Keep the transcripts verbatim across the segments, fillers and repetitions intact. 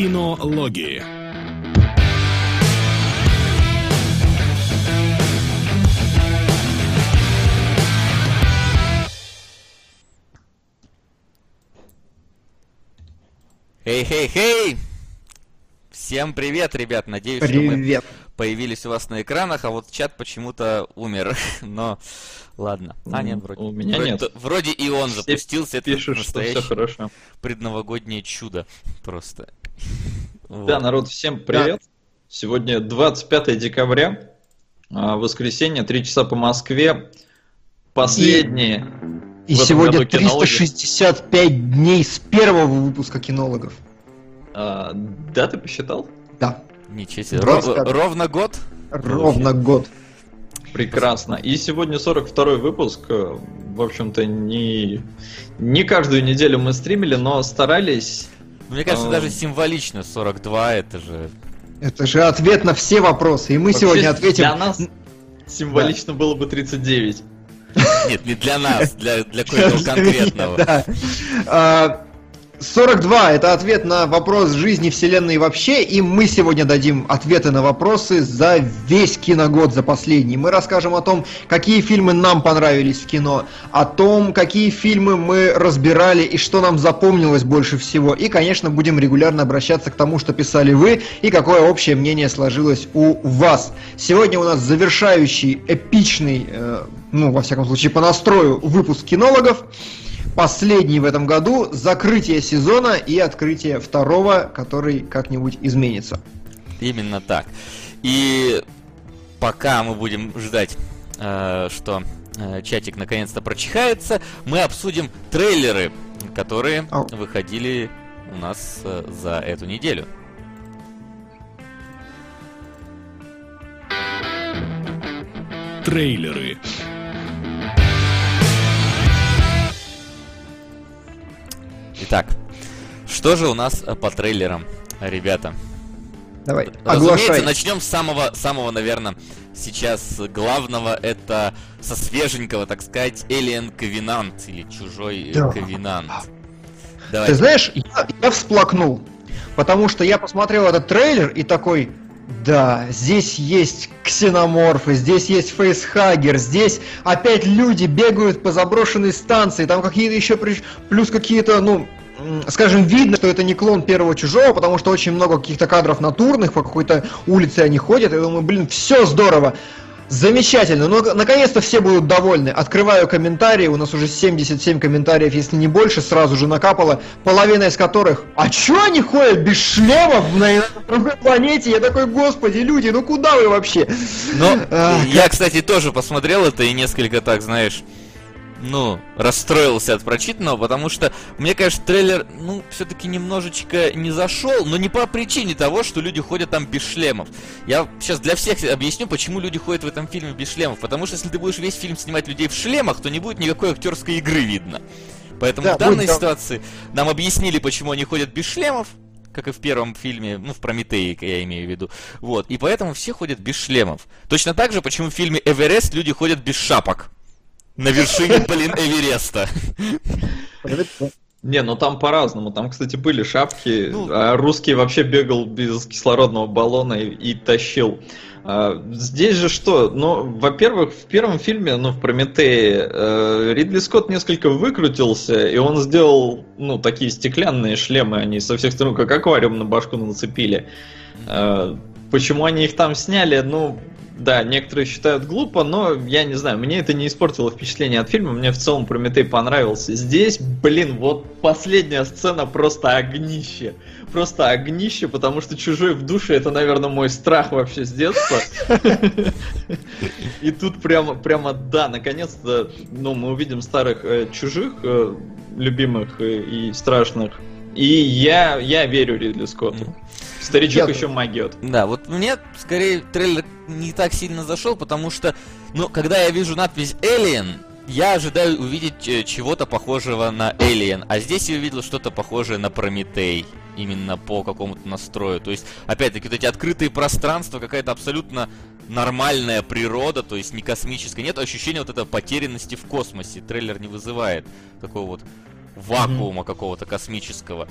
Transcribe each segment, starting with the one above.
Кинологии. Хей-хей-хей! Всем привет, ребят! Надеюсь, привет. что мы появились у вас на экранах, а вот чат почему-то умер. Но ладно. А, нет, вроде, у меня вроде, нет. Вроде и он Все запустился. Это пишут, что все хорошо. Предновогоднее чудо. Просто. Да, вот. Народ, всем привет. Да. Сегодня двадцать пятое декабря, воскресенье, три часа по Москве. Последние. И, и сегодня триста шестьдесят пять дней с первого выпуска кинологов. А, да, ты посчитал? Да. Ничего себе. Ров, ровно год? Ровно год. Прекрасно. И сегодня сорок второй выпуск. В общем-то, не, не каждую неделю мы стримили, но старались. Мне кажется, а... даже символично сорок два, это же... Это же ответ на все вопросы. И мы вообще сегодня ответим... Для нас символично да. было бы тридцать девять. Нет, не для нас, для, для кое-кого конкретного. Да. сорок два – это ответ на вопрос жизни, вселенной и вообще, и мы сегодня дадим ответы на вопросы за весь киногод, за последний. Мы расскажем о том, какие фильмы нам понравились в кино, о том, какие фильмы мы разбирали и что нам запомнилось больше всего. И, конечно, будем регулярно обращаться к тому, что писали вы, и какое общее мнение сложилось у вас. Сегодня у нас завершающий, эпичный, э, ну, во всяком случае, по настрою выпуск кинологов. Последний в этом году, закрытие сезона и открытие второго, который как-нибудь изменится. Именно так. И пока мы будем ждать, э, что э, чатик наконец-то прочихается, мы обсудим трейлеры, которые oh. выходили у нас э, за эту неделю. Трейлеры. Итак, что же у нас по трейлерам, ребята? Давай, разумеется, оглашай. Начнем с самого, самого, наверное, сейчас главного. Это со свеженького, так сказать, Alien Covenant или Чужой да. Ковенант. Ты знаешь, я, я всплакнул, потому что я посмотрел этот трейлер и такой... Да, здесь есть ксеноморфы, здесь есть фейсхаггер, здесь опять люди бегают по заброшенной станции, там какие-то еще плюс какие-то, ну, скажем, видно, что это не клон первого Чужого, потому что очень много каких-то кадров натурных, по какой-то улице они ходят, и я думаю, блин, все здорово. Замечательно, но наконец-то все будут довольны. Открываю комментарии, у нас уже семьдесят семь комментариев, если не больше, сразу же накапало, половина из которых: а чё они ходят без шлемов на другой планете? Я такой, господи, люди, ну куда вы вообще? Ну, я, кстати, тоже посмотрел это и несколько, так, знаешь, ну, расстроился от прочитанного, потому что, мне кажется, трейлер, ну, все-таки немножечко не зашел, но не по причине того, что люди ходят там без шлемов. Я сейчас для всех объясню, почему люди ходят в этом фильме без шлемов. Потому что если ты будешь весь фильм снимать людей в шлемах, то не будет никакой актерской игры видно. Поэтому да, в данной будет... ситуации нам объяснили, почему они ходят без шлемов, как и в первом фильме, ну, в Прометее, я имею в виду. Вот, и поэтому все ходят без шлемов. Точно так же, почему в фильме Эверест люди ходят без шапок. На вершине, блин, Эвереста. Не, ну там по-разному. Там, кстати, были шапки. Ну, а русский вообще бегал без кислородного баллона и, и тащил. А, здесь же что? Ну, во-первых, в первом фильме, ну, в Прометее, э, Ридли Скотт несколько выкрутился, и он сделал, ну, такие стеклянные шлемы, они со всех сторон как аквариум на башку нацепили. А, почему они их там сняли? Ну... Да, некоторые считают глупо, но я не знаю, мне это не испортило впечатление от фильма, мне в целом Прометей понравился. Здесь, блин, вот последняя сцена просто огнище. Просто огнище, потому что Чужой в душе — это, наверное, мой страх вообще с детства. И тут прямо, прямо, да, наконец-то, ну, мы увидим старых э, Чужих, э, любимых э, и страшных. И я, я верю Ридли Скотту. Старичок я... еще могет. Да, вот мне скорее трейлер не так сильно зашел, потому что, ну, когда я вижу надпись Alien, я ожидаю увидеть э, чего-то похожего на Alien, а здесь я увидел что-то похожее на Прометей, именно по какому-то настрою. То есть, опять-таки, вот эти открытые пространства, какая-то абсолютно нормальная природа, то есть не космическая. Нет ощущения вот этой потерянности в космосе. Трейлер не вызывает такого вот вакуума mm-hmm. какого-то космического.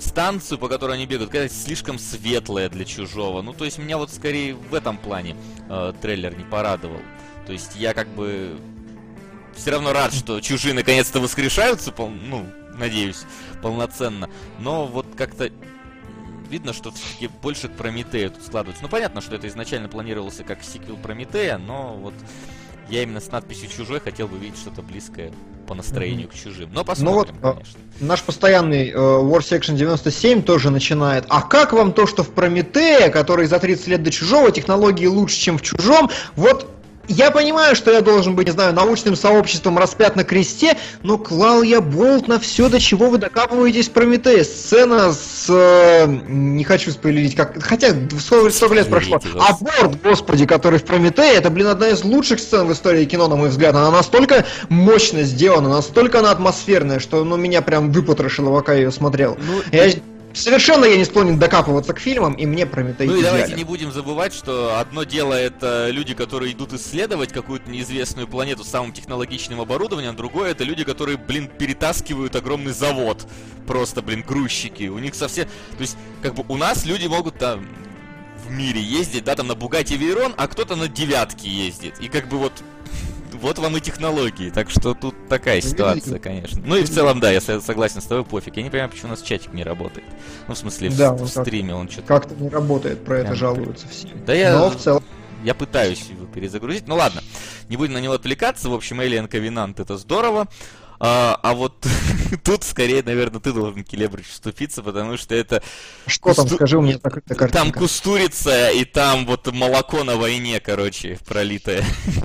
станцию, по которой они бегают, какая-то слишком светлая для Чужого. Ну, то есть меня вот скорее в этом плане э, трейлер не порадовал. То есть я как бы все равно рад, что Чужие наконец-то воскрешаются, пол... ну, надеюсь, полноценно. Но вот как-то видно, что все-таки больше к Прометею тут складывается. Ну, понятно, что это изначально планировался как сиквел Прометея, но вот я именно с надписью «Чужой» хотел бы видеть что-то близкое по настроению mm-hmm. к Чужим. Но посмотрим, ну вот, конечно. Наш постоянный э, War Section девяносто семь тоже начинает. А как вам то, что в Прометее, который за тридцать лет до Чужого, технологии лучше, чем в Чужом, вот... Я понимаю, что я должен быть, не знаю, научным сообществом распят на кресте, но клал я болт на все, до чего вы докапываетесь в Прометее. Сцена с... Э, не хочу спойлерить, как... Хотя сто лет прошло. Аборт, господи, который в Прометее, это, блин, одна из лучших сцен в истории кино, на мой взгляд. Она настолько мощно сделана, настолько она атмосферная, что ну, меня прям выпотрошило, пока я ее смотрел. Ну, я... Совершенно я не склонен докапываться к фильмам, и мне Прометей Ну и идеален. давайте не будем забывать, что одно дело это люди, которые идут исследовать какую-то неизвестную планету с самым технологичным оборудованием, другое это люди, которые, блин, перетаскивают огромный завод. Просто, блин, грузчики. У них совсем... То есть, как бы у нас люди могут там в мире ездить, да, там на Бугатти Вейрон, а кто-то на девятке ездит. И как бы вот... Вот вам и технологии, так что тут такая ситуация, конечно. Ну и в целом, да, я согласен с тобой, пофиг. Я не понимаю, почему у нас чатик не работает. Ну, в смысле, да, в, в стриме он что-то... Как-то не работает, про это жалуются все. Да я... Но в целом... Я пытаюсь его перезагрузить. Ну ладно, не будем на него отвлекаться. В общем, Alien Covenant это здорово. А, а вот тут скорее, наверное, ты должен, Келебрич, вступиться, потому что это... Что кусту... там, скажи, у меня закрытая картинка. Там кустурица, и там вот молоко на войне, короче, пролитое.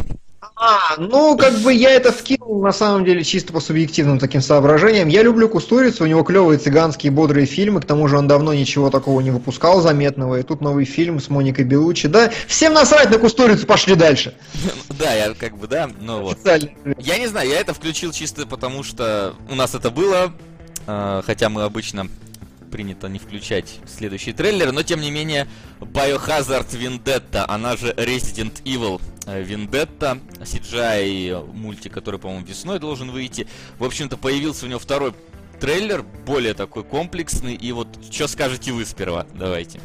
А, ну, как бы я это вкинул, на самом деле, чисто по субъективным таким соображениям. Я люблю Кустурицу, у него клевые цыганские бодрые фильмы, к тому же он давно ничего такого не выпускал заметного, и тут новый фильм с Моникой Беллуччи, да? Всем насрать на Кустурицу, пошли дальше. Да, я как бы, да, ну вот. Я не знаю, я это включил чисто потому, что у нас это было, хотя мы обычно... принято не включать следующий трейлер, но тем не менее Biohazard Vendetta, она же Resident Evil Vendetta, си джи ай мультик, который, по-моему, весной должен выйти. В общем-то, появился у него второй трейлер, более такой комплексный, и вот что скажете вы сперва? Давайте.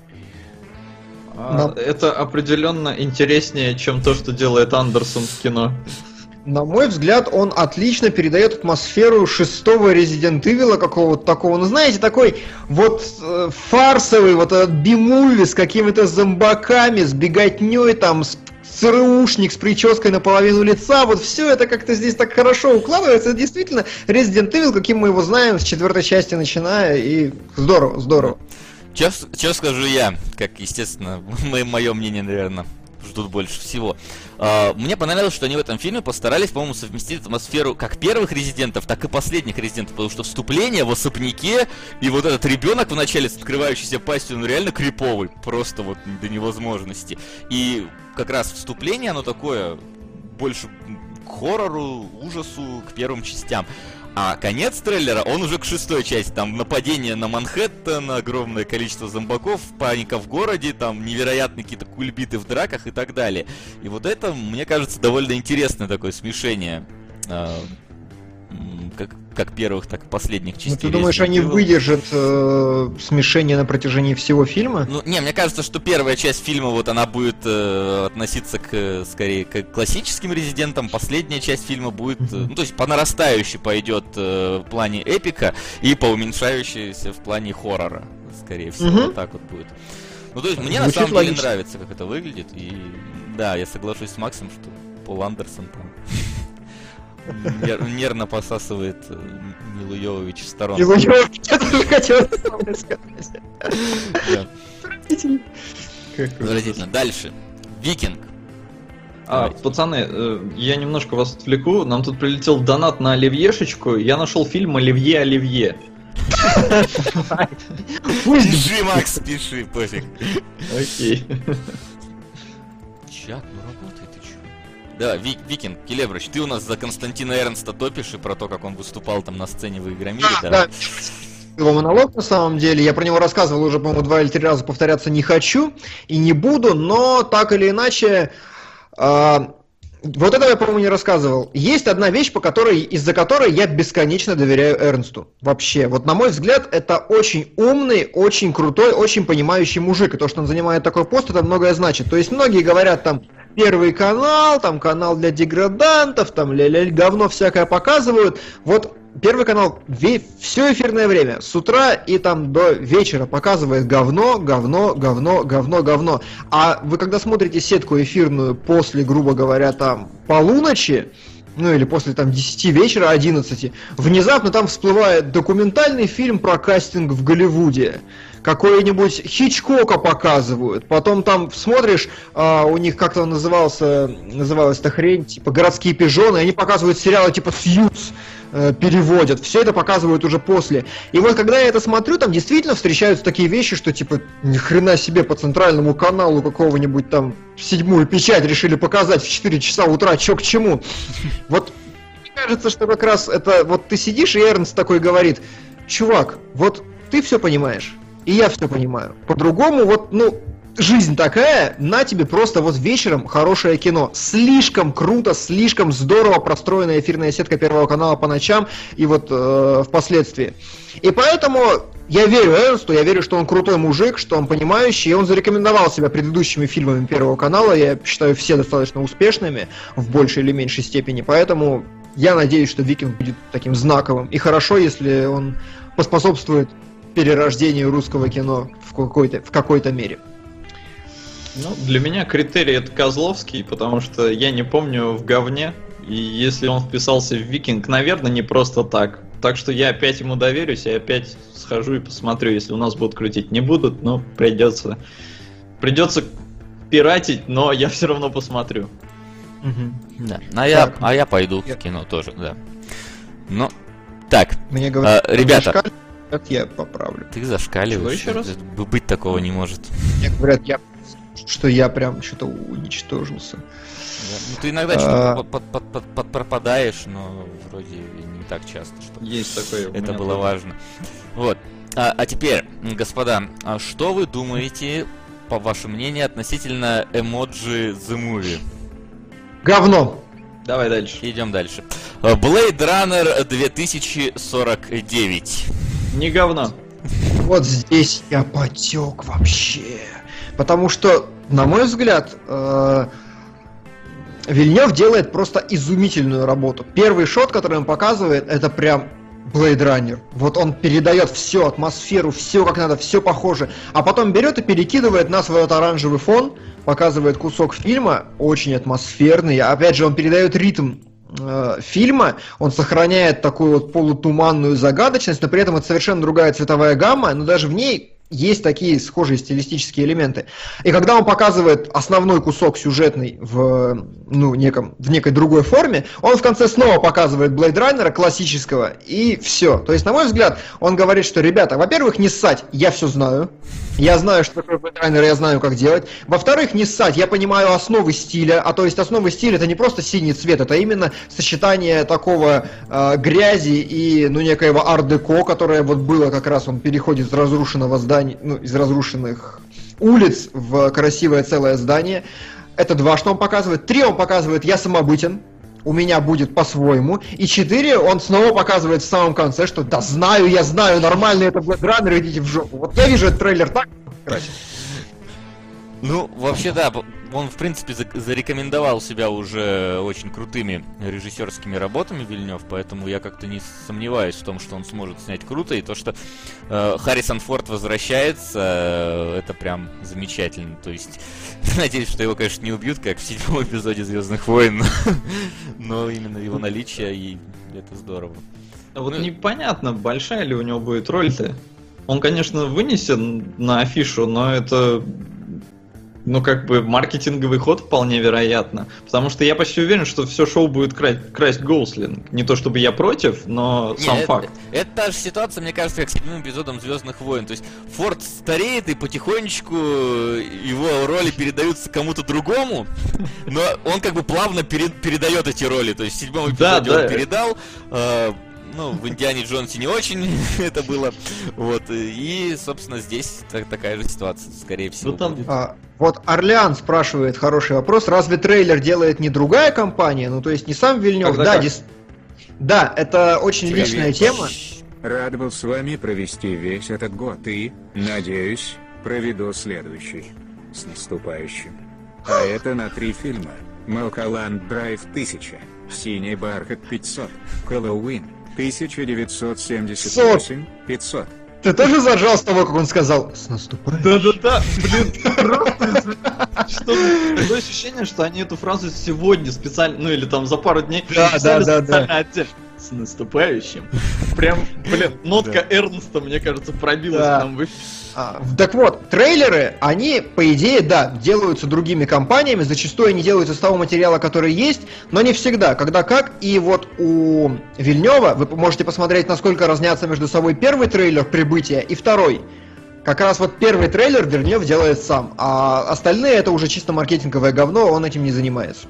А, это определенно интереснее, чем то, что делает Андерсон в кино. На мой взгляд, он отлично передает атмосферу шестого Resident Evil какого-то такого, ну знаете, такой вот э, фарсовый, вот этот би-муви с какими-то зомбаками, с беготней, там, с ЦРУшник с прической наполовину лица, вот все это как-то здесь так хорошо укладывается. Это действительно Resident Evil, каким мы его знаем, с четвертой части начиная, и здорово, здорово. Что скажу я, как, естественно, мое мнение, наверное, ждут больше всего. Uh, мне понравилось, что они в этом фильме постарались, по-моему, совместить атмосферу как первых резидентов, так и последних резидентов, потому что вступление в особняке и вот этот ребенок в начале с открывающейся пастью, он реально криповый, просто вот до невозможности. И как раз вступление, оно такое больше к хоррору, ужасу, к первым частям. А конец трейлера, он уже к шестой части. Там нападение на Манхэттен, огромное количество зомбаков, паника в городе, там невероятные какие-то кульбиты в драках и так далее. И вот это, мне кажется, довольно интересное такое смешение. Как, как первых, так и последних частей. Ну, ты думаешь, они выдержат э, смешение на протяжении всего фильма? Ну, не, мне кажется, что первая часть фильма, вот она будет э, относиться к, скорее, к классическим резидентам, последняя часть фильма будет, э, ну, то есть по нарастающей пойдет э, в плане эпика и по уменьшающейся в плане хоррора, скорее всего, uh-huh. вот так вот будет. Ну, то есть мне Звучит на самом логично. деле нравится, как это выглядит, и да, я соглашусь с Максом, что Пол Андерсон там... Нервно посасывает Милу Йовович в сторону. Милу Йовович, я тоже хотел это самое сказать. Отвратительно. Дальше. Викинг. А, пацаны, я немножко вас отвлеку. Нам тут прилетел донат на Оливьешечку. Я нашел фильм «Оливье, Оливье». Пиши, Макс, пиши, пофиг. Окей. Чат, ну работает, ты чё? Да, Вик, Викинг, Келебрыч, ты у нас за Константина Эрнста топишь и про то, как он выступал там на сцене в Игромире, а, да? Его монолог, на самом деле, я про него рассказывал уже, по-моему, два или три раза, повторяться не хочу и не буду, но так или иначе, э, Вот это я, по-моему, не рассказывал. Есть одна вещь, по которой, из-за которой я бесконечно доверяю Эрнсту. Вообще. Вот, на мой взгляд, это очень умный, очень крутой, очень понимающий мужик. И то, что он занимает такой пост, это многое значит. То есть многие говорят там, Первый канал, там канал для деградантов, там ля-ля говно всякое показывают. Вот Первый канал ве- все эфирное время, с утра и там до вечера показывает говно, говно, говно, говно, говно. А вы когда смотрите сетку эфирную после, грубо говоря, там полуночи, ну или после там десяти вечера, одиннадцати, внезапно там всплывает документальный фильм про кастинг в Голливуде. Какой-нибудь Хичкока показывают, потом там смотришь, а, у них как-то назывался, называлась эта хрень, типа «Городские пижоны», и они показывают сериалы типа «Сьюз», э, переводят, все это показывают уже после. И вот когда я это смотрю, там действительно встречаются такие вещи, что типа ни хрена себе по центральному каналу какого-нибудь там седьмую печать решили показать в четыре часа утра, чё к чему. Вот мне кажется, что как раз это, вот ты сидишь, и Эрнст такой говорит: чувак, вот ты все понимаешь. И я все понимаю. По-другому, вот, ну, жизнь такая, на тебе просто вот вечером хорошее кино. Слишком круто, слишком здорово простроенная эфирная сетка Первого канала по ночам и вот э, впоследствии. И поэтому я верю Эрнсту, я верю, что он крутой мужик, что он понимающий, и он зарекомендовал себя предыдущими фильмами Первого канала, я считаю, все достаточно успешными, в большей или меньшей степени, поэтому я надеюсь, что «Викинг» будет таким знаковым. И хорошо, если он поспособствует перерождению русского кино в какой-то, в какой-то мере. Ну, для меня критерий это Козловский, потому что я не помню в говне, и если он вписался в «Викинг», наверное, не просто так. Так что я опять ему доверюсь, и опять схожу и посмотрю, если у нас будут крутить. Не будут, но придется. Придется пиратить, но я все равно посмотрю. Угу. Да. А, я, а я пойду я... в кино тоже, да. Ну, так, мне говорят, а, ребята... Как я поправлю? Ты зашкаливаешь. Чего еще раз? Быть такого не может. Мне говорят, я, что я прям что-то уничтожился. Да. Ну, ты иногда а... что-то под, под, под, под пропадаешь, но вроде не так часто, что есть такое. Это было тоже важно. Вот. А, а теперь, господа, а что вы думаете, по вашему мнению, относительно эмоджи The Movie? Говно. Давай дальше. Идем дальше. Blade Runner две тысячи сорок девять. Не говно. Вот здесь я потек вообще. Потому что, на мой взгляд, э, Вильнёв делает просто изумительную работу. Первый шот, который он показывает, это прям Blade Runner. Вот он передает всю атмосферу, все как надо, все похоже. А потом берет и перекидывает нас в этот оранжевый фон, показывает кусок фильма, очень атмосферный. Опять же, он передает ритм э, фильма, он сохраняет такую вот полутуманную загадочность, но при этом это совершенно другая цветовая гамма, но даже в ней есть такие схожие стилистические элементы. И когда он показывает основной кусок сюжетный в, ну, неком, в некой другой форме, он в конце снова показывает Blade Runner классического, и все. То есть, на мой взгляд, он говорит, что, ребята, во-первых, не ссать, я все знаю. Я знаю, что такое Blade Runner, я знаю, как делать. Во-вторых, не ссать, я понимаю основы стиля, а то есть основы стиля это не просто синий цвет, это именно сочетание такого э, грязи и, ну, некоего ар-деко, которое вот было как раз, он переходит из разрушенного здания, ну, из разрушенных улиц в красивое целое здание. Это два, что он показывает. Три, он показывает «я самобытен», у меня будет по-своему. И четыре, он снова показывает в самом конце, что да знаю, я знаю, нормально это Blade Runner, идите в жопу. Вот я вижу этот трейлер так красиво. Ну, вообще, да, он, в принципе, зарекомендовал себя уже очень крутыми режиссерскими работами, Вильнёв, поэтому я как-то не сомневаюсь в том, что он сможет снять круто, и то, что э, Харрисон Форд возвращается, э, это прям замечательно, то есть, надеюсь, что его, конечно, не убьют, как в седьмом эпизоде «Звездных войн», но именно его наличие, и это здорово. А вот ну, непонятно, большая ли у него будет роль-то. Он, конечно, вынесен на афишу, но это... Ну, как бы, маркетинговый ход вполне вероятно. Потому что я почти уверен, что все шоу будет красть, красть Гослинг. Не то чтобы я против, но не, сам это, факт. Это, это та же ситуация, мне кажется, как с седьмым эпизодом «Звездных войн». То есть Форд стареет, и потихонечку его роли передаются кому-то другому, но он как бы плавно перед, передает эти роли. То есть в седьмом эпизоде да, он да. передал... Э, ну, в Индиане Джонсе не очень это было. Вот, и, собственно, здесь так, такая же ситуация, скорее всего. Ну, там, а, вот Орлеан спрашивает хороший вопрос. Разве трейлер делает не другая компания? Ну, то есть не сам Вильнёв? Да, дис... да, это очень Привет. личная тема. Рад был с вами провести весь этот год и, надеюсь, проведу следующий. С наступающим. А это на три фильма. Малхолланд Драйв тысяча, Синий бархат пятьсот, Хэллоуин тысяча девятьсот семьдесят восемь пятьсот. Ты тоже заржал с того, как он сказал «С наступающим». Да-да-да, блин, просто что такое ощущение, что они эту фразу сегодня специально, ну или там за пару дней специально отдельно. С наступающим. Прям, блин, нотка Эрнста, мне кажется, пробилась нам в эфире. А, так вот, трейлеры, они, по идее, да, делаются другими компаниями, зачастую они делаются с того материала, который есть, но не всегда, когда как, и вот у Вильнёва, вы можете посмотреть, насколько разнятся между собой первый трейлер «Прибытия» и второй. Как раз вот первый трейлер Вильнёв делает сам, а остальные это уже чисто маркетинговое говно, он этим не занимается.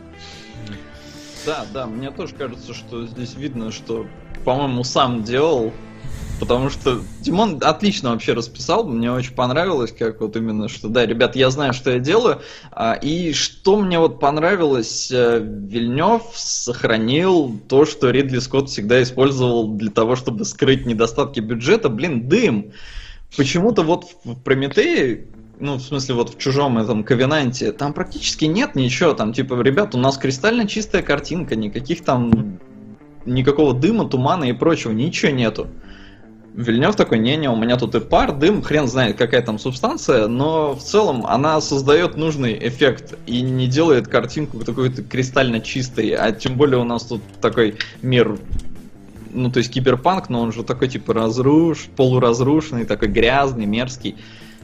Да, да, мне тоже кажется, что здесь видно, что, по-моему, сам делал. Потому что Тимон отлично вообще расписал, мне очень понравилось, как вот именно, что да, ребят, я знаю, что я делаю, и что мне вот понравилось, Вильнёв сохранил то, что Ридли Скотт всегда использовал для того, чтобы скрыть недостатки бюджета, блин, дым. Почему-то вот в Прометее, ну, в смысле, вот в чужом этом Ковенанте, там практически нет ничего, там, типа, ребят, у нас кристально чистая картинка, никаких там, никакого дыма, тумана и прочего, ничего нету. Вильнёв такой, не-не, у меня тут и пар, дым, хрен знает, какая там субстанция, но в целом она создает нужный эффект и не делает картинку какой-то кристально чистой, а тем более у нас тут такой мир, ну, то есть киберпанк, но он же такой, типа, разруш, полуразрушенный, такой грязный, мерзкий,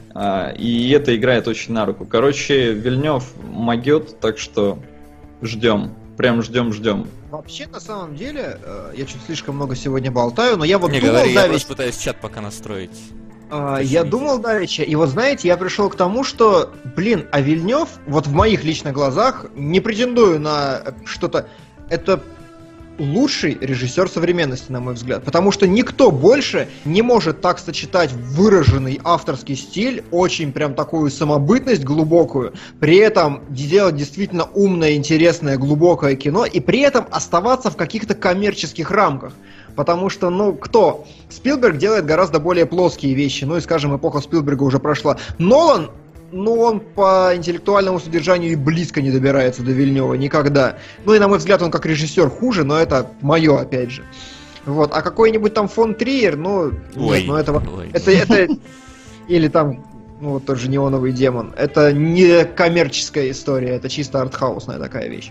и это играет очень на руку. Короче, Вильнёв могёт, так что ждем. Прям ждем-ждем. Вообще, на самом деле, э, я чуть слишком много сегодня болтаю, но я вот не думал, говори, давеча... я просто пытаюсь чат пока настроить. Э, я думал давеча, и вот знаете, я пришел к тому, что, блин, а Вильнёв, вот в моих личных глазах, не претендую на что-то, это лучший режиссер современности, на мой взгляд, потому что никто больше не может так сочетать выраженный авторский стиль, очень прям такую самобытность глубокую, при этом делать действительно умное, интересное, глубокое кино, и при этом оставаться в каких-то коммерческих рамках. Потому что, ну, кто? Спилберг делает гораздо более плоские вещи, ну и, скажем, эпоха Спилберга уже прошла. Нолан, ну, он по интеллектуальному содержанию и близко не добирается до Вильнёва никогда. Ну и, на мой взгляд, он как режиссер хуже, но это мое, опять же. Вот. А какой-нибудь там фон Триер, ну, ой, нет, ну это, ой. это, это, или там, ну, вот тот же «Неоновый демон». Это не коммерческая история, это чисто артхаусная такая вещь.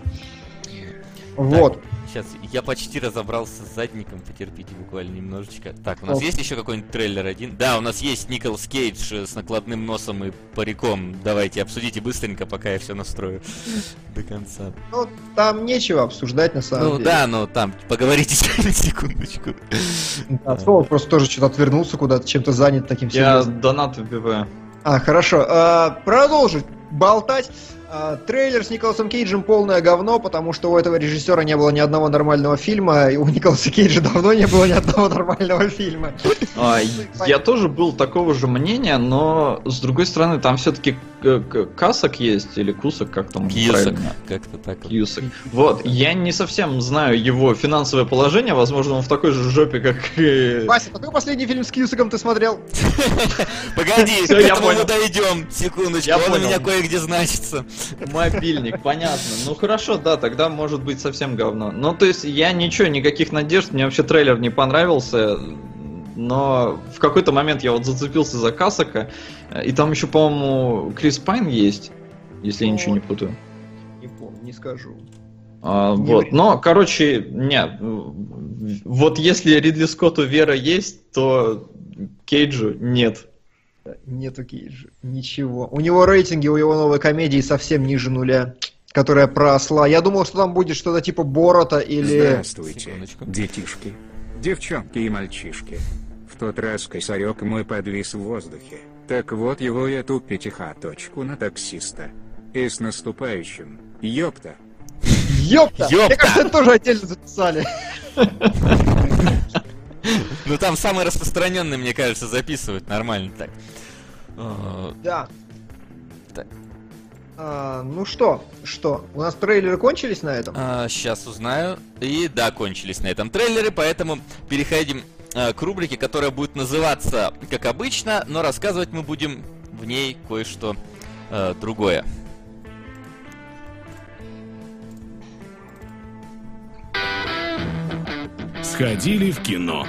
Вот. Так, сейчас, я почти разобрался с задником, потерпите буквально немножечко. Так, у нас О. есть еще какой-нибудь трейлер один? Да, у нас есть Николас Кейдж с накладным носом и париком. Давайте, обсудите быстренько, пока я все настрою до конца. Ну, там нечего обсуждать, на самом ну, деле. Ну да, но там, поговорите на секундочку. Да, Соло просто тоже что-то отвернулся куда-то, чем-то занят таким серьезным. Я донат вбиваю. А, хорошо. А, продолжить болтать. А, трейлер с Николасом Кейджем полное говно, потому что у этого режиссера не было ни одного нормального фильма, и у Николаса Кейджа давно не было ни одного нормального фильма. А, я тоже был такого же мнения, но с другой стороны, там все-таки касок есть, или кусок, как там Кьюсак, как-то так. Кьюсак. Вот, я не совсем знаю его финансовое положение, возможно, он в такой же жопе, как... Вася, какой последний фильм с Кьюсаком ты смотрел? Погоди, к этому мы дойдем, секундочку, он у меня кое-где значится. Мобильник, понятно. Ну хорошо, да, тогда может быть совсем говно. Ну, то есть я ничего, никаких надежд, мне вообще трейлер не понравился, но в какой-то момент я вот зацепился за Касака, и там еще, по-моему, Крис Пайн есть, если я ничего не путаю. Не помню, не скажу. А, не вот, но, короче, нет, вот если Ридли Скотту вера есть, то Кейджу нет. Нету Кейджа. Ничего. У него рейтинги у его новой комедии совсем ниже нуля, которая про осла. Я думал, что там будет что-то типа Борота или... Здравствуйте, секундочку. Детишки, девчонки и мальчишки. В тот раз косарек мой подвис в воздухе. Так вот его эту пятихаточку на таксиста. И с наступающим. Ёпта. Ёпта! Ёпта! Мне кажется, это тоже отдельно записали. Ну там самый распространенный, мне кажется, записывают нормально так. Да. А, ну что, что, у нас трейлеры кончились на этом? А, сейчас узнаю. И да, кончились на этом трейлеры, поэтому переходим а, к рубрике, которая будет называться как обычно, но рассказывать мы будем в ней кое-что а, другое. Сходили в кино.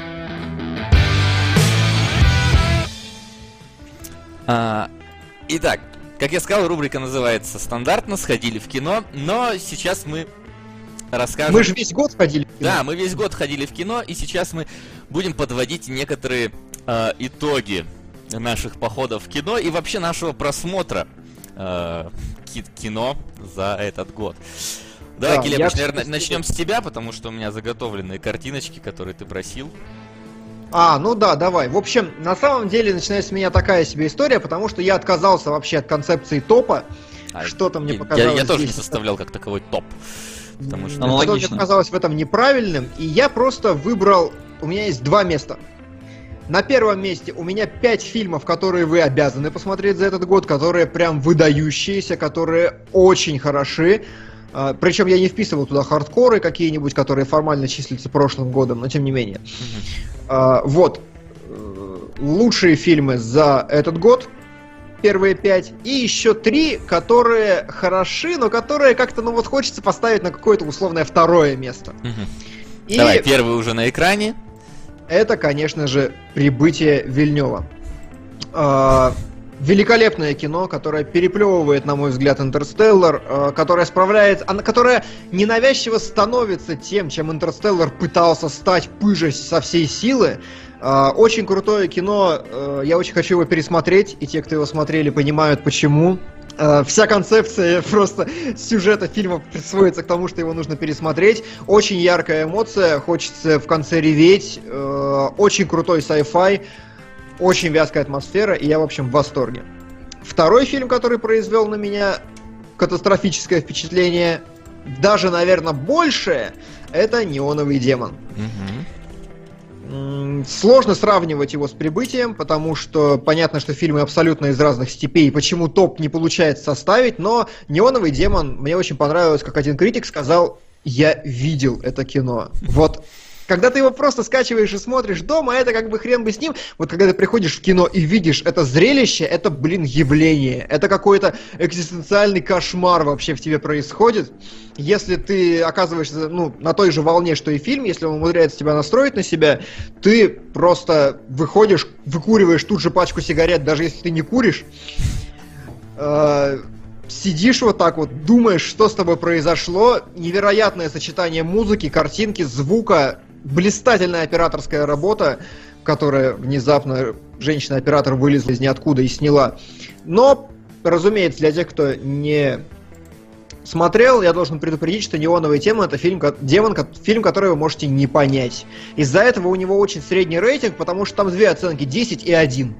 А, итак. Как я сказал, рубрика называется стандартно «Сходили в кино», но сейчас мы расскажем... Мы же весь год ходили в кино. Да, мы весь год ходили в кино, и сейчас мы будем подводить некоторые э, итоги наших походов в кино и вообще нашего просмотра э, кино за этот год. Давай, да, Келебыч, наверное, начнем с тебя, потому что у меня заготовленные картиночки, которые ты просил. А, ну да, давай. В общем, на самом деле начинается с меня такая себе история, потому что я отказался вообще от концепции топа. А, Что-то мне показалось... Я, я тоже не составлял как таковой топ. Потому что... Что-то мне показалось в этом неправильным, и я просто выбрал... У меня есть два места. На первом месте у меня пять фильмов, которые вы обязаны посмотреть за этот год, которые прям выдающиеся, которые очень хороши. Uh, причем я не вписывал туда хардкоры какие-нибудь, которые формально числятся прошлым годом, но тем не менее. Uh, вот. Uh, лучшие фильмы за этот год. Первые пять. И еще три, которые хороши, но которые как-то, ну вот, хочется поставить на какое-то условное второе место. И давай, первый уже на экране. Это, конечно же, «Прибытие Вильнёва». Uh, Великолепное кино, которое переплевывает, на мой взгляд, «Интерстеллар», э, которое справляется, она, которое ненавязчиво становится тем, чем «Интерстеллар» пытался стать, пыжась со всей силы. Э, очень крутое кино, э, я очень хочу его пересмотреть, и те, кто его смотрели, понимают почему. Э, вся концепция просто сюжета фильма сводится к тому, что его нужно пересмотреть. Очень яркая эмоция, хочется в конце реветь, э, очень крутой sci-fi. Очень вязкая атмосфера, и я, в общем, в восторге. Второй фильм, который произвел на меня катастрофическое впечатление, даже, наверное, большее, это «Неоновый демон». Mm-hmm. Сложно сравнивать его с «Прибытием», потому что понятно, что фильмы абсолютно из разных степей, почему топ не получается составить, но «Неоновый демон» мне очень понравилось, как один критик сказал: «Я видел это кино». Вот. Когда ты его просто скачиваешь и смотришь дома, это как бы хрен бы с ним. Вот когда ты приходишь в кино и видишь это зрелище, это, блин, явление. Это какой-то экзистенциальный кошмар вообще в тебе происходит. Если ты оказываешься, ну, на той же волне, что и фильм, если он умудряется тебя настроить на себя, ты просто выходишь, выкуриваешь тут же пачку сигарет, даже если ты не куришь. Сидишь вот так вот, думаешь, что с тобой произошло. Невероятное сочетание музыки, картинки, звука. Блистательная операторская работа, которая внезапно женщина-оператор вылезла из ниоткуда и сняла. Но, разумеется, для тех, кто не смотрел, я должен предупредить, что «Неоновый демон» — это фильм, демон, фильм, который вы можете не понять. Из-за этого у него очень средний рейтинг, потому что там две оценки — десять и один.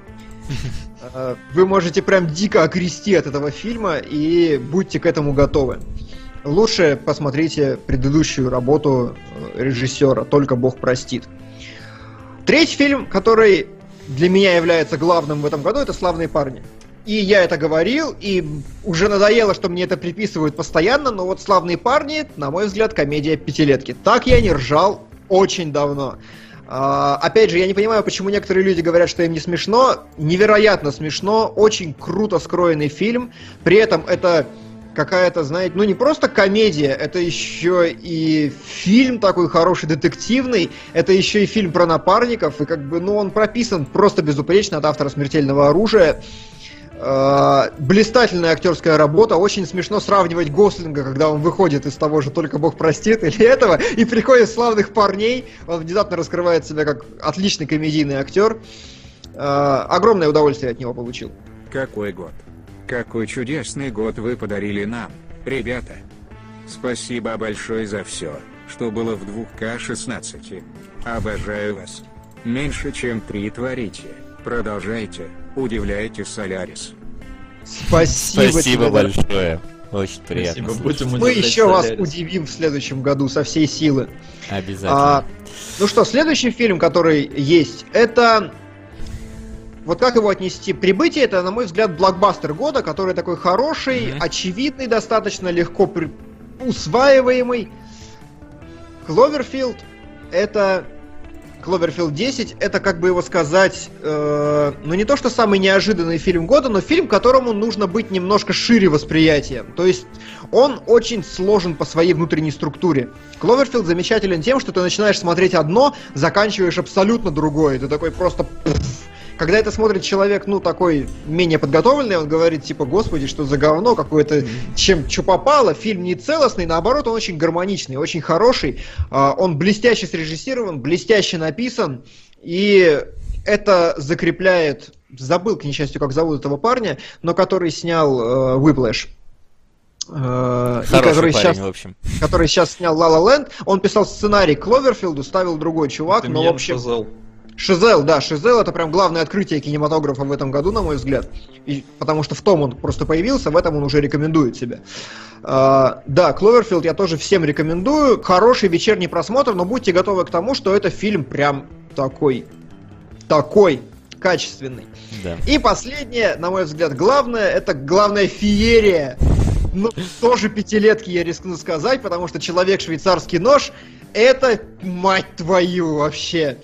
Вы можете прям дико окрести от этого фильма, и будьте к этому готовы. Лучше посмотрите предыдущую работу режиссера «Только Бог простит». Третий фильм, который для меня является главным в этом году, это «Славные парни». И я это говорил, и уже надоело, что мне это приписывают постоянно, но вот «Славные парни», на мой взгляд, комедия пятилетки. Так я не ржал очень давно. Uh, опять же, я не понимаю, почему некоторые люди говорят, что им не смешно. Невероятно смешно, очень круто скроенный фильм. При этом это какая-то, знаете, ну не просто комедия, это еще и фильм такой хороший, детективный. Это еще и фильм про напарников. И как бы, ну он прописан просто безупречно от автора «Смертельного оружия». Uh, блистательная актерская работа. Очень смешно сравнивать Гослинга, когда он выходит из того же «Только Бог простит» или этого, и приходит «Славных парней». Он внезапно раскрывает себя как отличный комедийный актер. Uh, огромное удовольствие от него получил. Какой год? Какой чудесный год вы подарили нам, ребята. Спасибо большое за все, что было в двух ка шестнадцать. Обожаю вас. Меньше чем три творите. Продолжайте, удивляйте, Солярис. Спасибо, Спасибо тебе, большое. Очень приятно. Спасибо, будем Мы удивлять еще вас Солярис. удивим в следующем году со всей силы. Обязательно. А, ну что, следующий фильм, который есть, это... Вот как его отнести? «Прибытие» — это, на мой взгляд, блокбастер года, который такой хороший, Mm-hmm. очевидный, достаточно легко при... усваиваемый. «Кловерфилд» — это... «Кловерфилд десять» — это, как бы его сказать, э, ну не то что самый неожиданный фильм года, но фильм, которому нужно быть немножко шире восприятием. То есть он очень сложен по своей внутренней структуре. «Кловерфилд» замечателен тем, что ты начинаешь смотреть одно, заканчиваешь абсолютно другое. Ты такой просто... пфф. Когда это смотрит человек, ну, такой менее подготовленный, он говорит, типа, господи, что за говно какое-то, чем что попало, фильм не целостный, наоборот, он очень гармоничный, очень хороший, он блестяще срежиссирован, блестяще написан, и это закрепляет, забыл, к несчастью, как зовут этого парня, но который снял «Whiplash». Хороший который парень, сейчас, в общем. который сейчас снял «La La Land», он писал сценарий к «Кловерфилду», ставил другой чувак, но, в общем... Шазел. Шизел, да, Шизел — это прям главное открытие кинематографа в этом году, на мой взгляд. И, потому что в том он просто появился, в этом он уже рекомендует себя. А, да, «Кловерфилд» я тоже всем рекомендую. Хороший вечерний просмотр, но будьте готовы к тому, что это фильм прям такой, такой качественный. Да. И последнее, на мой взгляд, главное, это главная феерия. Ну, тоже пятилетки, я рискну сказать, потому что «Человек, швейцарский нож» — это, мать твою, вообще...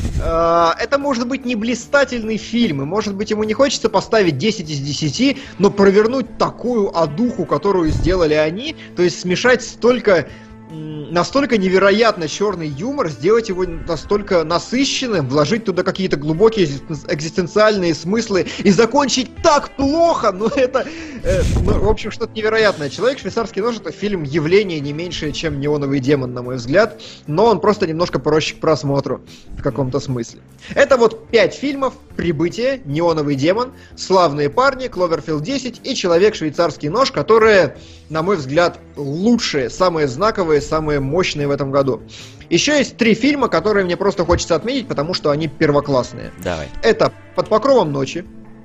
Это может быть не блистательный фильм, и может быть ему не хочется поставить десять из десяти, но провернуть такую одуху, которую сделали они, то есть смешать столько, настолько невероятно черный юмор, сделать его настолько насыщенным, вложить туда какие-то глубокие экзистенциальные смыслы и закончить так плохо, ну это, э, ну, в общем, что-то невероятное. «Человек, швейцарский нож» — это фильм явление не меньшее, чем «Неоновый демон», на мой взгляд, но он просто немножко проще к просмотру в каком-то смысле. Это вот пять фильмов: «Прибытие», «Неоновый демон», «Славные парни», «Кловерфилд десять» и «Человек, швейцарский нож», которые, на мой взгляд, лучшие, самые знаковые, самые мощные в этом году. Еще есть три фильма, которые мне просто хочется отметить, потому что они первоклассные. Давай. Это «Под покровом ночи».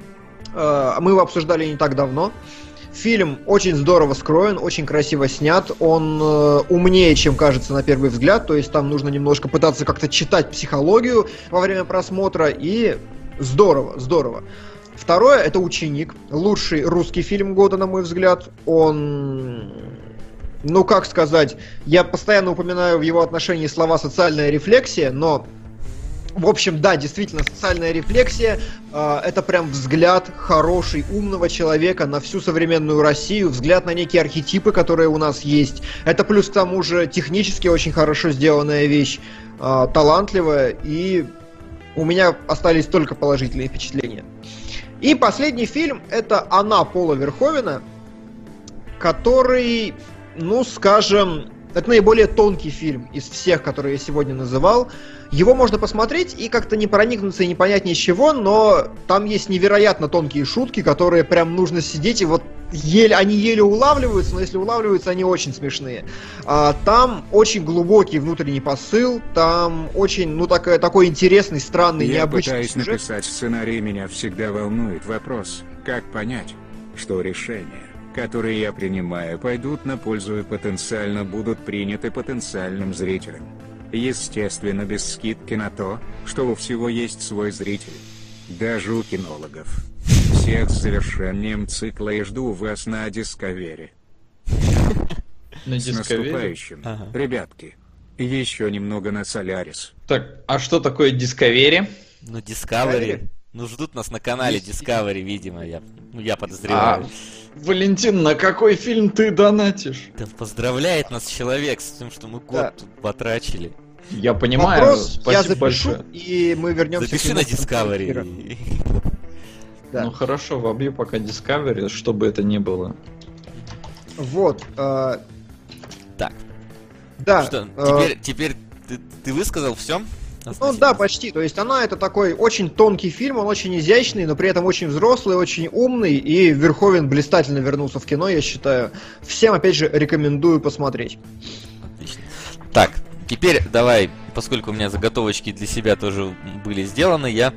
Мы его обсуждали не так давно. Фильм очень здорово скроен, очень красиво снят. Он умнее, чем кажется на первый взгляд. То есть там нужно немножко пытаться как-то читать психологию во время просмотра. И здорово, здорово. Второе — это «Ученик». Лучший русский фильм года, на мой взгляд. Он... Ну, как сказать, я постоянно упоминаю в его отношении слова «социальная рефлексия», но, в общем, да, действительно, социальная рефлексия э, — это прям взгляд хороший, умного человека на всю современную Россию, взгляд на некие архетипы, которые у нас есть. Это плюс к тому же технически очень хорошо сделанная вещь, э, талантливая, и у меня остались только положительные впечатления. И последний фильм — это «Она» Пола Верховена, который... Ну, скажем, это наиболее тонкий фильм из всех, которые я сегодня называл. Его можно посмотреть и как-то не проникнуться и не понять ничего, но там есть невероятно тонкие шутки, которые прям нужно сидеть, и вот еле, они еле улавливаются, но если улавливаются, они очень смешные. А, там очень глубокий внутренний посыл, там очень, ну, такой, такой интересный, странный, Я необычный пытаюсь сюжет. написать сценарий, меня всегда волнует вопрос, как понять, что решения, которые я принимаю, пойдут на пользу и потенциально будут приняты потенциальным зрителем. Естественно, без скидки на то, что у всего есть свой зритель. Даже у кинологов. Всех с завершением цикла и жду вас на Discovery. На С Discovery? наступающим, Ага. ребятки. Еще немного на Солярис. Так, а что такое Discovery? Ну, Discovery. Ну, ждут нас на канале Discovery, видимо, я, ну, я А, подозреваю. Валентин, на какой фильм ты донатишь? Да поздравляет нас человек с тем, что мы год Да. тут потрачили. Я понимаю, Вопрос я спасибо запишу, большое. и мы вернемся Запиши к на нему в конце эфира. Discovery. Да. Ну хорошо, вобью пока Discovery, чтобы это не было. Вот. э, Так, да. что, э, теперь, теперь ты, ты высказал все? Ну да, почти. То есть она это такой очень тонкий фильм, он очень изящный, но при этом очень взрослый, очень умный, и Верховен блистательно вернулся в кино, я считаю. Всем, опять же, рекомендую посмотреть. Отлично. Так, теперь давай, поскольку у меня заготовочки для себя тоже были сделаны, я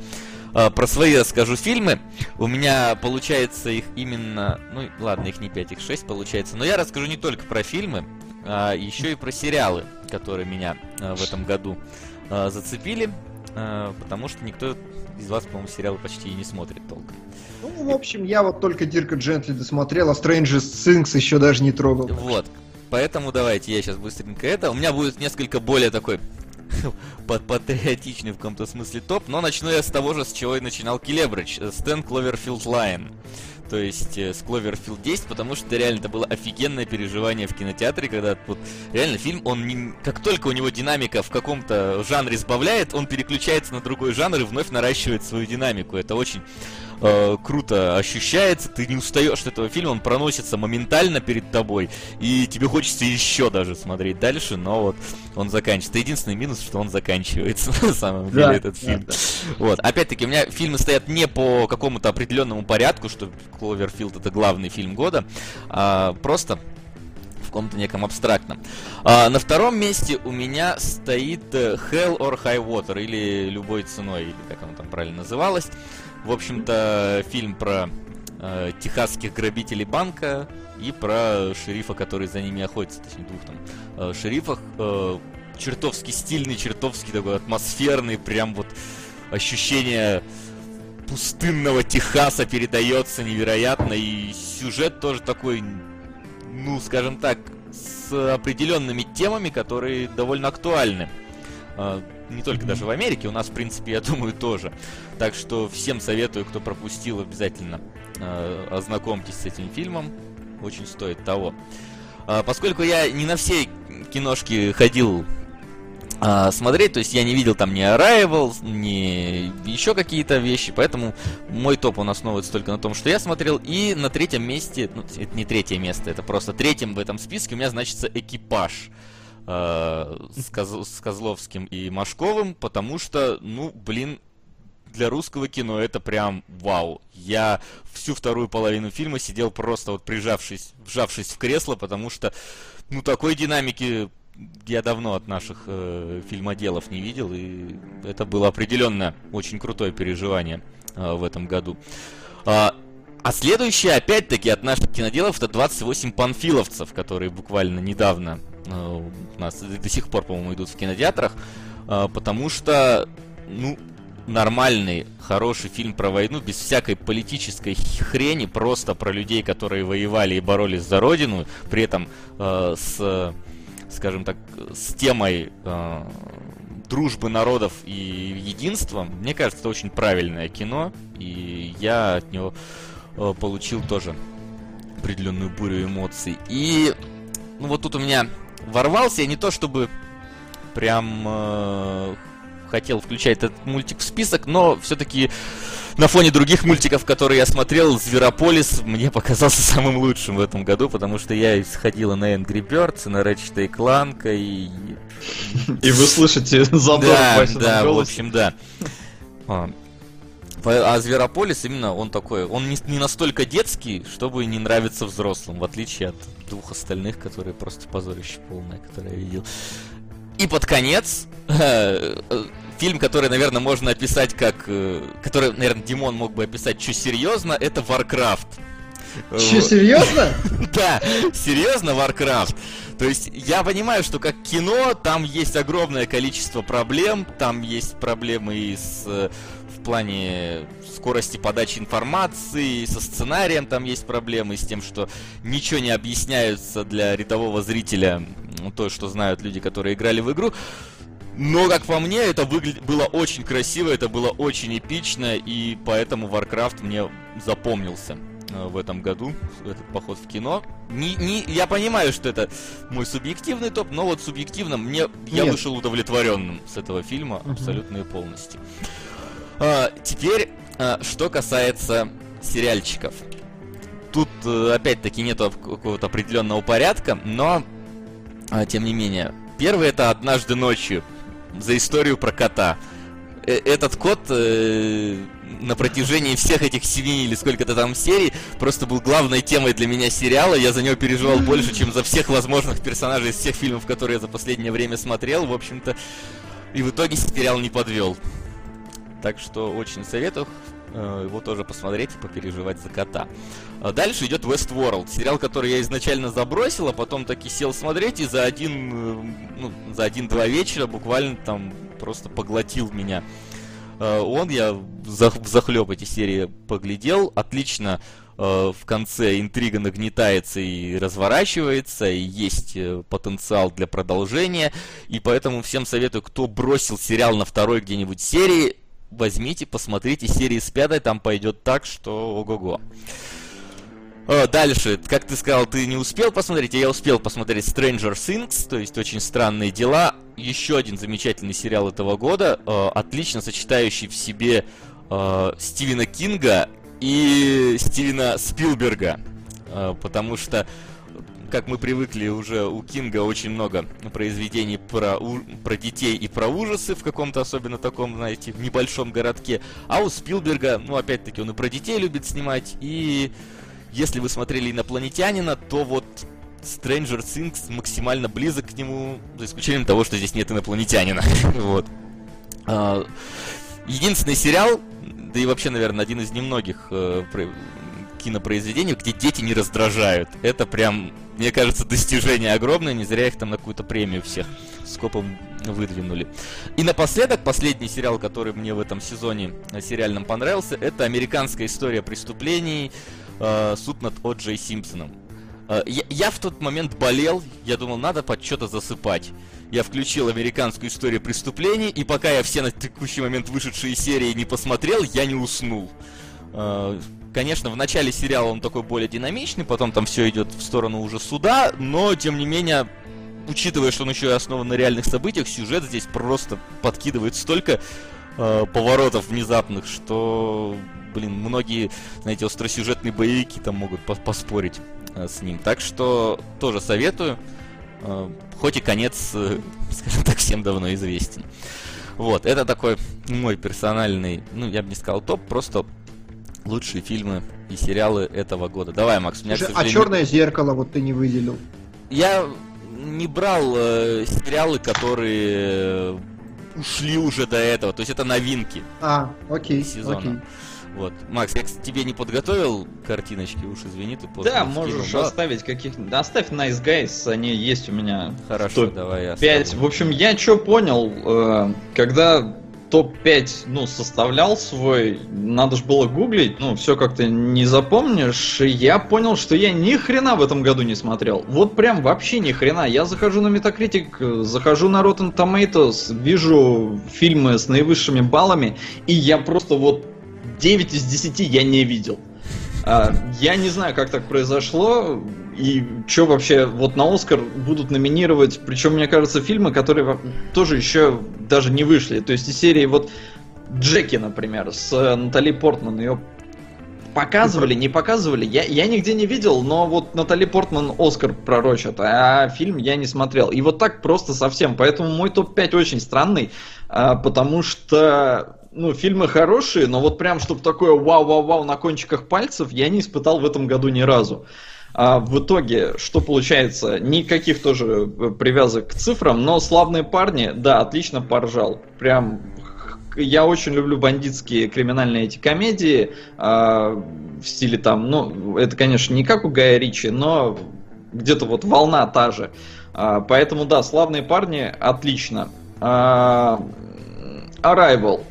а, про свои расскажу фильмы. У меня получается их именно... Ну, ладно, их не пять, их шесть получается. Но я расскажу не только про фильмы, а еще и про сериалы, которые меня а, в этом году а, зацепили. А, потому что никто из вас, по-моему, сериалы почти и не смотрит толком. Ну, в общем, я вот только Дирка Джентли досмотрел, а Stranger Things еще даже не трогал. Вот. Поэтому давайте я сейчас быстренько это. У меня будет несколько более такой патриотичный в каком-то смысле топ, но начну я с того же, с чего и начинал Келебридж, с Ten Cloverfield Lane. То есть э, с Cloverfield десять, потому что реально это было офигенное переживание в кинотеатре, когда вот реально фильм, он не, как только у него динамика в каком-то жанре сбавляет, он переключается на другой жанр и вновь наращивает свою динамику. Это очень э, круто ощущается, ты не устаешь от этого фильма, он проносится моментально перед тобой, и тебе хочется еще даже смотреть дальше, но вот он заканчивается. Единственный минус, что он заканчивается на самом деле, да, этот фильм. Да, да. Вот. Опять-таки, у меня фильмы стоят не по какому-то определенному порядку, что Cloverfield это главный фильм года, а просто в каком-то неком абстрактном. А, на втором месте у меня стоит Hell or High Water, или Любой ценой, или как оно там правильно называлось. В общем-то, фильм про э, техасских грабителей банка и про шерифа, который за ними охотится, точнее двух там э, шерифах. Э, чертовски стильный, чертовски такой атмосферный, прям вот ощущение пустынного Техаса передается невероятно, и сюжет тоже такой, ну, скажем так, с определенными темами, которые довольно актуальны. Не только даже в Америке, у нас, в принципе, я думаю, тоже. Так что всем советую, кто пропустил, обязательно ознакомьтесь с этим фильмом. Очень стоит того. Поскольку я не на все киношки ходил А, смотреть, то есть я не видел там ни Arrival, ни еще какие-то вещи, поэтому мой топ он основывается только на том, что я смотрел. И на третьем месте, ну, это не третье место, это просто третьим в этом списке у меня значится «Экипаж» э, с, Коз, с Козловским и Машковым, потому что, ну, блин, для русского кино это прям вау. Я всю вторую половину фильма сидел просто вот прижавшись, вжавшись в кресло, потому что, ну, такой динамики я давно от наших э, фильмоделов не видел, и это было определенно очень крутое переживание э, в этом году. А, а следующее, опять-таки, от наших киноделов, это двадцать восемь панфиловцев, которые буквально недавно э, у нас до сих пор, по-моему, идут в кинотеатрах, э, потому что, ну, нормальный, хороший фильм про войну, без всякой политической хрени, просто про людей, которые воевали и боролись за родину, при этом э, с... скажем так, с темой э, дружбы народов и единства. Мне кажется, это очень правильное кино, и я от него э, получил тоже определенную бурю эмоций. И ну вот тут у меня ворвался, я не то чтобы прям э, хотел включать этот мультик в список, но все-таки на фоне других мультиков, которые я смотрел, «Зверополис» мне показался самым лучшим в этом году, потому что я сходила на Angry Birds, на Ratchet и Clank, и... И вы слышите задор да, в Васином да, голосе. в общем, да. А, а «Зверополис» именно он такой, он не, не настолько детский, чтобы не нравиться взрослым, в отличие от двух остальных, которые просто позорище полное, которые я видел. И под конец... Фильм, который, наверное, можно описать как... Который, наверное, Димон мог бы описать чуть серьезно, это Warcraft. Че, серьезно? Да, серьезно, Warcraft. То есть, я понимаю, что как кино, там есть огромное количество проблем, там есть проблемы и с... в плане скорости подачи информации, со сценарием там есть проблемы, с тем, что ничего не объясняется для рядового зрителя, то, что знают люди, которые играли в игру. Но, как по мне, это выгля... было очень красиво, это было очень эпично, и поэтому Warcraft мне запомнился э, в этом году, этот поход в кино. Не, не... Я понимаю, что это мой субъективный топ, но вот субъективно мне я Нет. вышел удовлетворенным с этого фильма абсолютно и полностью. А, теперь, а, что касается сериальчиков. Тут, а, опять-таки, нету какого-то определенного порядка, но, а, тем не менее, первый это «Однажды ночью», за историю про кота. Этот кот э, на протяжении всех этих семи или сколько-то там серий просто был главной темой для меня сериала. Я за него переживал больше, чем за всех возможных персонажей из всех фильмов, которые я за последнее время смотрел. В общем-то, и в итоге сериал не подвел. Так что очень советую его тоже посмотреть и попереживать за кота. Дальше идет Westworld, сериал, который я изначально забросил, а потом таки сел смотреть, и за один, ну, за один-два вечера буквально там просто поглотил меня. Он, я взахлеб эти серии поглядел, отлично в конце интрига нагнетается и разворачивается, и есть потенциал для продолжения, и поэтому всем советую, кто бросил сериал на второй где-нибудь серии, возьмите, посмотрите серии с пятой, там пойдет так, что ого-го. Дальше, как ты сказал, ты не успел посмотреть, а я успел посмотреть Stranger Things, то есть Очень странные дела. Еще один замечательный сериал этого года, отлично сочетающий в себе Стивена Кинга и Стивена Спилберга, потому что, как мы привыкли, уже у Кинга очень много произведений про, у, про детей и про ужасы в каком-то особенно таком, знаете, небольшом городке. А у Спилберга, ну, опять-таки, он и про детей любит снимать. И если вы смотрели «Инопланетянина», то вот Stranger Things максимально близок к нему, за исключением того, что здесь нет инопланетянина. Вот. Единственный сериал, да и вообще, наверное, один из немногих кинопроизведений, где дети не раздражают. Это прям, мне кажется, достижение огромное, не зря их там на какую-то премию всех скопом выдвинули. И напоследок, последний сериал, который мне в этом сезоне сериальном понравился, это «Американская история преступлений. Э, суд над О. Джей Симпсоном». Э, я, я в тот момент болел, я думал, надо под что-то засыпать. Я включил «Американскую историю преступлений», и пока я все на текущий момент вышедшие серии не посмотрел, я не уснул. Э, Конечно, в начале сериала он такой более динамичный, потом там все идет в сторону уже суда, но, тем не менее, учитывая, что он еще и основан на реальных событиях, сюжет здесь просто подкидывает столько э, поворотов внезапных, что, блин, многие, знаете, остросюжетные боевики там могут поспорить э, с ним. Так что тоже советую, э, хоть и конец, э, скажем так, всем давно известен. Вот, это такой мой персональный, ну, я бы не сказал топ, просто лучшие фильмы и сериалы этого года. Давай, Макс, у меня, Слушай, к сожалению... А «Черное зеркало» вот ты не выделил. Я не брал э, сериалы, которые ушли уже до этого. То есть это новинки. А, окей, сезона. окей. Вот. Макс, я к тебе не подготовил картиночки, уж извини, ты после Да, скинул, можешь но... оставить каких-нибудь. Да, оставь Nice Guys, они есть у меня. Хорошо, давай я пять. оставлю. В общем, я что понял, э, когда топ пять, ну, составлял свой, надо же было гуглить, ну, все как-то не запомнишь, и я понял, что я ни хрена в этом году не смотрел. Вот прям вообще ни хрена. Я захожу на Metacritic, захожу на Rotten Tomatoes, вижу фильмы с наивысшими баллами, и я просто вот девять из десяти я не видел. А, я не знаю, как так произошло, и что вообще вот на Оскар будут номинировать, причем, мне кажется, фильмы, которые тоже еще даже не вышли. То есть из серии вот Джеки, например, с Натали Портман, ее показывали, не показывали, я, я нигде не видел, но вот Натали Портман Оскар пророчат, а фильм я не смотрел. И вот так просто совсем, поэтому мой топ пять очень странный, потому что... Ну, фильмы хорошие, но вот прям, чтобы такое вау-вау-вау на кончиках пальцев, я не испытал в этом году ни разу. А в итоге, что получается? Никаких тоже привязок к цифрам, но «Славные парни», да, отлично поржал. Прям, я очень люблю бандитские криминальные эти комедии, а, в стиле там, ну, это, конечно, не как у Гая Ричи, но где-то вот волна та же. А, поэтому, да, «Славные парни» отлично. А, Arrival.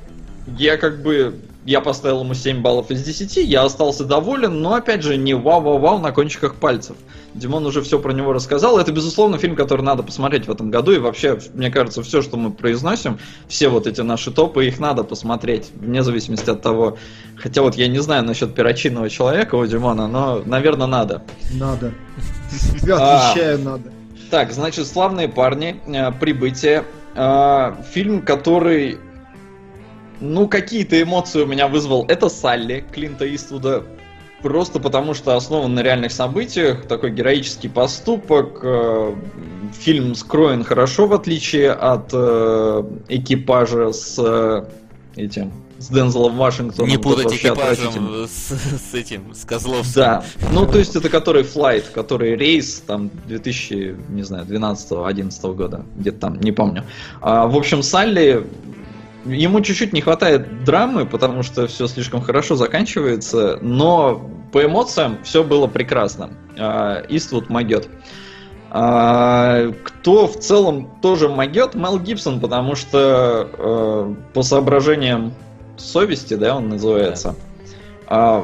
Я как бы, я поставил ему семь баллов из десяти, я остался доволен, но опять же не вау-вау-вау на кончиках пальцев. Димон уже все про него рассказал. Это, безусловно, фильм, который надо посмотреть в этом году. И вообще, мне кажется, все, что мы произносим, все вот эти наши топы, их надо посмотреть. Вне зависимости от того. Хотя вот я не знаю насчет перочинного человека у Димона, но, наверное, надо. Надо. Отвечаю, надо. Так, значит, «Славные парни», «Прибытие». Фильм, который... Ну, какие-то эмоции у меня вызвал. Это «Салли» Клинта Иствуда. Просто потому, что основан на реальных событиях. Такой героический поступок. Фильм скроен хорошо, в отличие от экипажа с этим... С Дензелом Вашингтоном. Не путать экипажем с, с этим, с Козловским. Да. Ну, то есть это который Flight, который рейс там две тысячи, не знаю, двенадцатого-одиннадцатого года. Где-то там, не помню. А, в общем, «Салли» ему чуть-чуть не хватает драмы, потому что все слишком хорошо заканчивается, но по эмоциям все было прекрасно. Иствуд могет. А, кто в целом тоже могет? Мел Гибсон, потому что э, по соображениям совести, да, он называется. А,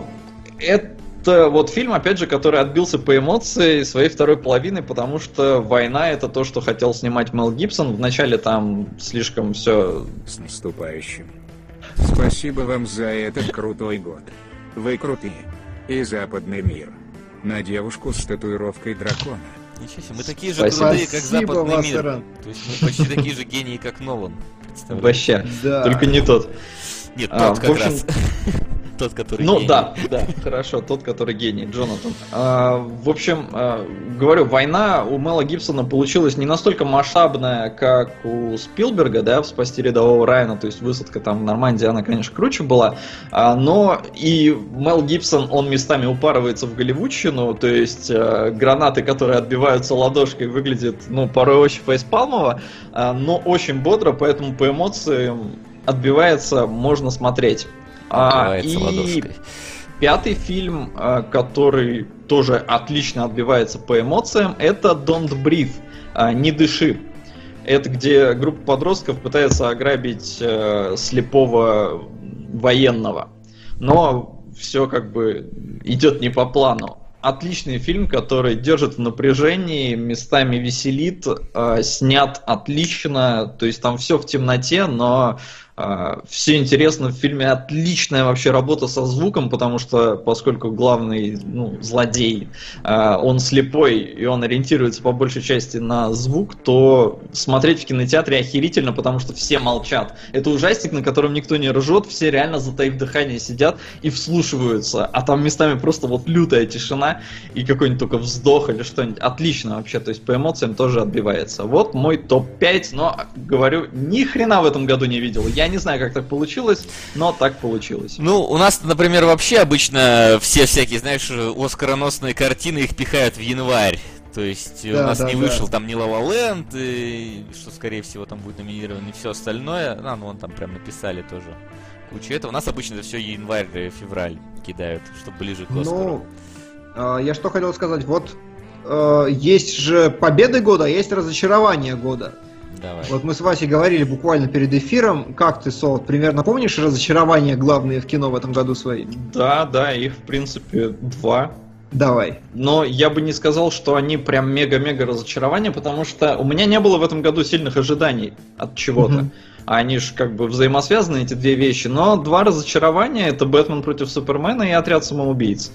это вот фильм, опять же, который отбился по эмоции своей второй половины, потому что «Война» — это то, что хотел снимать Мел Гибсон. Вначале там слишком все... С наступающим. Спасибо вам за этот крутой год. Вы крутые. И западный мир. На девушку с татуировкой дракона. Ничего себе, мы такие же Спасибо. крутые, как западный вас, мир. Иран. То есть мы почти такие же гении, как Нолан. Представляете? Вообще. Да. Только не тот. Нет, А, тот в как общем- раз. Тот, который Ну гений. да, да, хорошо, тот, который гений, Джонатан. А, в общем, а, говорю, «Война» у Мела Гибсона получилась не настолько масштабная, как у Спилберга, да, в «Спасти рядового Райана», то есть высадка там в Нормандии, она, конечно, круче была, а, но и Мел Гибсон, он местами упарывается в голливудщину, то есть а, гранаты, которые отбиваются ладошкой, выглядят, ну, порой очень фейспалмово, а, но очень бодро, поэтому по эмоциям отбивается, можно смотреть. А, Отбивается и ладошкой. пятый фильм, а, который тоже отлично отбивается по эмоциям, это «Don't Breathe», а, «Не дыши». Это где группа подростков пытается ограбить э, слепого военного. Но все как бы идет не по плану. Отличный фильм, который держит в напряжении, местами веселит, э, снят отлично, то есть там все в темноте, но э, все интересно в фильме. Отличная вообще работа со звуком, потому что поскольку главный, ну, злодей, э, он слепой и он ориентируется по большей части на звук, то смотреть в кинотеатре охерительно, потому что все молчат. Это ужастик, на котором никто не ржет, все реально, затаив дыхание, сидят и вслушиваются, а там местами просто вот лютая тишина и какой-нибудь только вздох или что-нибудь. Отлично вообще, то есть по эмоциям тоже отбивается. Вот мой топ пять, но, говорю, ни хрена в этом году не видел. Я не знаю, как так получилось, но так получилось. Ну, у нас, например, вообще обычно все всякие, знаешь, оскароносные картины их пихают в январь. То есть Да, у нас да, не да. вышел там ни Ла Ла Ленд, и что, скорее всего, там будет номинировано, и все остальное. А, ну, вон там прям написали тоже кучу этого. У нас обычно это все январь-февраль кидают, чтобы ближе к Оскару. Ну, а, я что хотел сказать, вот э, есть же победы года, а есть разочарование года. Давай. Вот мы с Васей говорили буквально перед эфиром, как ты, Солод, примерно помнишь разочарования главные в кино в этом году свои? Да, да, их в принципе два. Давай. Но я бы не сказал, что они прям мега-мега разочарования, потому что у меня не было в этом году сильных ожиданий от чего-то. Мгм. Они же как бы взаимосвязаны, эти две вещи. Но два разочарования — это «Бэтмен против Супермена» и «Отряд самоубийц».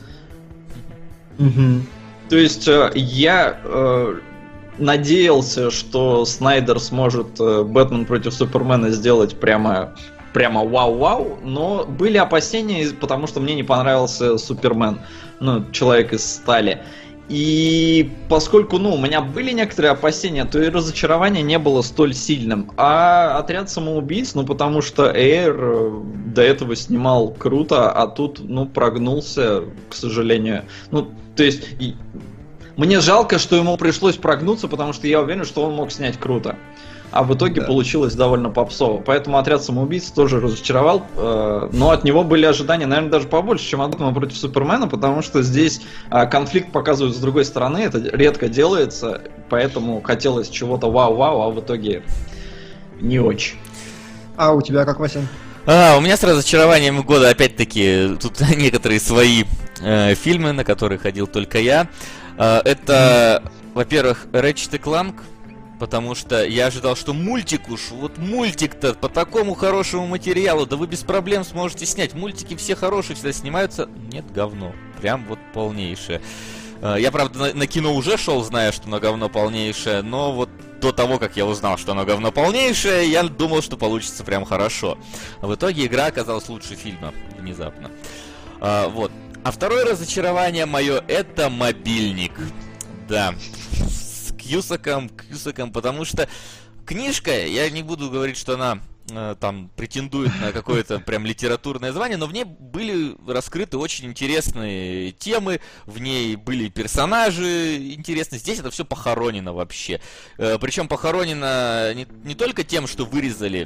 Мгм. То есть э, я э, надеялся, что Снайдер сможет э, «Бэтмен против Супермена» сделать прямо, прямо вау-вау, но были опасения, из- потому что мне не понравился Супермен, ну, Человек из стали. И поскольку, ну, у меня были некоторые опасения, то и разочарование не было столь сильным. А «Отряд самоубийц», ну, потому что Эйр э, до этого снимал круто, а тут, ну, прогнулся, к сожалению. Ну, то есть, и- мне жалко, что ему пришлось прогнуться, потому что я уверен, что он мог снять круто. А в итоге Да. получилось довольно попсово. Поэтому «Отряд самоубийц» тоже разочаровал. э, Но от него были ожидания, наверное, даже побольше, чем от «Бэтмена против Супермена», потому что здесь э, конфликт показывают с другой стороны. Это редко делается, поэтому хотелось чего-то вау-вау, а в итоге не очень. А у тебя как, Вася? А, у меня с разочарованием года, опять-таки, тут некоторые свои э, фильмы, на которые ходил только я. Э, это, во-первых, Ratchet и Clank, потому что я ожидал, что мультик уж, вот мультик-то по такому хорошему материалу, да вы без проблем сможете снять. Мультики все хорошие, всегда снимаются. Нет, говно. Прям вот полнейшее. Э, Я, правда, на, на кино уже шел, зная, что оно говно полнейшее, но вот до того, как я узнал, что оно говно полнейшее, я думал, что получится прям хорошо. А в итоге игра оказалась лучше фильма, внезапно. А, вот. А второе разочарование мое — это мобильник. Да. С Кьюсаком, Кьюсаком, потому что книжка, я не буду говорить, что она э, там претендует на какое-то прям литературное звание, но в ней были раскрыты очень интересные темы, в ней были персонажи интересные. Здесь это все похоронено вообще. Э, причем похоронено не, не только тем, что вырезали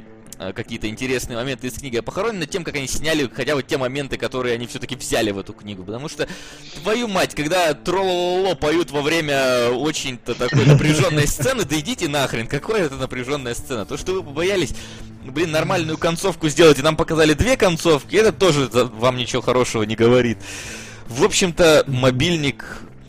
какие-то интересные моменты из книги похоронены тем, как они сняли хотя бы те моменты, которые они все-таки взяли в эту книгу. Потому что, твою мать, когда тролололо поют во время очень-то такой напряженной сцены, да идите нахрен, какая это напряженная сцена. То, что вы побоялись, блин, нормальную концовку сделать, и нам показали две концовки, это тоже вам ничего хорошего не говорит. В общем-то, мобильник...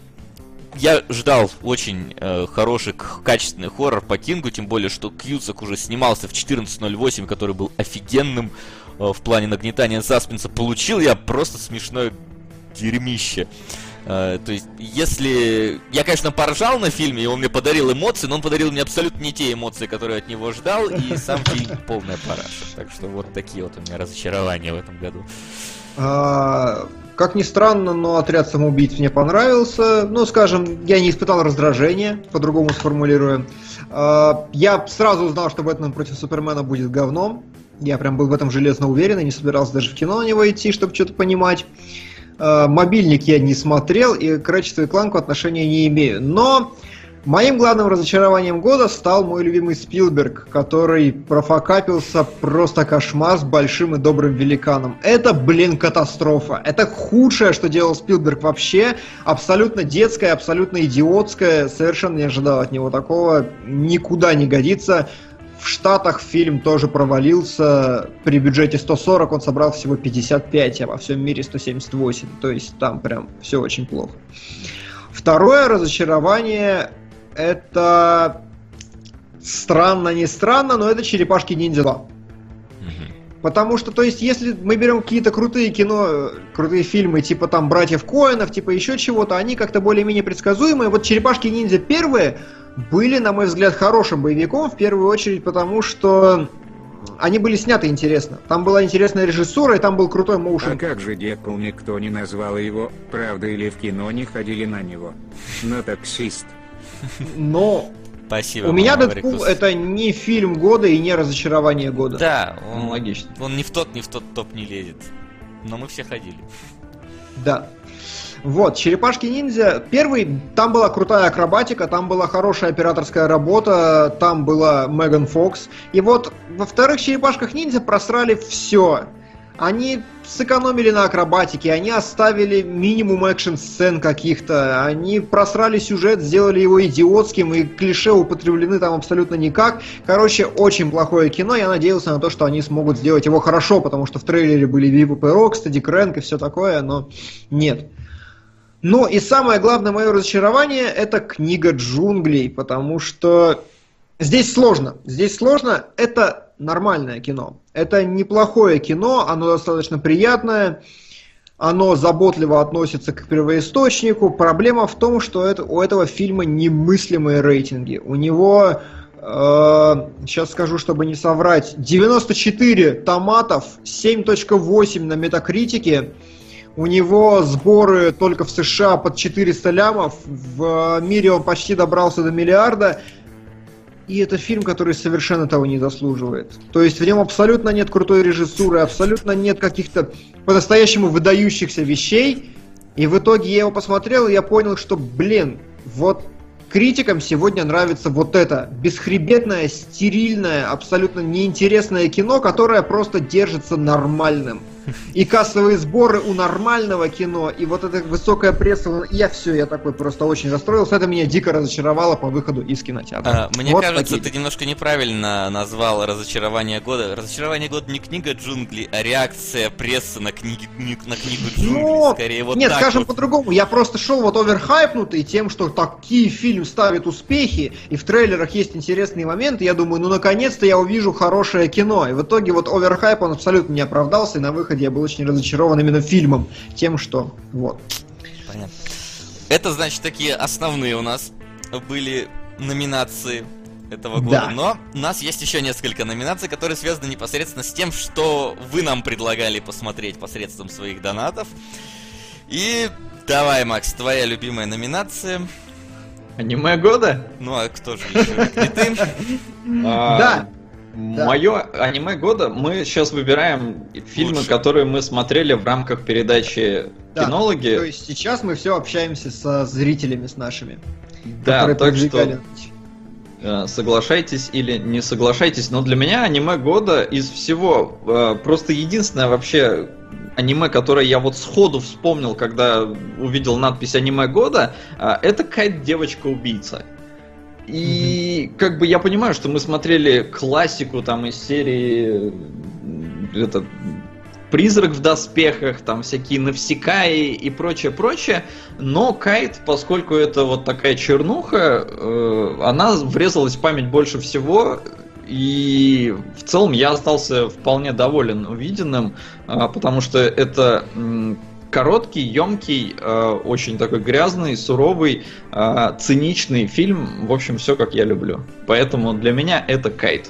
Я ждал очень э, хороший, качественный хоррор по Кингу, тем более, что Кьюсак уже снимался в четырнадцать ноль восемь, который был офигенным э, в плане нагнетания саспенса. Получил я просто смешное дерьмище. Э, то есть, если... Я, конечно, поржал на фильме, и он мне подарил эмоции, но он подарил мне абсолютно не те эмоции, которые от него ждал, и сам фильм полная параша. Так что вот такие вот у меня разочарования в этом году. Как ни странно, но «Отряд самоубийц» мне понравился. Ну, скажем, я не испытал раздражения, по-другому сформулирую. Я сразу узнал, что «Бэтмен против Супермена» будет говном. Я прям был в этом железно уверен и не собирался даже в кино на него идти, чтобы что-то понимать. «Мобильник» я не смотрел и к Ratchet и Clank отношения не имею. Но моим главным разочарованием года стал мой любимый Спилберг, который профокапился просто кошмар с большим и добрым великаном. Это, блин, катастрофа. Это худшее, что делал Спилберг вообще. Абсолютно детское, абсолютно идиотское. Совершенно не ожидал от него такого. Никуда не годится. В Штатах фильм тоже провалился. При бюджете сто сорок он собрал всего пятьдесят пять, а во всем мире сто семьдесят восемь. То есть там прям все очень плохо. Второе разочарование... Это странно, не странно, но это «Черепашки-ниндзя два». Mm-hmm. Потому что, то есть, если мы берем какие-то крутые кино, крутые фильмы, типа там «Братьев Коэнов», типа еще чего-то, они как-то более-менее предсказуемые. Вот «Черепашки-ниндзя» первые были, на мой взгляд, хорошим боевиком, в первую очередь потому, что они были сняты интересно. Там была интересная режиссура, и там был крутой моушен. А как же Дэдпул, никто не назвал его, правда или в кино не ходили на него? Но таксист. Но спасибо, у меня «Дэдпул» это не фильм года и не разочарование года. Да, он, ну, логично. Он ни в тот, ни в тот топ не лезет. Но мы все ходили. Да. Вот, «Черепашки-ниндзя». Первый, там была крутая акробатика, там была хорошая операторская работа, там была Меган Фокс. И вот во вторых «Черепашках-ниндзя» просрали все. Они сэкономили на акробатике, они оставили минимум экшн-сцен каких-то, они просрали сюжет, сделали его идиотским, и клише употреблены там абсолютно никак. Короче, очень плохое кино, я надеялся на то, что они смогут сделать его хорошо, потому что в трейлере были Вивоп и Рокстеди, Крэнк и все такое, но нет. Ну и самое главное мое разочарование — это «Книга джунглей», потому что здесь сложно, здесь сложно, это нормальное кино. Это неплохое кино, оно достаточно приятное, оно заботливо относится к первоисточнику. Проблема в том, что это, у этого фильма немыслимые рейтинги. У него, э, сейчас скажу, чтобы не соврать, девяносто четыре томатов, семь точка восемь на Метакритике. У него сборы только в США под четыреста лямов, в мире он почти добрался до миллиарда. И это фильм, который совершенно того не заслуживает. То есть в нем абсолютно нет крутой режиссуры, абсолютно нет каких-то по-настоящему выдающихся вещей. И в итоге я его посмотрел, и я понял, что, блин, вот критикам сегодня нравится вот это бесхребетное, стерильное, абсолютно неинтересное кино, которое просто держится нормальным. И кассовые сборы у нормального кино, и вот эта высокая пресса, я все, я такой просто очень расстроился. Это меня дико разочаровало по выходу из кинотеатра. А, мне вот кажется, такие. ты немножко неправильно назвал разочарование года. Разочарование года не «Книга джунглей», а реакция прессы на, книги, на «Книгу джунглей». Но... Скорее вот Нет, так скажем вот. по-другому. Я просто шел вот оверхайпнутый тем, что такие фильм ставит успехи, и в трейлерах есть интересные моменты. Я думаю, ну наконец-то я увижу хорошее кино. И в итоге вот оверхайп, он абсолютно не оправдался, и на выходе я был очень разочарован именно фильмом. Тем, что вот. Понятно. Это значит, такие основные у нас были номинации этого года. Да. Но у нас есть еще несколько номинаций, которые связаны непосредственно с тем, что вы нам предлагали посмотреть посредством своих донатов. И давай, Макс, твоя любимая номинация. Аниме года? Ну а кто же еще, как не ты? Да. Мое аниме года, мы сейчас выбираем фильмы, Лучше. которые мы смотрели в рамках передачи Да. «Кинологи». То есть сейчас мы все общаемся со зрителями, с нашими. Да, которые так продвигали что эти. Соглашайтесь или не соглашайтесь, но для меня аниме года из всего просто единственное вообще аниме, которое я вот сходу вспомнил, когда увидел надпись аниме года, это Кайт, девочка-убийца. И mm-hmm. как бы я понимаю, что мы смотрели классику там из серии это, Призрак в доспехах, там всякие Навсекаи и прочее, прочее. Но Кайт, поскольку это вот такая чернуха, э, она врезалась в память больше всего. И в целом я остался вполне доволен увиденным, э, потому что это э, короткий, емкий, э, очень такой грязный, суровый, э, циничный фильм. В общем, все как я люблю. Поэтому для меня это Кайт.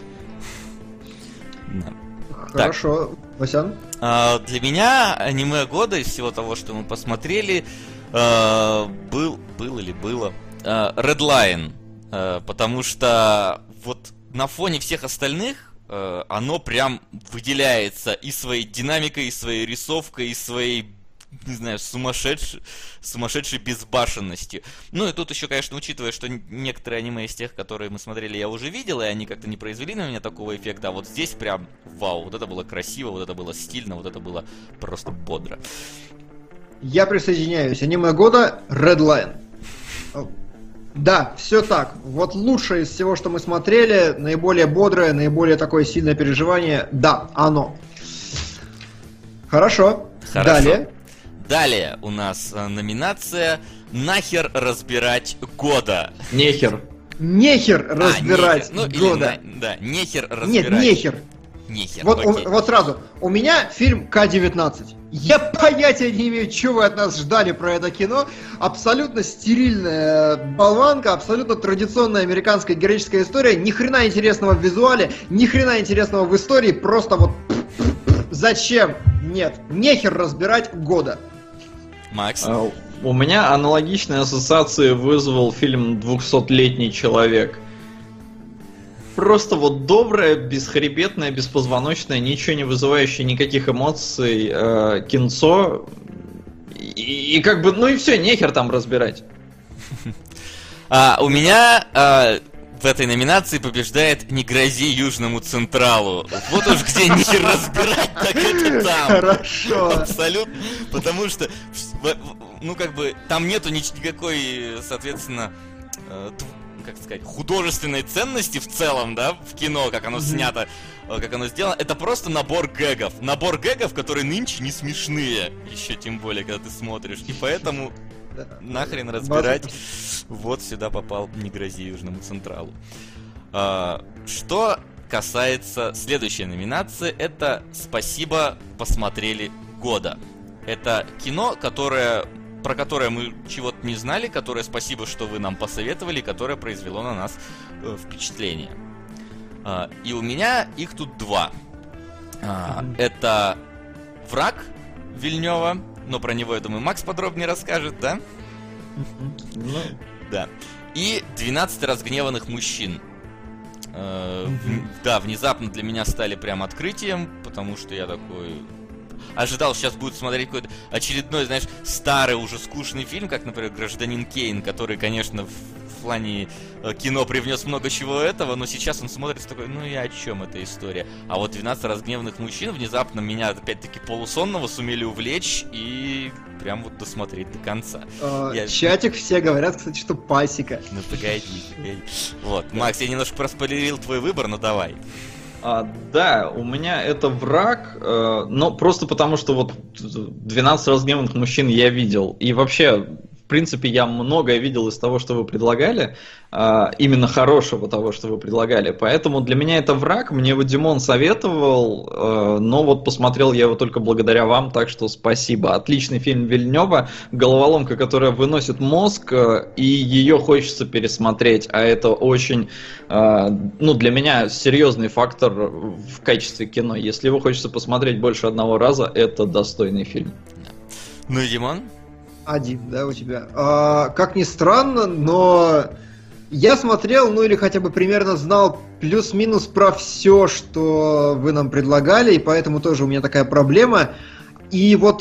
Хорошо, Васян? А, для меня аниме года из всего того, что мы посмотрели, а, был, был или было а, Redline, а, потому что вот на фоне всех остальных а, оно прям выделяется и своей динамикой, и своей рисовкой, и своей, не знаю, сумасшедшей, сумасшедшей безбашенностью. Ну и тут еще, конечно, учитывая, что некоторые аниме из тех, которые мы смотрели, я уже видел, и они как-то не произвели на меня такого эффекта, а вот здесь прям вау, вот это было красиво, вот это было стильно, вот это было просто бодро. Я присоединяюсь. Аниме года Redline. Да, все так. Вот лучшее из всего, что мы смотрели, наиболее бодрое, наиболее такое сильное переживание, да, оно. Хорошо. Хорошо. Далее. Далее у нас э, номинация «Нахер разбирать года». Нехер. Нехер разбирать а, нехер. года. Ну, или, на, да, нехер разбирать. Нет, нехер. Нехер, вот, у, окей. вот сразу. У меня фильм Ка девятнадцать. Я понятия не имею, что вы от нас ждали про это кино. Абсолютно стерильная болванка, абсолютно традиционная американская героическая история. Ни хрена интересного в визуале, ни хрена интересного в истории. Просто вот зачем? Нет, нехер разбирать года. Макс? А, у меня аналогичные ассоциации вызвал фильм «Двухсотлетний человек». Просто вот доброе, бесхребетное, беспозвоночное, ничего не вызывающее никаких эмоций э, кинцо. И, и как бы, ну и все, нехер там разбирать. А, у меня а, в этой номинации побеждает «Не грози Южному Централу». Вот уж где нехер разбирать, так это там. Хорошо. Абсолютно. Потому что, ну как бы, там нету никакой, соответственно, как сказать, художественной ценности в целом, да, в кино, как оно снято, как оно сделано. Это просто набор гэгов. Набор гэгов, которые нынче не смешные. Еще тем более, когда ты смотришь. И поэтому нахрен разбирать. Вот сюда попал «Не грози Южному Централу». А, что касается следующей номинации, это «Спасибо, посмотрели года». Это кино, которое... про которое мы чего-то не знали, которое спасибо, что вы нам посоветовали, которое произвело на нас э, впечатление. Э, и у меня их тут два. Э, это «Враг» Вильнёва, но про него, я думаю, Макс подробнее расскажет, да? Ну, да. И «двенадцать разгневанных мужчин». Э, в, да, внезапно для меня стали прям открытием, потому что я такой... ожидал, сейчас будет смотреть какой-то очередной, знаешь, старый, уже скучный фильм, как, например, «Гражданин Кейн», который, конечно, в плане кино привнес много чего этого, но сейчас он смотрится такой, ну и о чем эта история? А вот «двенадцать разгневанных мужчин» внезапно меня, опять-таки, полусонного сумели увлечь и прям вот досмотреть до конца. А, я... Чатик все говорят, кстати, что пасека. Ну погоди, погоди. Вот, Макс, я немножко проспойлерил твой выбор, но давай. А, да, у меня это «Враг», э, но просто потому, что вот «двенадцать разгневанных мужчин» я видел. И вообще, в принципе, я многое видел из того, что вы предлагали, э, именно хорошего того, что вы предлагали. Поэтому для меня это «Враг», мне его Димон советовал, э, но вот посмотрел я его только благодаря вам, так что спасибо. Отличный фильм Вильнёва, головоломка, которая выносит мозг, э, и ее хочется пересмотреть, а это очень, э, ну, для меня серьезный фактор в качестве кино. Если его хочется посмотреть больше одного раза, это достойный фильм. Ну и Димон? Один, да, у тебя. А, как ни странно, но я смотрел, ну или хотя бы примерно знал плюс-минус про все, что вы нам предлагали, и поэтому тоже у меня такая проблема. И вот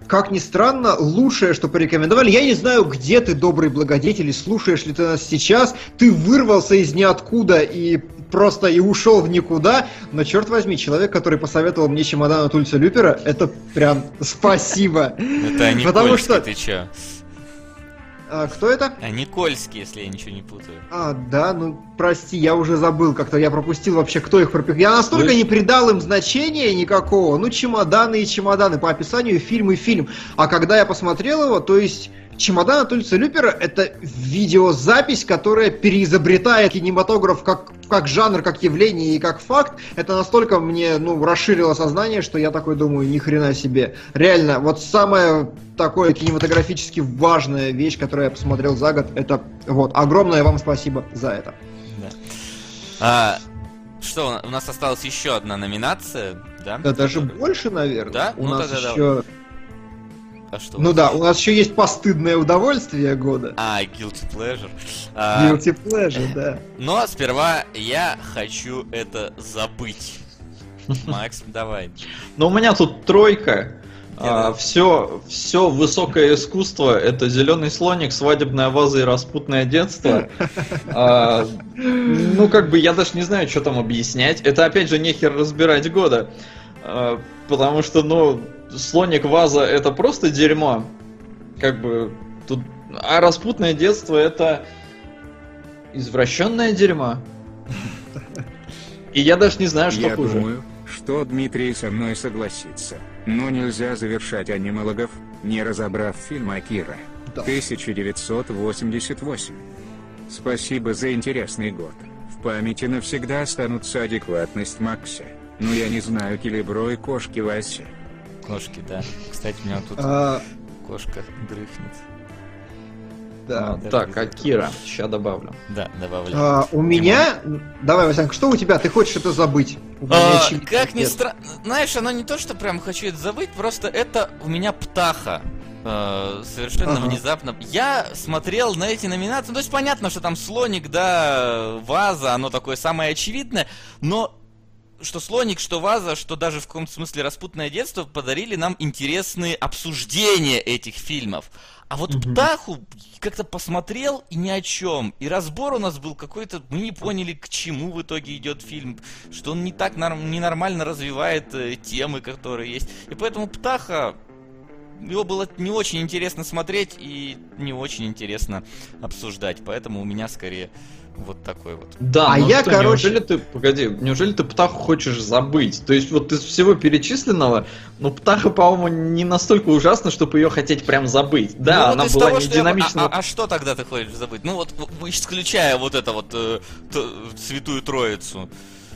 как ни странно, лучшее, что порекомендовали. Я не знаю, где ты, добрый благодетель, и слушаешь ли ты нас сейчас. Ты вырвался из ниоткуда и просто и ушел в никуда. Но, черт возьми, человек, который посоветовал мне чемодан от Ульца Люпера, это прям спасибо. Это Никольский, ты че? А, кто это? А, Никольский, если я ничего не путаю. А, да, ну, прости, я уже забыл, как-то я пропустил вообще, кто их пропихнул. Я настолько не придал им значения никакого. Ну, чемоданы и чемоданы, по описанию фильм и фильм. А когда я посмотрел его, то есть... Чемодан от Ульца Люпера — это видеозапись, которая переизобретает кинематограф как, как жанр, как явление и как факт. Это настолько мне, ну, расширило сознание, что я такой думаю, ни хрена себе. Реально, вот самая такое кинематографически важная вещь, которую я посмотрел за год, это вот. Огромное вам спасибо за это. Да. А, что, у нас осталась еще одна номинация, да? Да, даже больше, наверное. Да? У ну, нас тогда еще... А что ну да, у нас еще есть постыдное удовольствие года. А, Guilty Pleasure. Guilty Pleasure, да. Но сперва я хочу это забыть. Макс, давай. Ну, у меня тут тройка. А, все, все высокое искусство — это «Зеленый слоник», «Свадебная ваза» и «Распутное детство». А, ну, как бы я даже не знаю, что там объяснять. Это, опять же, нехер разбирать года. А, потому что, ну... Слоник, ваза — это просто дерьмо. Как бы тут. А распутное детство — это извращенное дерьмо. И я даже не знаю, что я хуже. Я думаю, что Дмитрий со мной согласится. Но нельзя завершать анимологов, не разобрав фильм «Акира» да. тысяча девятьсот восемьдесят восемь. Спасибо за интересный год. В памяти навсегда останутся адекватность Макса. Но я не знаю Келебро и кошки Вася. Кошки, да. Кстати, у меня тут а... кошка дрыхнет. Да. А, так, Акира. Сейчас добавлю. Да, добавлю. А, у меня... Давай, Васянка, что у тебя? Ты хочешь это забыть? А, как ни странно... Знаешь, оно не то, что прям хочу это забыть, просто это у меня птаха. Uh, совершенно ага. внезапно. Я смотрел на эти номинации. Ну, то есть понятно, что там слоник, да, ваза, оно такое самое очевидное, но что слоник, что ваза, что даже в каком-то смысле распутное детство подарили нам интересные обсуждения этих фильмов. А вот mm-hmm. птаху как-то посмотрел и ни о чем. И разбор у нас был какой-то, мы не поняли, к чему в итоге идет фильм, что он не так норм, ненормально развивает э, темы, которые есть. И поэтому птаха, его было не очень интересно смотреть и не очень интересно обсуждать. Поэтому у меня скорее вот такой вот. Да, а ну я, что, короче... неужели ты, погоди, неужели ты птаху хочешь забыть? То есть вот из всего перечисленного, ну птаха, по-моему, не настолько ужасна, чтобы ее хотеть прям забыть. Да, ну, она вот была того, не динамична. Я... А, а, а что тогда ты хочешь забыть? Ну вот, исключая вот это вот э, т, Святую Троицу.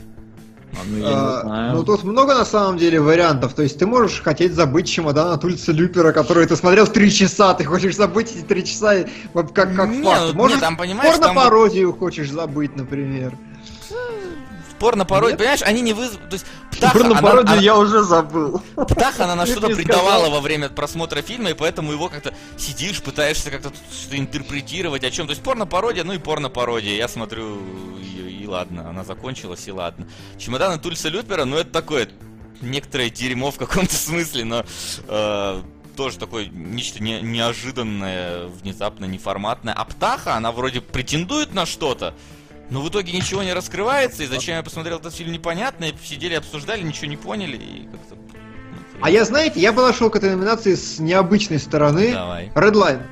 Ну, я не знаю. Ну, тут много, на самом деле, вариантов. То есть ты можешь хотеть забыть чемодан от Ульца Люпера, который ты смотрел три часа, ты хочешь забыть эти три часа, как, как не, факт. Ну, можешь не, там, понимаешь, порно-пародию там... хочешь забыть, например. Порно-пародию, понимаешь, они не вызовут... То есть, птаха, порно-пародию она, я она... уже забыл. Птаха, она на что-то придавала во время просмотра фильма, и поэтому его как-то сидишь, пытаешься как-то что-то интерпретировать о чем. То есть порно-пародия, ну и порно-пародия. Я смотрю, и, и ладно, она закончилась, и ладно. Чемодан от Ульца Люпера, ну это такое, некоторое дерьмо в каком-то смысле, но... Э, тоже такое нечто не, неожиданное, внезапно неформатное. А птаха, она вроде претендует на что-то, но в итоге ничего не раскрывается, и зачем я посмотрел этот фильм, непонятно, и сидели, обсуждали, ничего не поняли, и как-то... А я, знаете, я подошел к этой номинации с необычной стороны. Давай. Redline.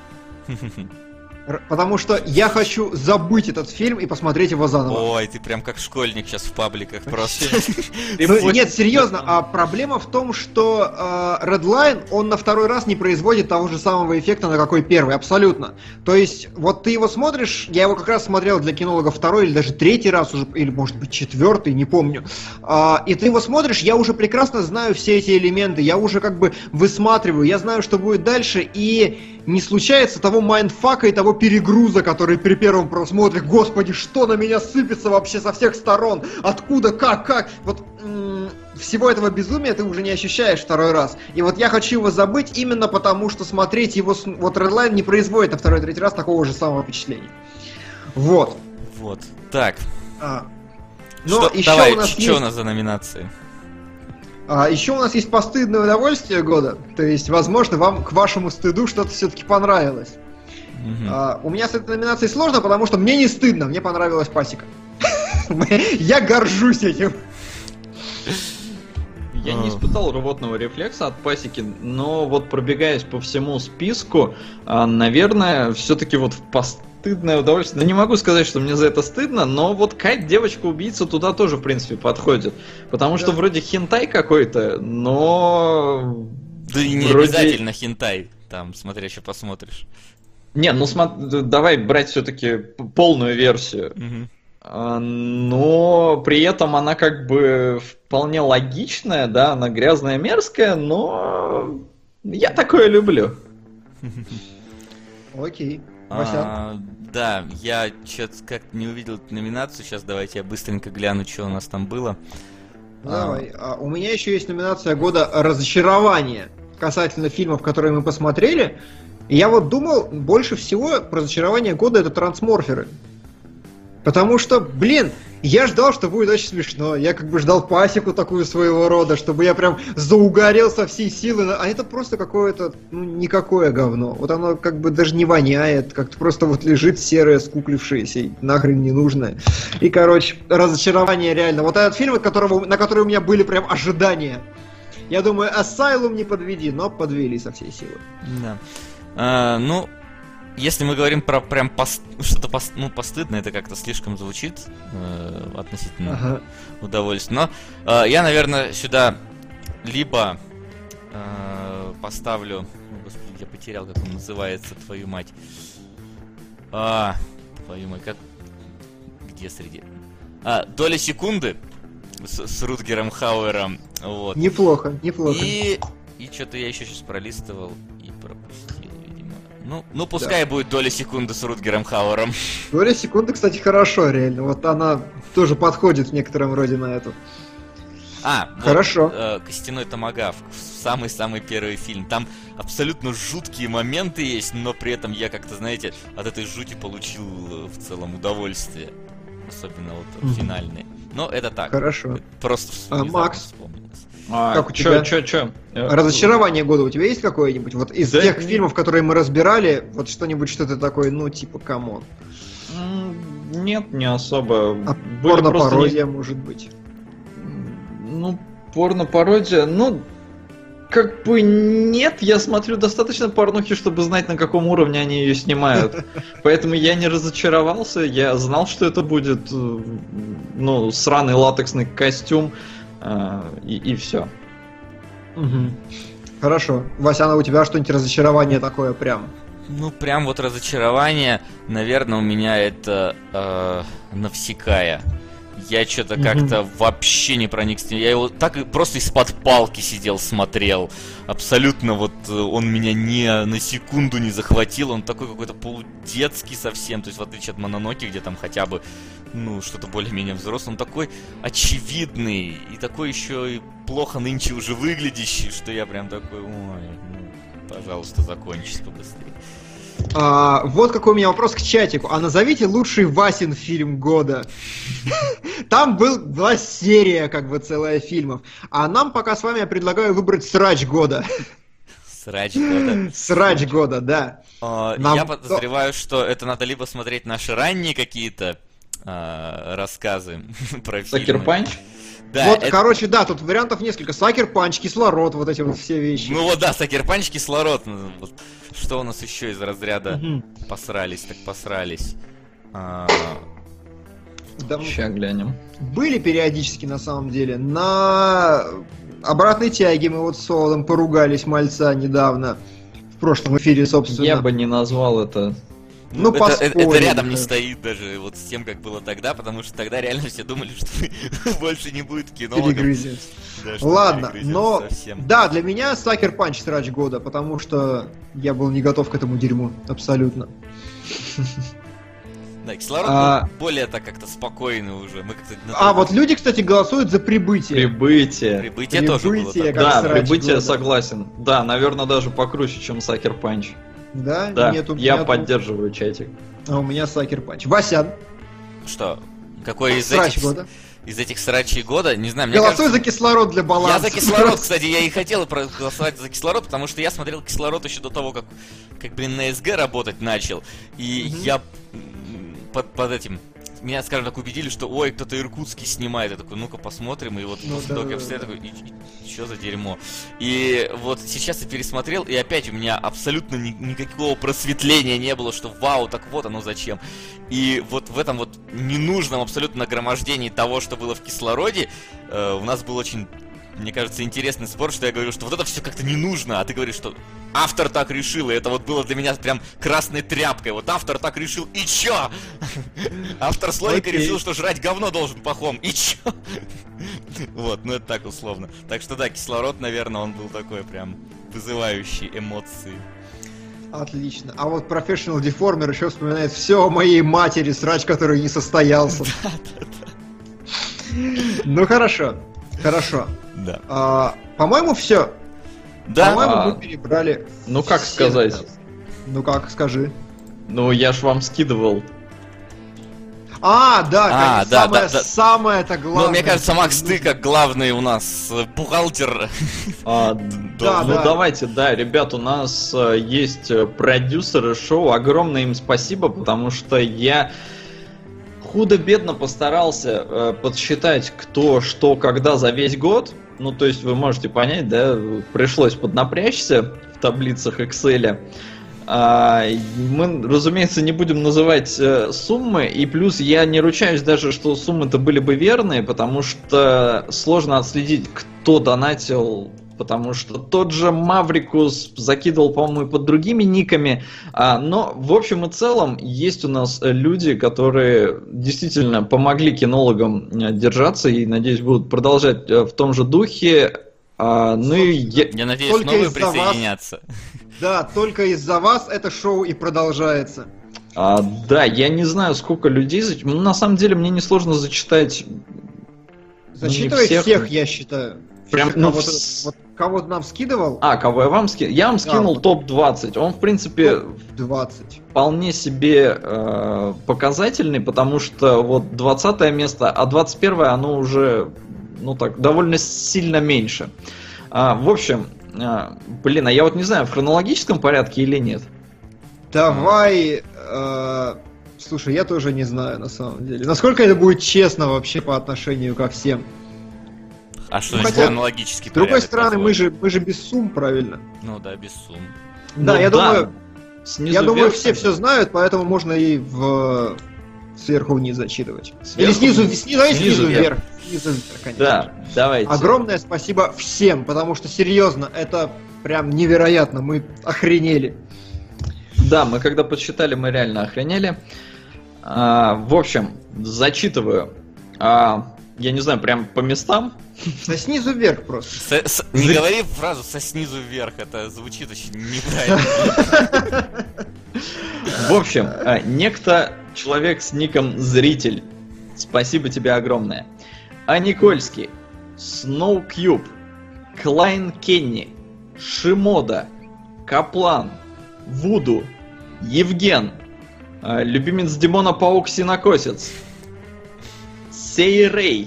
Потому что я хочу забыть этот фильм и посмотреть его заново. Ой, ты прям как школьник сейчас в пабликах просто. Ну, нет, серьезно, а проблема в том, что э, Redline, он на второй раз не производит того же самого эффекта, на какой первый, абсолютно. То есть, вот ты его смотришь, я его как раз смотрел для кинолога второй или даже третий раз уже, или может быть четвертый, не помню. Э, и ты его смотришь, я уже прекрасно знаю все эти элементы, я уже как бы высматриваю, я знаю, что будет дальше, и не случается того майндфака и того перегруза, который при первом просмотре, господи, что на меня сыпется вообще со всех сторон, откуда, как, как, вот м- всего этого безумия ты уже не ощущаешь второй раз. И вот я хочу его забыть именно потому, что смотреть его, с- вот Redline не производит на второй-третий раз такого же самого впечатления. Вот. Вот, так. А. Но что, еще давай, у нас что есть... у нас за номинации? А еще у нас есть постыдное удовольствие года. То есть, возможно, вам к вашему стыду что-то все-таки понравилось. Mm-hmm. А, у меня с этой номинацией сложно, потому что мне не стыдно, мне понравилась пасека. Я горжусь этим. Я не испытал рвотного рефлекса от пасеки, но вот пробегаясь по всему списку, наверное, все-таки вот в постыдное удовольствие. Да не могу сказать, что мне за это стыдно, но вот Кайт, девочка-убийца, туда тоже, в принципе, подходит. Потому что да. вроде хентай какой-то, но... Да и не вроде... обязательно хентай, там, смотря еще посмотришь. Не, ну см... давай брать все-таки полную версию. Угу. Но при этом она как бы вполне логичная, да, она грязная, мерзкая, но я такое люблю. Окей. А, да, я что-то как-то не увидел эту номинацию. Сейчас давайте я быстренько гляну, что у нас там было. Давай. А, у меня еще есть номинация года разочарования касательно фильмов, которые мы посмотрели. И я вот думал, больше всего разочарование года это трансморферы. Потому что, блин, я ждал, что будет очень смешно. Я как бы ждал пасеку такую своего рода, чтобы я прям заугорел со всей силы. А это просто какое-то, ну, никакое говно. Вот оно как бы даже не воняет, как-то просто вот лежит серое, скуклившееся, и нахрен не нужное. И, короче, разочарование реально. Вот этот фильм, которого, на который у меня были прям ожидания. Я думаю, Asylum не подведи, но подвели со всей силы. Да. А, ну... Если мы говорим про прям пост, что-то пост, ну, постыдное, это как-то слишком звучит э, относительно ага. удовольствия. Но э, я, наверное, сюда либо э, поставлю... Ну, господи, я потерял, как он называется, твою мать. А, твою мать, как... Где среди... А, «Доля секунды» с, с Рутгером Хауэром. Вот. Неплохо, неплохо. И, и что-то я еще сейчас пролистывал и пропустил. Ну, ну пускай да. будет «Доля секунды» с Рутгером Хауэром. «Доля секунды», кстати, хорошо, реально. Вот она тоже подходит в некотором роде на эту. А, хорошо. Вот, э, «Костяной томагавк», самый-самый первый фильм. Там абсолютно жуткие моменты есть, но при этом я как-то, знаете, от этой жути получил в целом удовольствие. Особенно вот mm-hmm. финальные. Но это так. Хорошо. Просто а, Макс вспомнилось. А, как у тебя? Чё, чё, чё? Разочарование года у тебя есть какое-нибудь? Вот из да тех не... фильмов, которые мы разбирали, вот что-нибудь, что ты такой, ну, типа, камон. Нет, не особо. А порно-пародия, не... может быть? Ну, порно-пародия, ну, как бы нет, я смотрю достаточно порнухи, чтобы знать, на каком уровне они ее снимают. Поэтому я не разочаровался, я знал, что это будет, ну, сраный латексный костюм. И, и все. Угу. Хорошо. Васяна, у тебя что-нибудь разочарование такое прям? Ну, прям вот разочарование, наверное, у меня это э, Навсекая. Я что-то угу. как-то вообще не проникся. Я его так и просто из-под палки сидел, смотрел. Абсолютно вот он меня ни на секунду не захватил. Он такой какой-то полудетский совсем. То есть в отличие от Мононоке, где там хотя бы ну, что-то более-менее взрослое. Он такой очевидный и такой еще и плохо нынче уже выглядящий, что я прям такой, ой, ну, пожалуйста, закончись побыстрее. А, вот какой у меня вопрос к чатику. А назовите лучший Васин фильм года. Там был, была серия, как бы, целая фильмов. А нам пока с вами я предлагаю выбрать срач года. Срач года? Срач года, да. А, нам... Я подозреваю, что это надо либо смотреть наши ранние какие-то а, рассказы про фильмы. Сакер Панч? Да, вот, это... короче, да, тут вариантов несколько. Сакер Панч, Кислород, вот эти вот все вещи. Ну вот, да, Сакер Панч, Кислород. Вот. Что у нас еще из разряда угу. посрались, так посрались. А... Да, сейчас глянем. Были периодически, на самом деле. На обратной тяге мы вот с Солодом поругались мальца недавно. В прошлом эфире, собственно. Я бы не назвал это... Ну, это, это, это рядом не стоит даже вот с тем, как было тогда, потому что тогда реально все думали, что больше не будет кинологов. Да, ладно, но совсем. Да, для меня Сакер Панч срач года, потому что я был не готов к этому дерьму, абсолютно. Да, Кислород а... более так как-то спокойно уже. Мы как-то а, вот люди, кстати, голосуют за Прибытие. Прибытие. Прибытие, тоже было. Да, Прибытие года. Согласен. Да, наверное, даже покруче, чем Сакер Панч. Да, да, нет, у я меня поддерживаю тут... чатик. А у меня Сакер Панч. Васян. Что? Какой из срач этих? Года. из этих срачей года, не знаю, мне Голосуй кажется... за кислород для баланса. Я за кислород, кстати, я и хотел проголосовать за кислород, потому что я смотрел кислород еще до того, как, как блин, на СГ работать начал. И mm-hmm. я под, под этим... Меня, скажем так, убедили, что ой, кто-то иркутский снимает. Я такой, ну-ка посмотрим. И вот ну, после да, того, как я посмотрел, такой, и, и, что за дерьмо. И вот сейчас я пересмотрел, и опять у меня абсолютно ни, никакого просветления не было, что вау, так вот оно зачем. И вот в этом вот ненужном абсолютно нагромождении того, что было в кислороде, э, у нас был очень, мне кажется, интересный спор, что я говорю, что вот это все как-то не нужно, а ты говоришь, что автор так решил, и это вот было для меня прям красной тряпкой. Вот автор так решил, и чё? Автор слоника okay. решил, что жрать говно должен пахом, и чё? Вот, ну это так условно. Так что да, кислород, наверное, он был такой прям вызывающий эмоции. Отлично. А вот Professional Deformer еще вспоминает все о моей матери, срач, который не состоялся. Да, да, да. Ну хорошо, хорошо. Да. А, по-моему, все. Да. По-моему, а, мы перебрали. Ну как сказать? Нас. Ну как, скажи. Ну я ж вам скидывал. А, да, а, да, самое, да, да. самое это главное. Ну, мне кажется, Макс, ты как главный у нас бухгалтер. А, да, ну да. давайте, да, ребят, у нас есть продюсеры шоу. Огромное им спасибо, потому что я худо-бедно постарался э, подсчитать, кто, что, когда за весь год. Ну, то есть вы можете понять, да, пришлось поднапрячься в таблицах Excel. А, мы, разумеется, не будем называть э, суммы, и плюс я не ручаюсь даже, что суммы-то были бы верные, потому что сложно отследить, кто донатил, потому что тот же Маврикус закидывал, по-моему, и под другими никами, а, но в общем и целом есть у нас люди, которые действительно помогли кинологам держаться и, надеюсь, будут продолжать в том же духе. А, ну и я... я надеюсь, новые присоединятся. Вас... Да, только из-за вас это шоу и продолжается. А, да, я не знаю, сколько людей... Ну, на самом деле, мне несложно зачитать... Зачитывай всех. всех, я считаю. Прям, всех, ну, кого, в... вот, кого нам скидывал. А, кого я вам скинул? Я вам скинул да, топ двадцать. Он, в принципе, топ двадцать. Вполне себе э, показательный, потому что вот двадцатое место, а двадцать первое оно уже, ну так, довольно сильно меньше. А, в общем... А, блин, а я вот не знаю, в хронологическом порядке или нет? Давай... Э, слушай, я тоже не знаю, на самом деле. Насколько это будет честно вообще по отношению ко всем? А что ну, значит хронологический порядок? С другой стороны, мы же, мы же без сумм, правильно? Ну да, без сумм. Да, ну, я да. думаю... Снизу я думаю, вверх, все все знают, поэтому можно и в... сверху вниз зачитывать. Сверху Или снизу, вниз. снизу, снизу, снизу вверх. вверх. Снизу вверх, конечно. Да, давайте. Огромное спасибо всем, потому что, серьезно, это прям невероятно, мы охренели. Да, мы когда подсчитали, мы реально охренели. А, в общем, зачитываю. А, я не знаю, прям по местам. Да снизу вверх просто. С, с, не За... говори фразу со снизу вверх, это звучит очень неправильно. В общем, некто человек с ником Зритель. Спасибо тебе огромное. А Никольский, Сноукьюб, Клайн Кенни, Шимода, Каплан, Вуду, Евген, любимец Димона Паук Синокосец, Сейрей,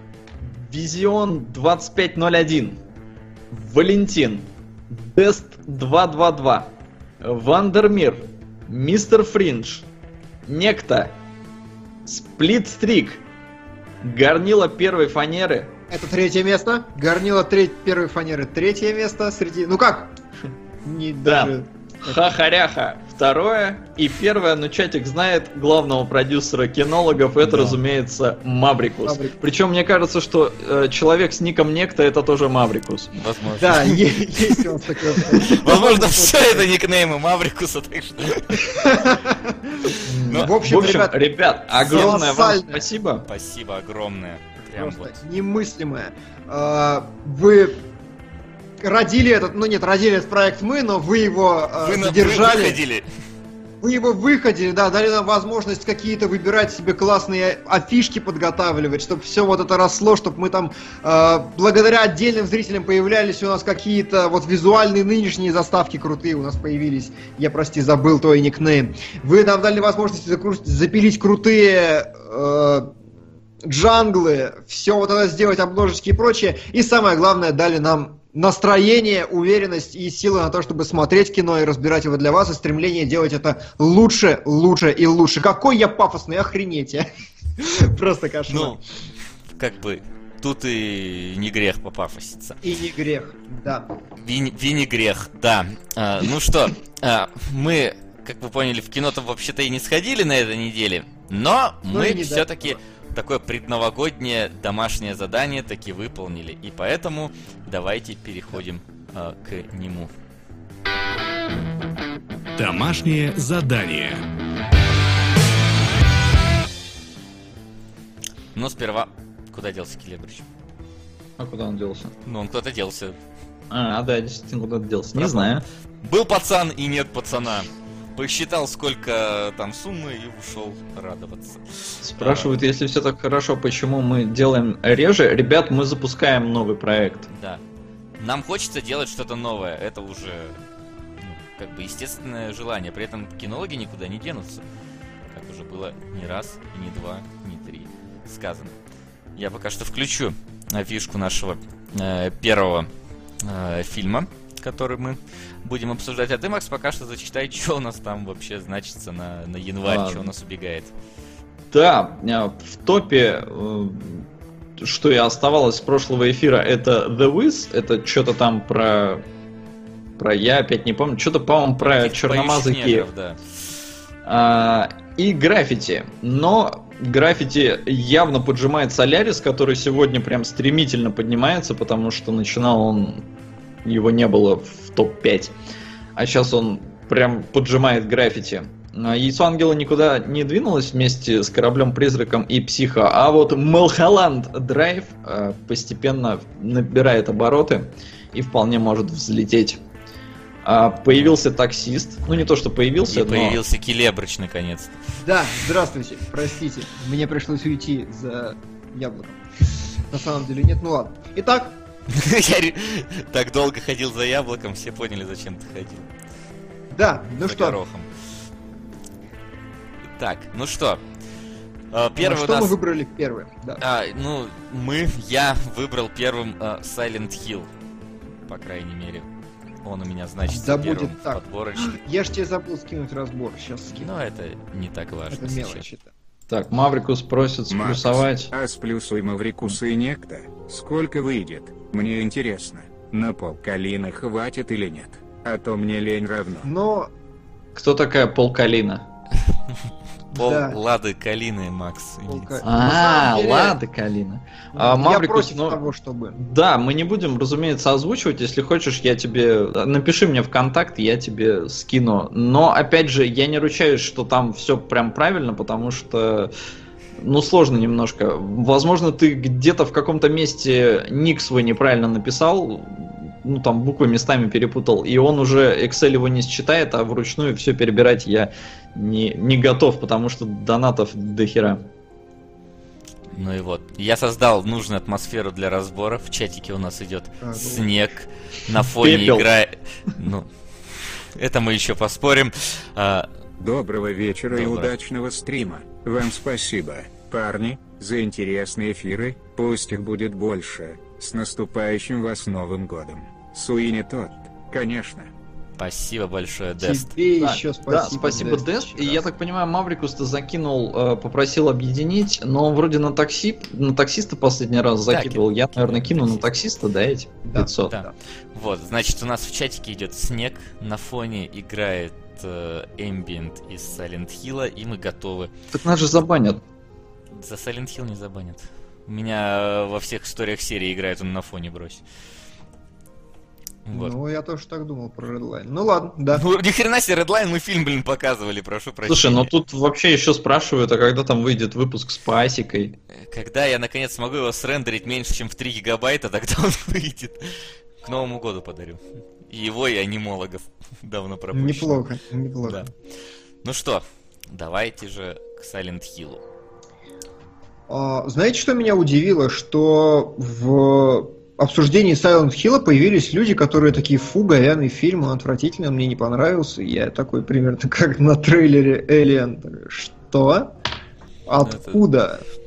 Визион двадцать пять ноль один, Валентин, Дест два два два, Вандермир, Мистер Фриндж, Некто, Сплитстрик, Горнило первой фанеры. Это третье место. Горнило треть, первой фанеры третье место среди... Ну как? Не да. даже... Ха-харяха второе. И первое, ну чатик знает, главного продюсера кинологов, это, да. разумеется, Маврикус. Маврикус. Причем мне кажется, что э, человек с ником Некто это тоже Маврикус. Возможно. Да, есть у нас такое. Возможно, все это никнеймы Маврикуса, так что... В общем, ребят, огромное вам спасибо. Спасибо огромное. Просто немыслимое. Вы... родили этот, ну нет, родили этот проект мы, но вы его э, вы задержали. Вы выходили. Вы его выходили, да, дали нам возможность какие-то выбирать себе классные афишки подготавливать, чтобы все вот это росло, чтобы мы там э, благодаря отдельным зрителям появлялись у нас какие-то вот визуальные нынешние заставки крутые у нас появились. Я, прости, забыл твой никнейм. Вы нам дали возможность закру- запилить крутые... Э, джанглы, все вот это сделать, обложечки и прочее. И самое главное, дали нам настроение, уверенность и силы на то, чтобы смотреть кино и разбирать его для вас, и стремление делать это лучше, лучше и лучше. Какой я пафосный, охренеть! Просто кошмар. Ну, как бы, тут и не грех попафоситься. И не грех, да. И не грех, да. А, ну что, а, мы, как вы поняли, в кино-то вообще-то и не сходили на этой неделе, но Ну, мы и не все-таки такое предновогоднее домашнее задание таки выполнили. И поэтому давайте переходим а, к нему. Домашнее задание. Но сперва... Куда делся Келебрич? А куда он делся? Ну, он куда-то делся. А, да, действительно, куда-то делся. Не Пропал. знаю. Был пацан и нет пацана. Посчитал, сколько там суммы, и ушел радоваться. Спрашивают, если все так хорошо, почему мы делаем реже. Ребят, мы запускаем новый проект. Да. Нам хочется делать что-то новое. Это уже, ну, как бы естественное желание. При этом кинологи никуда не денутся. Как уже было не раз, и не два, и не три сказано. Я пока что включу фишку нашего э, первого э, фильма, который мы будем обсуждать. А ты, Макс, пока что зачитай, что у нас там вообще значится на, на январь, А, что у нас убегает. Да, в топе, э, что и оставалось с прошлого эфира, это The Wiz. Это что-то там про... Про я опять не помню. Что-то, по-моему, про Каких-то черномазый поющих Киев. негров, да. А, и граффити. Но граффити явно поджимает Солярис, который сегодня прям стремительно поднимается, потому что начинал он... Его не было в топ пять. А сейчас он прям поджимает граффити. Яйцо Ангела никуда не двинулось вместе с Кораблем-призраком и Психо, а вот Малхолланд Драйв постепенно набирает обороты и вполне может взлететь. Появился таксист. Ну, не то, что появился, И но... появился Келебрич, наконец-то. Да, здравствуйте, простите, мне пришлось уйти за яблоком. На самом деле нет, ну ладно. Итак, Я ре- так долго ходил за яблоком, все поняли, зачем ты ходил. да, ну За что, горохом. Так, ну что. э, а Первый что у нас... мы выбрали первое? Да. А, ну, мы, я выбрал первым э, Silent Hill. По крайней мере. Он у меня значит Да первым будет в так. подборочке. Я ж тебе забыл скинуть разбор, сейчас скину. Но это не так важно Это сейчас. мелочи-то. Так, Маврикус просит Макс, сплюсовать. а сплюсуй Маврикуса и некто. Сколько выйдет? Мне интересно. На полкалина хватит или нет? А то мне лень равно. Но, Кто такая Полкалина? Пол Да. Лады Калины, Макс. Полка- имеется. На А, самом деле, Лада Калина. А, я Маврикус, против ну- того, чтобы... Да, мы не будем, разумеется, озвучивать. Если хочешь, я тебе... Напиши мне в контакт, я тебе скину. Но, опять же, я не ручаюсь, что там все прям правильно, потому что... Ну, сложно немножко. Возможно, ты где-то в каком-то месте ник свой неправильно написал, ну, там, буквы местами перепутал, и он уже Excel его не считает, а вручную все перебирать я не, не готов, потому что донатов до хера. Ну и вот. Я создал нужную атмосферу для разбора. В чатике у нас идет А, ну. снег. На фоне Пепел. играет... Ну, это мы еще поспорим. А, Доброго вечера и Доброго. удачного стрима. Вам спасибо, парни, за интересные эфиры, пусть их будет больше. С наступающим вас Новым годом. Суини тот, конечно. спасибо большое, Дест. Тебе Да, еще да, спасибо. спасибо, Дест, Дест. еще И раз. я так понимаю, Маврикус-то закинул, э, попросил объединить, но вроде на такси, на таксиста последний раз Да, закидывал. Я, кину наверное, на кину на таксиста. таксиста, да, эти Да, пятьсот. Да. Вот, значит, у нас в чатике идет снег. На фоне играет э, Ambient из Silent Hill, и мы готовы. Так нас же забанят. За Silent Hill не забанят. У меня э, во всех историях серии играет он на фоне, брось. Вот. Ну, я тоже так думал про Redline. Ну ладно, да. Ну, ни хрена себе, Redline, мы фильм, блин, показывали, прошу прощения. Слушай, ну тут вообще еще спрашивают, а когда там выйдет выпуск с пасикой? Когда я, наконец, смогу его срендерить меньше, чем в три гигабайта, тогда он выйдет. К Новому году подарю. И его, и анимологов. Давно пропущено. Неплохо, неплохо. Да. Ну что, давайте же к Silent Hill. А, знаете, что меня удивило? Что в обсуждении Silent Hill появились люди, которые такие: фу, говяный фильм, он отвратительный, он мне не понравился. И я такой примерно как на трейлере Alien. Что? Откуда?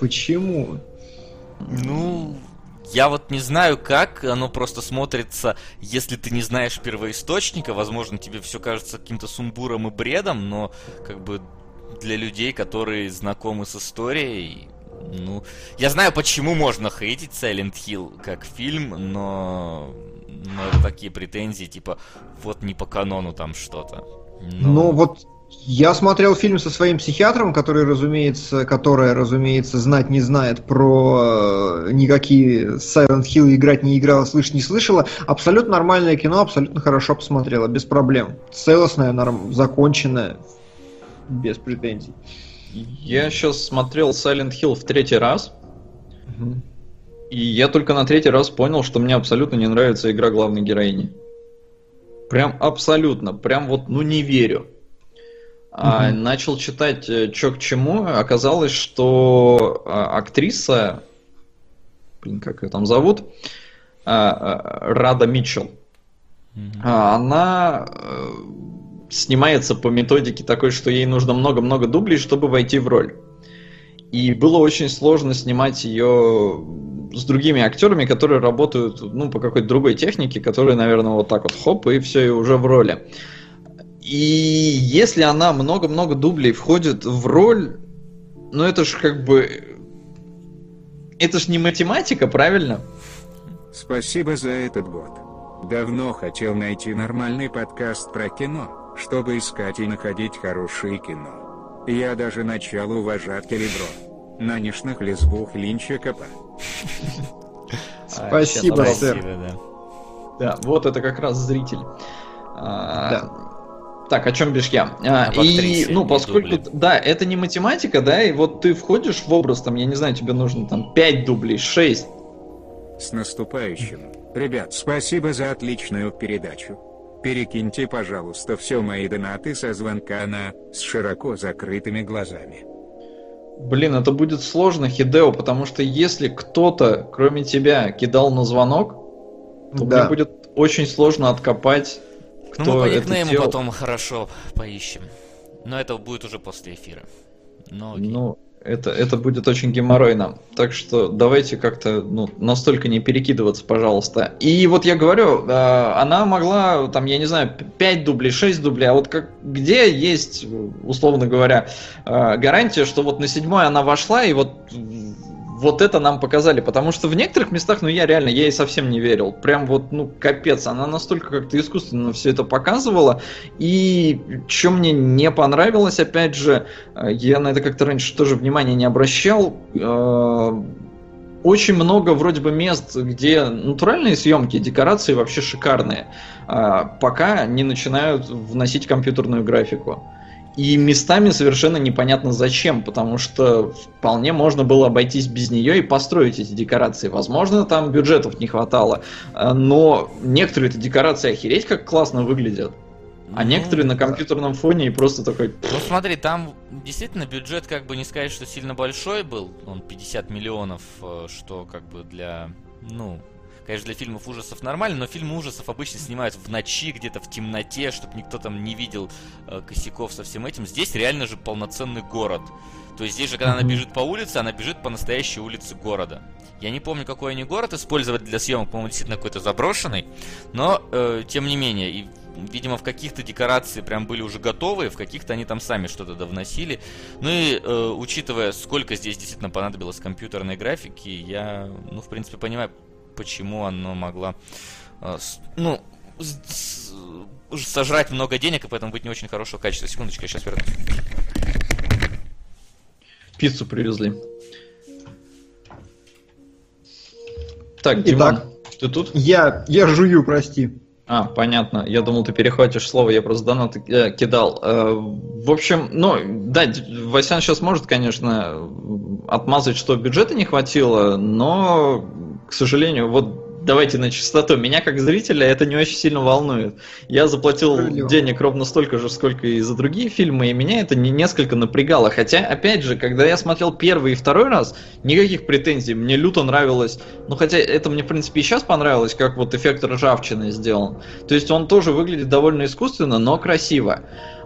Почему? Ну, я вот не знаю, как оно просто смотрится, если ты не знаешь первоисточника. Возможно, тебе все кажется каким-то сумбуром и бредом, но как бы для людей, которые знакомы с историей, ну, я знаю, почему можно хейтить Silent Hill как фильм, но, но это такие претензии, типа, вот не по канону там что-то. Но... Ну вот я смотрел фильм со своим психиатром, который, разумеется, которая, разумеется, знать не знает про э, никакие Silent Hill, играть не играла, слышать не слышала. Абсолютно нормальное кино, абсолютно хорошо посмотрела, без проблем. Целостное, норм... законченное, без претензий. Я сейчас смотрел Silent Hill в третий раз, Угу. и я только на третий раз понял, что мне абсолютно не нравится игра главной героини. Прям абсолютно, прям вот, ну не верю. А, Мгм. начал читать, что к чему. Оказалось, что а, актриса, блин, как ее там зовут, А, а, Рада Митчелл, Мгм. а, она э, снимается по методике такой, что ей нужно много-много дублей, чтобы войти в роль. И было очень сложно снимать ее с другими актерами, которые работают, ну, по какой-то другой технике, которые, наверное, вот так вот хоп, и все, и уже в роли. И если она много-много дублей входит в роль, ну это ж как бы... Это ж не математика, правильно? Спасибо за этот год. Давно хотел найти нормальный подкаст про кино, чтобы искать и находить хорошее кино. Я даже начал уважать Келебро. Нынешних лесбух Линча Капа. Спасибо, А, сейчас, сэр. Спасибо, да. Да, вот это как раз зритель. А, Да. Так, о чем бишь я? А, Об и, актрисе, ну, не поскольку, дубли. да, это не математика, да, и вот ты входишь в образ, там, я не знаю, тебе нужно там пять дублей, шесть. С наступающим. Ребят, спасибо за отличную передачу. Перекиньте, пожалуйста, все мои донаты со звонка на с широко закрытыми глазами. Блин, это будет сложно, Хидео, потому что если кто-то, кроме тебя, кидал на звонок, то Да. мне будет очень сложно откопать, кто Ну, мы по это никнейму делал. потом хорошо поищем. Но это будет уже после эфира. Ну, окей. Ну, это, это будет очень геморройно. Так что давайте как-то ну, настолько не перекидываться, пожалуйста. И вот я говорю, э, она могла, там, я не знаю, пять дублей, шесть дублей, а вот как, где есть, условно говоря, э, гарантия, что вот на седьмой она вошла, и вот, вот это нам показали. Потому что в некоторых местах, ну, я реально, я ей совсем не верил. Прям вот, ну, капец, она настолько как-то искусственно все это показывала. И что мне не понравилось, опять же, э, я на это как-то раньше тоже внимания не обращал. э, Очень много вроде бы мест, где натуральные съемки, декорации вообще шикарные, э, пока не начинают вносить компьютерную графику. И местами совершенно непонятно зачем, потому что вполне можно было обойтись без нее и построить эти декорации. Возможно, там бюджетов не хватало, э, но некоторые эти декорации охереть как классно выглядят. А Ну, некоторые на компьютерном фоне и просто такой... Ну смотри, там действительно бюджет, как бы не сказать, что сильно большой был, он пятьдесят миллионов, э, что как бы для, ну, конечно, для фильмов ужасов нормально, но фильмы ужасов обычно снимают в ночи, где-то в темноте, чтобы никто там не видел э, косяков со всем этим. Здесь реально же полноценный город. То есть здесь же, когда она бежит по улице, она бежит по настоящей улице города. Я не помню, какой они город использовать для съемок, по-моему, действительно какой-то заброшенный, но э, тем не менее, и видимо, в каких-то декорации прям были уже готовые, в каких-то они там сами что-то довносили. Ну и э, учитывая, сколько здесь действительно понадобилось компьютерной графики, я, ну, в принципе, понимаю, почему оно могло, э, с, ну, с, с, сожрать много денег и поэтому быть не очень хорошего качества. Секундочку, я сейчас вернусь. Пиццу привезли. Так, Диман, Итак. ты тут? Я, я жую, прости. А, понятно. Я думал, ты перехватишь слово, я просто донат э, кидал. Э, в общем, ну, да, Д- Васян сейчас может, конечно, отмазать, что бюджета не хватило, но, к сожалению, вот давайте на чистоту. Меня, как зрителя, это не очень сильно волнует. Я заплатил Справедливо. денег ровно столько же, сколько и за другие фильмы, и меня это не несколько напрягало. Хотя, опять же, когда я смотрел первый и второй раз, никаких претензий. Мне люто нравилось. Ну, хотя это мне, в принципе, и сейчас понравилось, как вот эффект ржавчины сделан. То есть он тоже выглядит довольно искусственно, но красиво.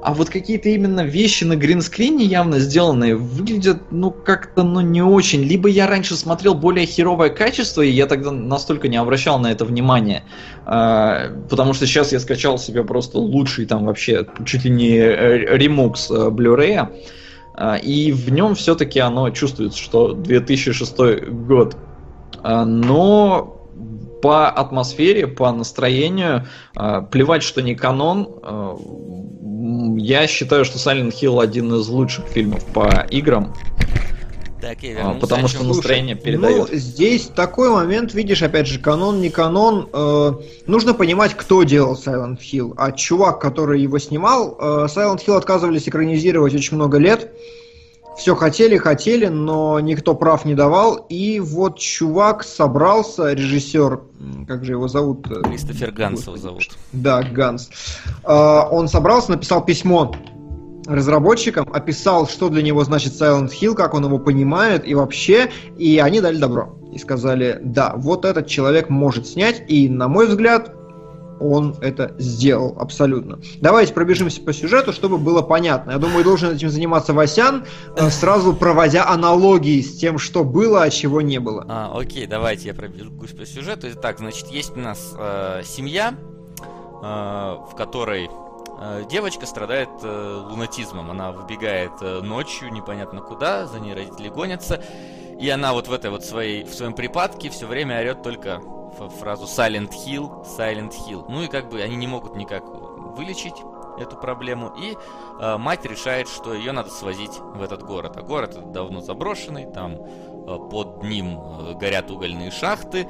а вот какие-то именно вещи на гринскрине явно сделанные выглядят, ну, как-то, ну, не очень. Либо я раньше смотрел более херовое качество, и я тогда настолько не обращал на это внимания. А, потому что сейчас я скачал себе просто лучший, там, вообще, чуть ли не ремукс Blu-ray, а, и в нем все-таки оно чувствуется, что две тысячи шестой год. А, но... По атмосфере, по настроению, плевать, что не канон. Я считаю, что Silent Hill один из лучших фильмов по играм. Так, потому что настроение передает. Ну, здесь такой момент, видишь, опять же, канон, не канон. Э, нужно понимать, кто делал Silent Hill. А чувак, который его снимал, э, Silent Hill отказывались экранизировать очень много лет. Все хотели, хотели, но никто прав не давал. И вот чувак собрался, режиссер, как же его зовут? Кристофер Ганс его зовут. Да, Ганс. Он собрался, написал письмо разработчикам, описал, что для него значит Silent Hill, как он его понимает и вообще, и они дали добро. И сказали, да, вот этот человек может снять, и, на мой взгляд, он это сделал, абсолютно. Давайте пробежимся по сюжету, чтобы было понятно. Я думаю, должен этим заниматься Васян, сразу проводя аналогии с тем, что было, а чего не было. А, окей, давайте я пробегусь по сюжету. Итак, значит, есть у нас э, семья, э, в которой э, девочка страдает э, лунатизмом. Она выбегает э, ночью, непонятно куда, за ней родители гонятся. И она вот в этой вот своей, в своем припадке все время орет только фразу Silent Hill, Silent Hill. Ну и как бы они не могут никак вылечить эту проблему. И э, мать решает, что ее надо свозить в этот город. А город этот давно заброшенный, там э, под ним э, горят угольные шахты.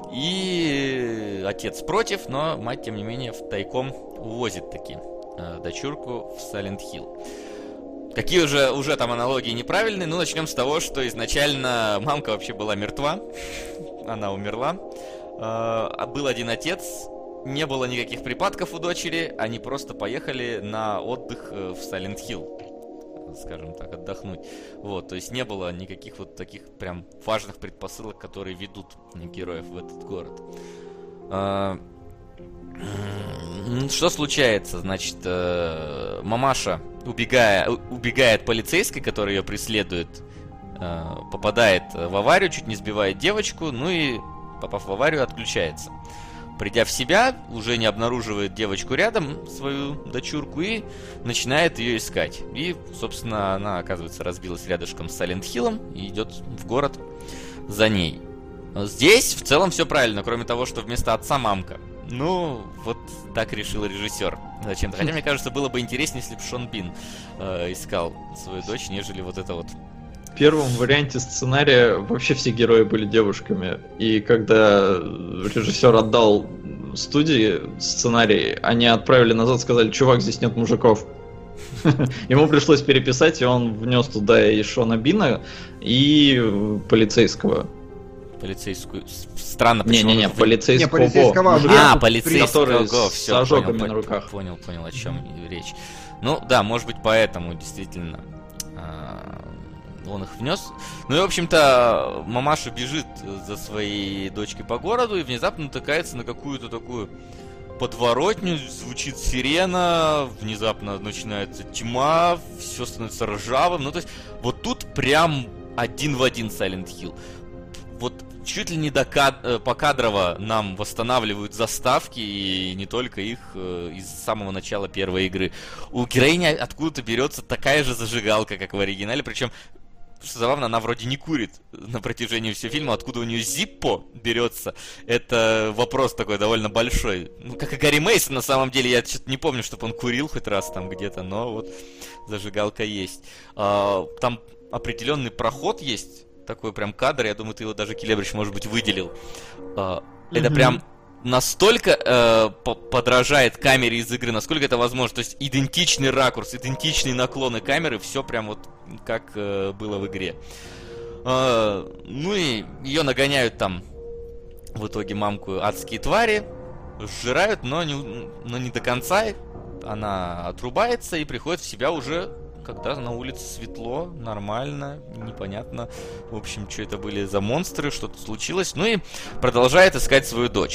И отец против, но мать, тем не менее, тайком увозит таки э, дочурку в Silent Hill. Какие уже, уже там аналогии неправильные? Ну, начнем с того, что изначально мамка вообще была мертва. Она умерла. А был один отец, не было никаких припадков у дочери, они просто поехали на отдых в Silent Hill, скажем так, отдохнуть. Вот, то есть не было никаких вот таких прям важных предпосылок, которые ведут героев в этот город. А, что случается? Значит, мамаша, убегая, убегая от полицейской, которая ее преследует, попадает в аварию, чуть не сбивает девочку, ну и, попав в аварию, отключается. Придя в себя, уже не обнаруживает девочку рядом, свою дочурку, и начинает ее искать. И, собственно, она, оказывается, разбилась рядышком с Silent Hill'ом и идет в город за ней. Здесь в целом все правильно, кроме того, что вместо отца мамка. Ну, вот так решил режиссер зачем-то. Хотя, мне кажется, было бы интереснее, если бы Шон Бин э, искал свою дочь, нежели вот это вот. В первом варианте сценария вообще все герои были девушками. И когда режиссер отдал студии сценарий, они отправили назад, сказали, чувак, здесь нет мужиков. Ему пришлось переписать, и он внес туда и Шона Бина, и полицейского. Полицейскую. Странно, почему... Не-не-не, полицейского. Не, полицейского. А, полицейского. Который Все, с ожогами понял, на руках. Понял, понял, о чем речь. Ну, да, может быть, поэтому, действительно, он их внес. Ну и, в общем-то, мамаша бежит за своей дочкой по городу и внезапно натыкается на какую-то такую подворотню, звучит сирена, внезапно начинается тьма, все становится ржавым. Ну, то есть, вот тут прям один в один Silent Hill. Вот чуть ли не до кад... покадрово нам восстанавливают заставки, и не только их, э, из самого начала первой игры. У героини откуда-то берется такая же зажигалка, как в оригинале, причем, что забавно, она вроде не курит на протяжении всего фильма. Откуда у нее зиппо берется, это вопрос такой довольно большой. Ну, как и Гарри Мейсон, на самом деле, я что-то не помню, чтобы он курил хоть раз там где-то, но вот зажигалка есть. А, там определенный проход есть, такой прям кадр, я думаю, ты его даже, Келебрич, может быть, выделил. Uh, mm-hmm. Это прям настолько э, подражает камере из игры, насколько это возможно. То есть идентичный ракурс, идентичные наклоны камеры, все прям вот как э, было в игре. Uh, ну и ее нагоняют там в итоге мамку адские твари, сжирают, но не, но не до конца. Она отрубается и приходит в себя уже, когда на улице светло, нормально, непонятно, в общем, что это были за монстры, что-то случилось. Ну и продолжает искать свою дочь.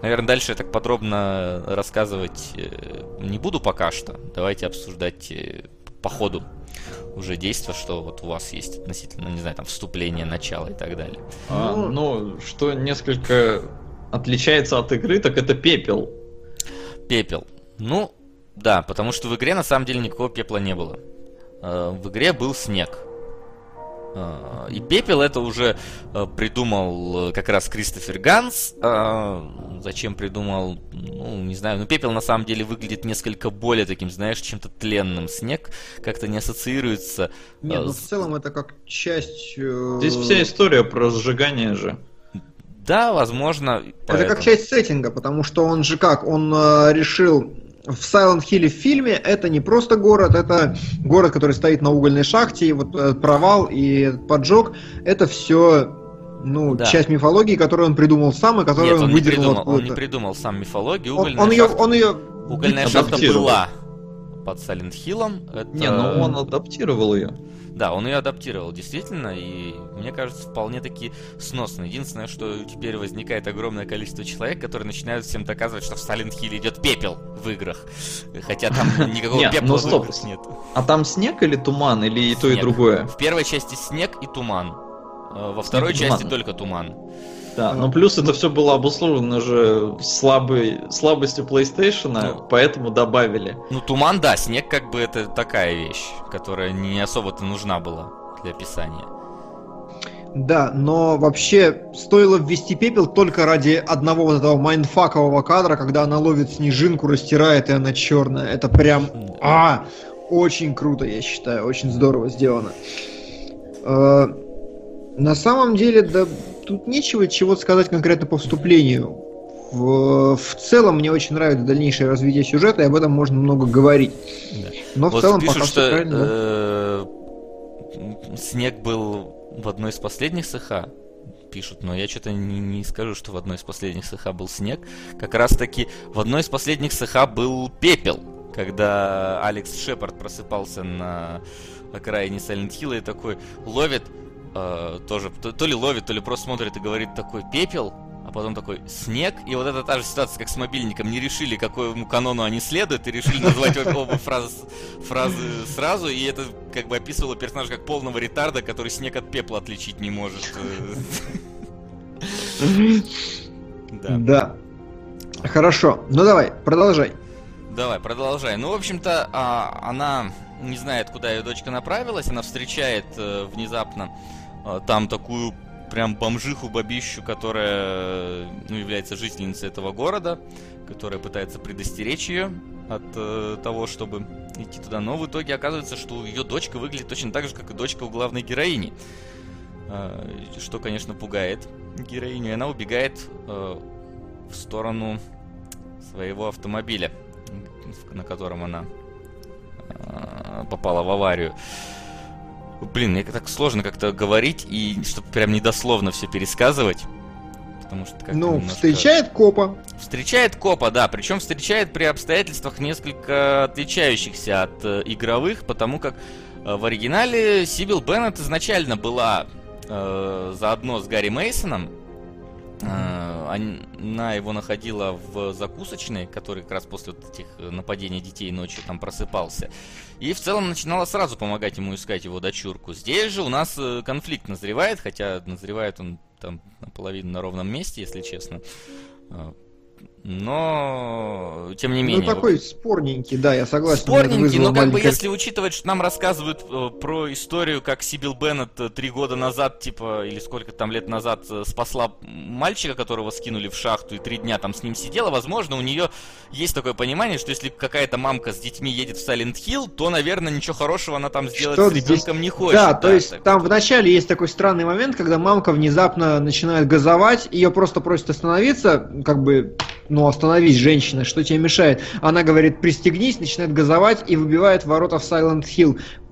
Наверное, дальше я так подробно рассказывать не буду пока что. Давайте обсуждать по ходу уже действия, что вот у вас есть относительно, не знаю, там, вступление, начало и так далее. А, ну, что несколько отличается от игры, так это пепел. Пепел. Ну, да, потому что в игре на самом деле никакого пепла не было. В игре был снег. И пепел это уже придумал как раз Кристофер Ганс. Зачем придумал? Ну, не знаю. Но пепел на самом деле выглядит несколько более таким, знаешь, чем-то тленным. Снег как-то не ассоциируется. Не, ну в целом это как часть... Здесь вся история про сжигание же. Да, возможно. Это поэтому... как часть сеттинга, потому что он же как? Он э, решил... В Silent Hill в фильме это не просто город, это город, который стоит на угольной шахте, и вот этот провал и этот поджог, это все, ну, да. часть мифологии, которую он придумал сам, и которую Нет, он, он выдернул не придумал, откуда-то. Он не придумал сам мифологию, угольная он, он шахта, ее, он ее угольная шахта была под Silent Hill'ом. Это... Не, ну он адаптировал ее. Да, он ее адаптировал, действительно, и мне кажется, вполне-таки сносно. Единственное, что теперь возникает огромное количество человек, которые начинают всем доказывать, что в Silent Hill идет пепел в играх. Хотя там никакого пепла в играх нет. А там снег или туман, или и то, и другое? В первой части снег и туман. Во второй части только туман. Да, но плюс это все было обусловлено же слабой, слабостью PlayStation, ну, поэтому добавили. Ну, туман, да, снег как бы это такая вещь, которая не особо-то нужна была для описания. Да, но вообще стоило ввести пепел только ради одного вот этого майндфакового кадра, когда она ловит снежинку, растирает, и она черная. Это прям... А, очень круто, я считаю, очень здорово сделано. На самом деле, да, тут нечего чего сказать конкретно по вступлению. В, в целом, мне очень нравится дальнейшее развитие сюжета, и об этом можно много говорить. Да. Но вот в целом пишут, пока что все правильно. Э, снег был в одной из последних СХ. Пишут, но я что-то не, не скажу, что в одной из последних СХ был снег. Как раз таки в одной из последних СХ был пепел, когда Алекс Шепард просыпался на окраине Silent Hill и такой ловит. Uh, тоже то, то ли ловит, то ли просто смотрит и говорит такой пепел, а потом такой снег. И вот это та же ситуация, как с мобильником. Не решили, какому канону они следуют, и решили назвать оба фразы, фразы сразу. И это как бы описывало персонажа как полного ретарда, который снег от пепла отличить не может. Да. Хорошо. Ну давай, продолжай. Давай, продолжай. Ну, в общем-то, она не знает, куда ее дочка направилась. Она встречает внезапно там такую прям бомжиху-бабищу, которая, ну, является жительницей этого города, которая пытается предостеречь ее от э, того, чтобы идти туда. Но в итоге оказывается, что ее дочка выглядит точно так же, как и дочка у главной героини. Э, что, конечно, пугает героиню. И она убегает э, в сторону своего автомобиля, на котором она э, попала в аварию. Блин, мне так сложно как-то говорить, и чтобы прям недословно все пересказывать. Потому что как-то ну, немножко... встречает копа. Встречает копа, да. Причем встречает при обстоятельствах несколько отличающихся от э, игровых, потому как э, в оригинале Сибил Беннет изначально была э, заодно с Гарри Мейсоном. Э, она его находила в закусочной, который как раз после вот этих нападений детей ночью там просыпался. И в целом начинала сразу помогать ему искать его дочурку. Здесь же у нас конфликт назревает, хотя назревает он там наполовину на ровном месте, если честно. Но, тем не менее... Ну, такой спорненький, да, я согласен. Спорненький, но как маленькое... бы если учитывать, что нам рассказывают э, про историю, как Сибил Беннет э, три года назад, типа, или сколько там лет назад э, спасла мальчика, которого скинули в шахту, и три дня там с ним сидела, возможно, у нее есть такое понимание, что если какая-то мамка с детьми едет в Silent Hill, то, наверное, ничего хорошего она там сделать что с ребенком здесь... не хочет. Да, да, то есть так... там вначале есть такой странный момент, когда мамка внезапно начинает газовать, ее просто просят остановиться, как бы... Ну, остановись, женщина, что тебе мешает? Она говорит, пристегнись, начинает газовать и выбивает ворота в Silent Hill.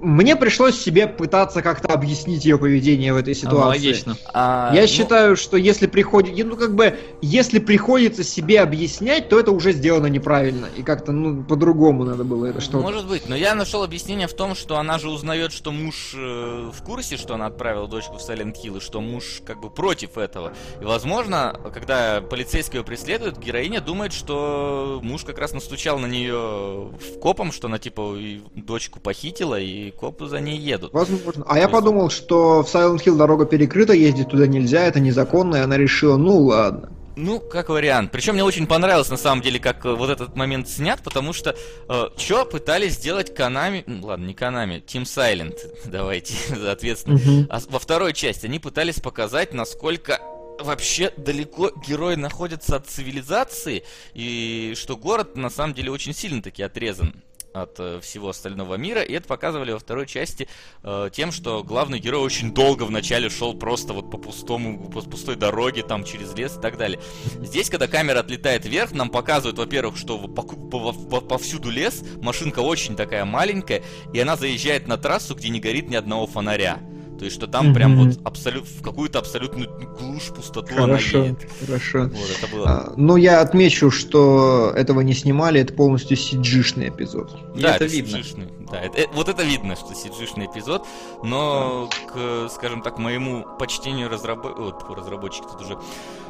мне пришлось себе пытаться как-то объяснить ее поведение в этой ситуации. Логично. А, Я ну... считаю, что если приходит, ну как бы, если приходится себе объяснять, то это уже сделано неправильно. И как-то, ну, по-другому надо было это что-то. Может быть, но я нашел объяснение в том, что она же узнает, что муж э, в курсе, что она отправила дочку в Silent Hill, и что муж как бы против этого. И, возможно, когда полицейский ее преследует, героиня думает, что муж как раз настучал на нее в копом, что она типа и дочку похитила, и копы за ней едут. Возможно. А я подумал, что в Silent Hill дорога перекрыта, ездить туда нельзя, это незаконно, и она решила, ну ладно. Ну, как вариант. Причем мне очень понравилось, на самом деле, как вот этот момент снят, потому что э, что пытались сделать Konami, ну, ладно, не Konami, Team Silent, давайте, соответственно. Uh-huh. А во второй части они пытались показать, насколько вообще далеко герой находится от цивилизации, и что город, на самом деле, очень сильно таки отрезан от э, всего остального мира, и это показывали во второй части э, тем, что главный герой очень долго вначале шел просто вот по пустому, по пустой дороге, там через лес и так далее. Здесь, когда камера отлетает вверх, нам показывают, во-первых, что по, по, по, повсюду лес, машинка очень такая маленькая, и она заезжает на трассу, где не горит ни одного фонаря. То есть, что там mm-hmm. прям вот абсолют, в какую-то абсолютную глушь, пустоту хорошо, она едет. Хорошо, вот, это было. а, ну, я отмечу, что этого не снимали, это полностью си джи-шный эпизод. Да, это, это видно. Да, это, это, вот это видно, что си джи-шный эпизод, но, к, скажем так, моему почтению разрабо... вот, разработчики тут уже...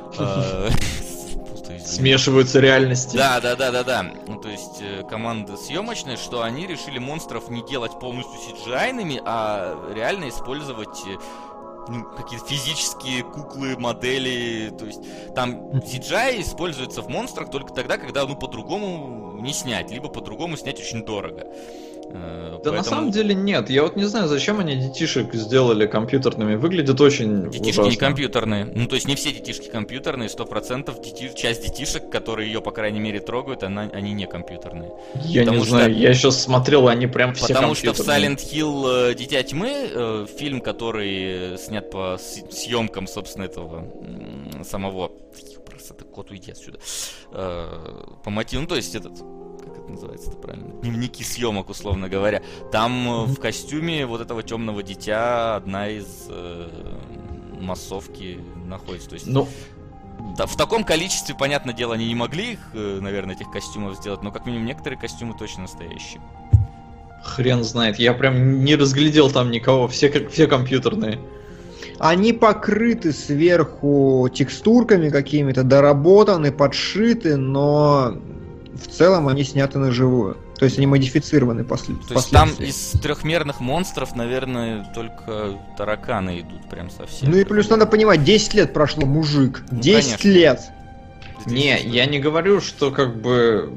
Смешиваются реальности. Да, да, да, да, да. Ну, то есть э, команда съемочная, что они решили монстров не делать полностью си джи ай-ными, а реально использовать э, ну, какие-то физические куклы, модели. То есть там си джи ай используется в монстрах только тогда, когда ну по-другому не снять, либо по-другому снять очень дорого. Да поэтому... на самом деле нет. Я вот не знаю, зачем они детишек сделали компьютерными. Выглядит очень Детишки ужасно. Не компьютерные. Ну, то есть не все детишки компьютерные, сто процентов дети... часть детишек, которые ее, по крайней мере, трогают, она... они не компьютерные. Я потому не что... знаю, я сейчас смотрел, они прям все потому компьютерные. Потому что в Silent Hill Дитя Тьмы, фильм, который снят по съемкам, собственно, этого самого... Просто кот, уйди отсюда. По мотиву, ну, то есть этот... как это называется-то правильно? Дневники съемок, условно говоря. Там в костюме вот этого темного дитя одна из э, массовки находится. То есть, ну, да, в таком количестве, понятное дело, они не могли их, э, наверное, этих костюмов сделать, но как минимум некоторые костюмы точно настоящие. Хрен знает, я прям не разглядел там никого, все, все компьютерные. Они покрыты сверху текстурками какими-то, доработаны, подшиты, но в целом они сняты на живую. То есть они модифицированы после. То есть там из трехмерных монстров, наверное, только тараканы идут прям совсем. Ну и плюс надо понимать, десять лет прошло, мужик. Ну, десять лет. Не, я не говорю, что как бы...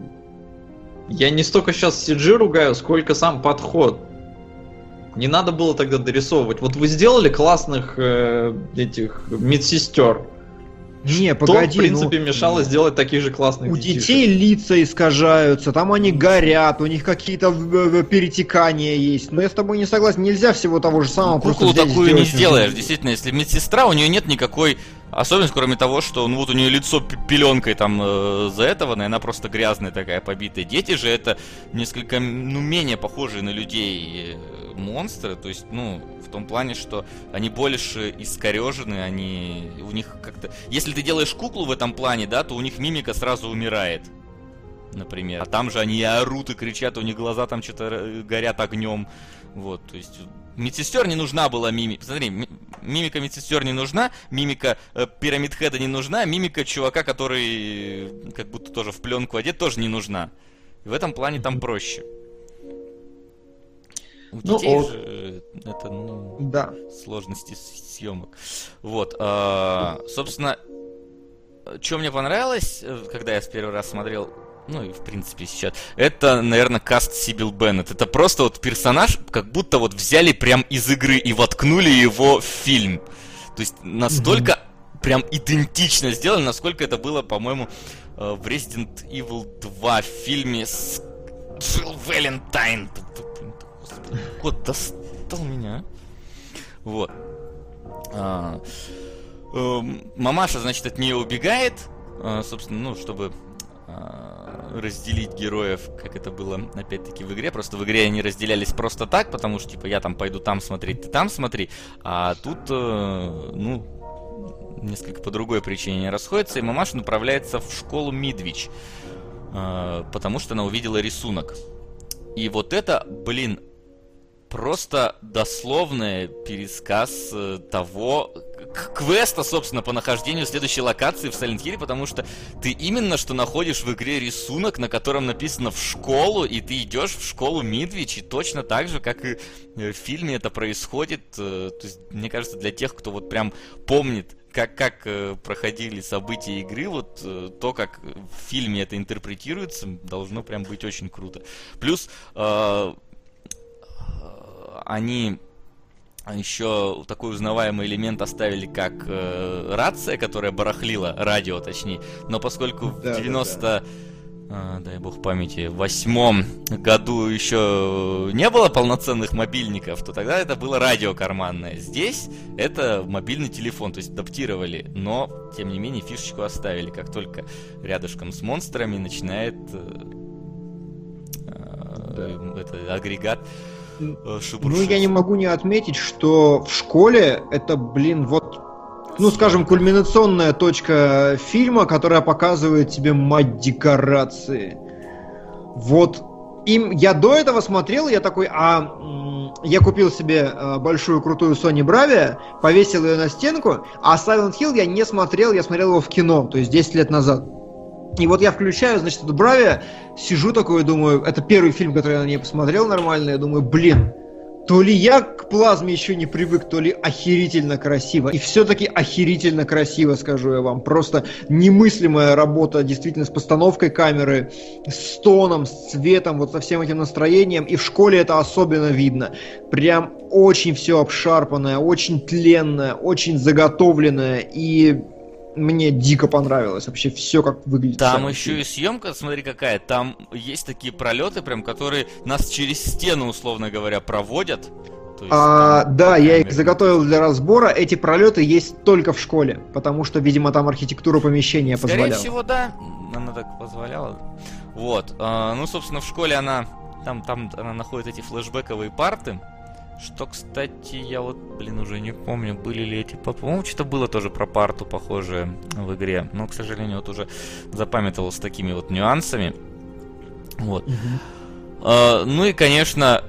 Я не столько сейчас си джи ругаю, сколько сам подход. Не надо было тогда дорисовывать. Вот вы сделали классных э, этих медсестер. Не, что, погоди, в принципе, ну, мешало сделать таких же классных у детишек? детей лица искажаются, там они горят, у них какие-то перетекания есть. Но я с тобой не согласен, нельзя всего того же самого. Куклу такую не сделаешь, действительно, если медсестра, у нее нет никакой особенности, кроме того, что ну вот у нее лицо пеленкой там э, за этого, и она просто грязная такая, побитая. Дети же это несколько, ну, менее похожие на людей э, монстры, то есть, ну, в том плане, что они больше искорежены, они, у них как-то... Если ты делаешь куклу в этом плане, да, то у них мимика сразу умирает, например. А там же они и орут, и кричат, у них глаза там что-то горят огнем, вот, то есть... Медсестер не нужна была мимика. Смотри, мимика медсестер не нужна, мимика э, Пирамид Хеда не нужна, мимика чувака, который э, как будто тоже в пленку одет, тоже не нужна. И в этом плане там проще. У ну, детей о... же это, ну, да. сложности съемок. Вот, э, собственно, что мне понравилось, когда я с первый раз смотрел, ну и в принципе сейчас, это, наверное, каст Сибил Беннет. Это просто вот персонаж, как будто вот взяли прям из игры и воткнули его в фильм. То есть настолько mm-hmm. прям идентично сделано, насколько это было, по-моему, в Resident Evil два в фильме с Джилл Валентайн. Кот достал меня. Вот. А, э, мамаша, значит, от нее убегает, э, собственно, ну, чтобы разделить героев, как это было, опять-таки, в игре. Просто в игре они разделялись просто так, потому что, типа, я там пойду там смотреть, ты там смотри. А тут, э, ну, несколько по другой причине расходятся, и мамаша направляется в школу Мидвич, э, потому что она увидела рисунок. И вот это, блин, просто дословный пересказ э, того... квеста, собственно, по нахождению следующей локации в Silent Hill, потому что ты именно что находишь в игре рисунок, на котором написано «в школу», и ты идешь в школу Мидвич, и точно так же, как и в фильме это происходит. То есть, мне кажется, для тех, кто вот прям помнит, как, как проходили события игры, вот то, как в фильме это интерпретируется, должно прям быть очень круто. Плюс э, они... еще такой узнаваемый элемент оставили, как э, рация, которая барахлила, радио точнее. Но поскольку да, в девяносто... Да, да. А, дай бог памяти, в восьмом году еще не было полноценных мобильников, то тогда это было радио карманное. Здесь это мобильный телефон, то есть адаптировали, но, тем не менее, фишечку оставили. Как только рядышком с монстрами начинает э, э, да. это, агрегат шебуршить. Ну, я не могу не отметить, что в школе это, блин, вот, ну, скажем, кульминационная точка фильма, которая показывает тебе мать декорации. Вот им я до этого смотрел, я такой, а я купил себе а, большую крутую Sony Bravia, повесил ее на стенку, а Silent Hill я не смотрел, я смотрел его в кино, то есть десять лет назад. И вот я включаю, значит, эту Бравия, сижу такой и думаю, это первый фильм, который я на ней посмотрел нормально, я думаю, блин, то ли я к плазме еще не привык, то ли охерительно красиво. И все-таки охерительно красиво, скажу я вам. Просто немыслимая работа, действительно, с постановкой камеры, с тоном, с цветом, вот со всем этим настроением. И в школе это особенно видно. Прям очень все обшарпанное, очень тленное, очень заготовленное. И... мне дико понравилось вообще все, как выглядит. Там еще фильм. И съемка, смотри какая. Там есть такие пролеты, прям, которые нас через стену, условно говоря, проводят. То есть, а, там, да, я их заготовил для разбора. Эти пролеты есть только в школе, потому что, видимо, там архитектура помещения Скорее позволяла. Скорее всего, да. Она так позволяла. Вот. А, ну, собственно, в школе она там, там она находит эти флешбековые парты. Что, кстати, я вот, блин, уже не помню, были ли эти... По-моему, что-то было тоже про парту похожее в игре. Но, к сожалению, вот уже запамятовал с такими вот нюансами. Вот. Mm-hmm. А, ну и, конечно,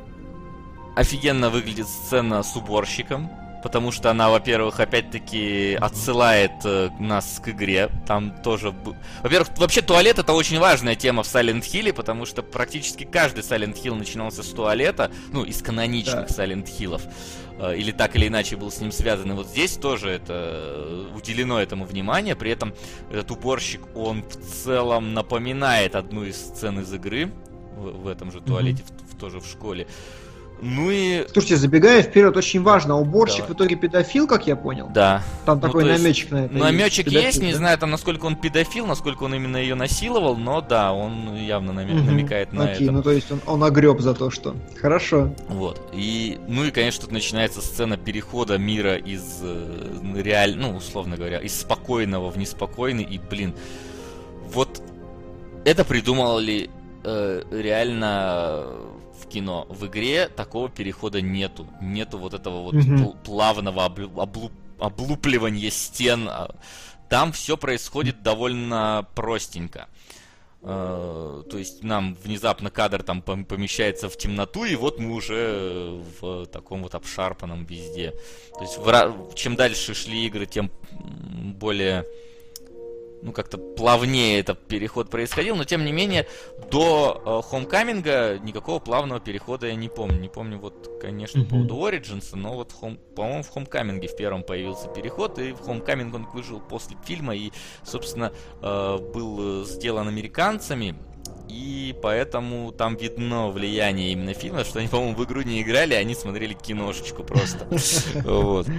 офигенно выглядит сцена с уборщиком. Потому что она, во-первых, опять-таки отсылает э, нас к игре. Там тоже... Во-первых, вообще туалет — это очень важная тема в Silent Hill, потому что практически каждый Silent Hill начинался с туалета, ну, из каноничных да. Silent Hill'ов. Э, или так или иначе был с ним связан. И вот здесь тоже это уделено этому внимание. При этом этот уборщик, он в целом напоминает одну из сцен из игры в, в этом же туалете, mm-hmm. в, в, тоже в школе. Ну и... Слушайте, забегая вперед, очень важно, уборщик Давай. В итоге педофил, как я понял? Да. Там ну, такой есть, намечек на это. Намечек есть, есть не да? знаю, там, насколько он педофил, насколько он именно ее насиловал, но да, он явно намек, угу. намекает на Окей, это. Ну то есть он, он огреб за то, что... Хорошо. Вот. И, ну и, конечно, тут начинается сцена перехода мира из э, реаль... ну, условно говоря, из спокойного в неспокойный, и, блин, вот это придумали э, реально... в кино. В игре такого перехода нету. Нету вот этого вот mm-hmm. плавного облю... облу... облупливания стен. Там все происходит довольно простенько. То есть нам внезапно кадр там помещается в темноту, и вот мы уже в таком вот обшарпанном везде. То есть в... чем дальше шли игры, тем более... ну, как-то плавнее этот переход происходил, но, тем не менее, до э, Homecoming никакого плавного перехода я не помню. Не помню, вот, конечно, mm-hmm. по поводу Origins, но вот, home, по-моему, в Homecoming в первом появился переход, и в Homecoming он выжил после фильма, и, собственно, э, был сделан американцами, и поэтому там видно влияние именно фильма, что они, по-моему, в игру не играли, они смотрели киношечку просто. Вот.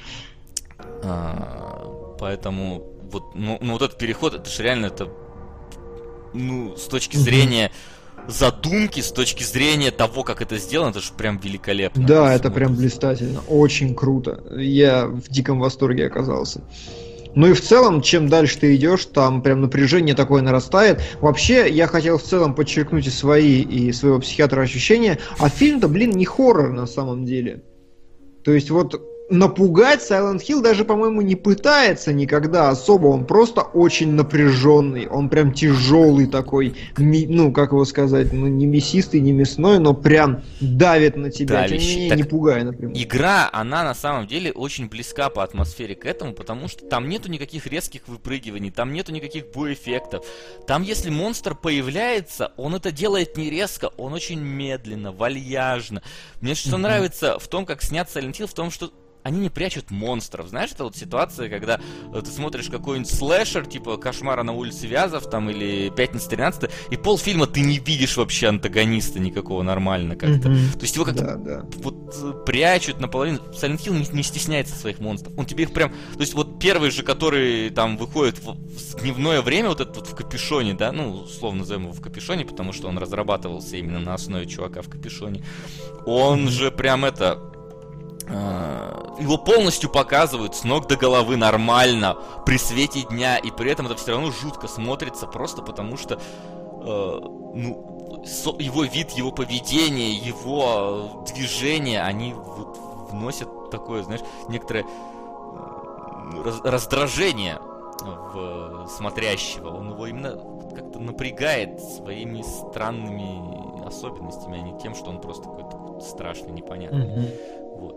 Поэтому... Вот, ну, ну вот этот переход, это же реально, это, ну, с точки зрения задумки, с точки зрения того, как это сделано, это же прям великолепно. Да, это прям блистательно, очень круто. Я в диком восторге оказался. Ну и в целом, чем дальше ты идешь, там прям напряжение такое нарастает. Вообще, я хотел в целом подчеркнуть и свои, и своего психиатра ощущения, а фильм-то, блин, не хоррор на самом деле. То есть вот напугать Silent Hill даже, по-моему, не пытается никогда особо, он просто очень напряженный, он прям тяжелый такой, ми, ну, как его сказать, ну, не мясистый, не мясной, но прям давит на тебя, тем не менее, не пугая, например. Игра, она на самом деле очень близка по атмосфере к этому, потому что там нету никаких резких выпрыгиваний, там нету никаких боэффектов, там если монстр появляется, он это делает не резко, он очень медленно, вальяжно. Мне что mm-hmm. нравится в том, как снят Silent Hill, в том, что они не прячут монстров. Знаешь, это вот ситуация, когда ты смотришь какой-нибудь слэшер, типа «Кошмара на улице Вязов», там, или «Пятница тринадцатая», и полфильма ты не видишь вообще антагониста никакого нормально как-то. Mm-hmm. То есть его как-то да, да. вот прячут наполовину. Silent Hill не, не стесняется своих монстров. Он тебе их прям... То есть вот первый же, который там выходит в, в дневное время, вот этот вот в капюшоне, да, ну, условно назовем его в капюшоне, потому что он разрабатывался именно на основе чувака в капюшоне. Он mm-hmm. же прям это... его полностью показывают с ног до головы нормально при свете дня, и при этом это все равно жутко смотрится, просто потому что э, ну, со, его вид, его поведение, его движения, они вот вносят такое, знаешь, некоторое э, раз, раздражение в смотрящего. Он его именно как-то напрягает своими странными особенностями, а не тем, что он просто какой-то страшный, непонятный. Mm-hmm. Вот.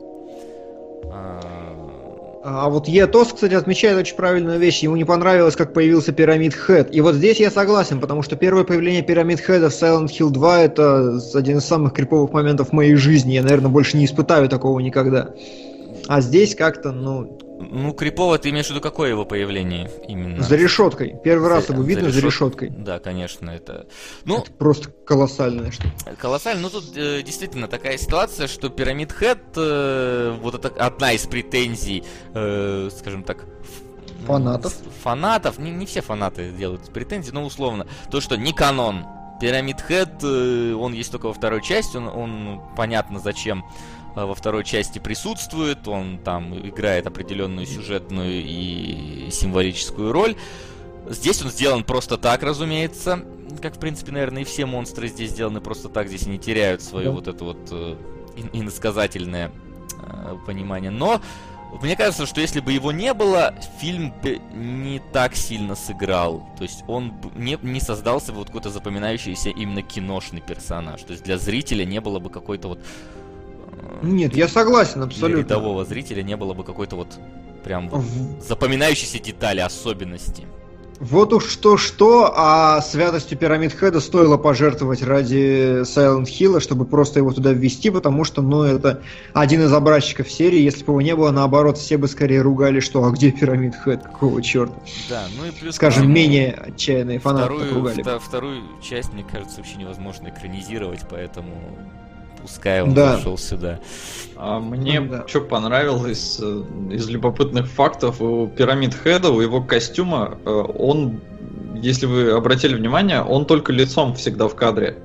А вот Етос, кстати, отмечает очень правильную вещь. Ему не понравилось, как появился Pyramid Head. И вот здесь я согласен, потому что первое появление Pyramid Head в Silent Hill два это один из самых криповых моментов в моей жизни. Я, наверное, больше не испытаю такого никогда. А здесь как-то, ну... Ну, крипово ты имеешь в виду какое его появление именно? За решеткой. Первый за, раз его видно за, решет... за решеткой. Да, конечно, это... Ну, это просто колоссальное что-то. Колоссально. Ну, тут э, действительно такая ситуация, что Pyramid Head, э, вот это одна из претензий, э, скажем так... Фанатов. Фанатов. Не, не все фанаты делают претензии, но условно. То, что не канон. Pyramid Head, э, он есть только во второй части, он, он понятно зачем во второй части присутствует, он там играет определенную сюжетную и символическую роль. Здесь он сделан просто так, разумеется, как, в принципе, наверное, и все монстры здесь сделаны просто так, здесь они теряют свое да. вот это вот э, иносказательное э, понимание. Но мне кажется, что если бы его не было, фильм бы не так сильно сыграл. То есть он не, не создался бы вот какой-то запоминающийся именно киношный персонаж. То есть для зрителя не было бы какой-то вот... Нет, я согласен, абсолютно. Для рядового зрителя не было бы какой-то вот прям вот запоминающейся детали, особенности. Вот уж что-что, а святостью Pyramid Head стоило пожертвовать ради Silent Hill, чтобы просто его туда ввести, потому что, ну, это один из образчиков серии. Если бы его не было, наоборот, все бы скорее ругали, что «а где Pyramid Head? Какого черта?» Да, ну и плюс... Скажем, менее отчаянные фанаты вторую, ругали. Втор- вторую часть, мне кажется, вообще невозможно экранизировать, поэтому... Пускай он да. зашел сюда. А мне ну, да. что понравилось из любопытных фактов, у Pyramid Head, у его костюма, он, если вы обратили внимание, он только лицом всегда в кадре.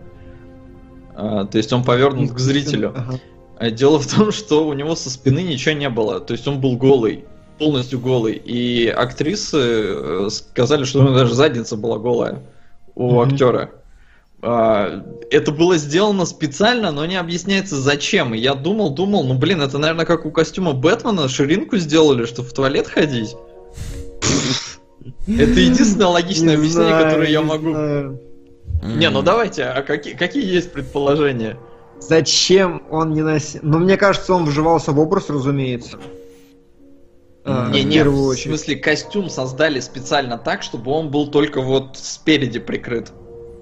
То есть он повернут к зрителю. Ага. Дело в том, что у него со спины ничего не было. То есть он был голый, полностью голый. И актрисы сказали, что у него даже задница была голая у mm-hmm. актера. Это было сделано специально, но не объясняется зачем. И я думал, думал, ну блин, это, наверное, как у костюма Бэтмена ширинку сделали, чтобы в туалет ходить. Это единственное логичное объяснение, которое я могу... Не, ну давайте, а какие, какие есть предположения? Зачем он не носил? Ну, мне кажется, он вживался в образ, разумеется. Не, не, в смысле, костюм создали специально так, чтобы он был только вот спереди прикрыт.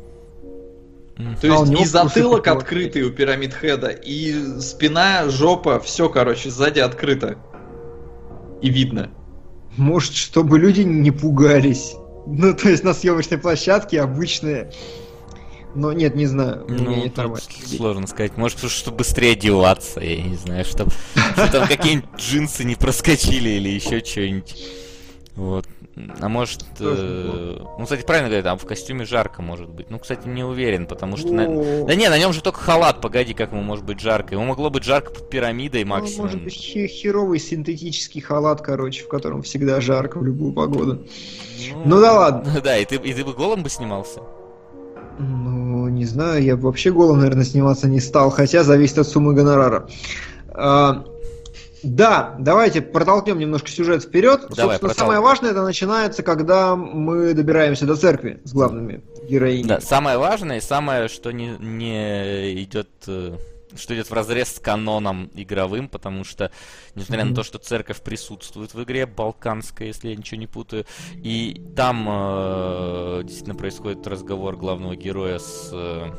То а есть и затылок открытый у Pyramid Head, и спина, жопа, все, короче, сзади открыто. И видно. Может, чтобы люди не пугались. Ну, то есть на съемочной площадке обычные. Но нет, не знаю. Ну, не сложно сказать. Может, чтобы быстрее одеваться, я не знаю, чтобы там какие-нибудь джинсы не проскочили или еще что-нибудь. Вот. А может... Э, ну, кстати, правильно говорят, а в костюме жарко может быть. Ну, кстати, не уверен, потому что... На... Да не, на нем же только халат, погоди, как ему может быть жарко. Ему могло быть жарко под пирамидой максимум. Ну, может быть, херовый синтетический халат, короче, в котором всегда жарко в любую погоду. Ну, ну да ладно. Да, и ты, и ты бы голым бы снимался? Ну, не знаю, я бы вообще голым, наверное, сниматься не стал, хотя зависит от суммы гонорара. А, да, давайте протолкнем немножко сюжет вперед. Давай, Собственно, самое важное это начинается, когда мы добираемся до церкви с главными героинями. Да, самое важное и самое, что не, не идет, что идет вразрез с каноном игровым, потому что, несмотря mm-hmm. на то, что церковь присутствует в игре, балканская, если я ничего не путаю, и там э, действительно происходит разговор главного героя с, э,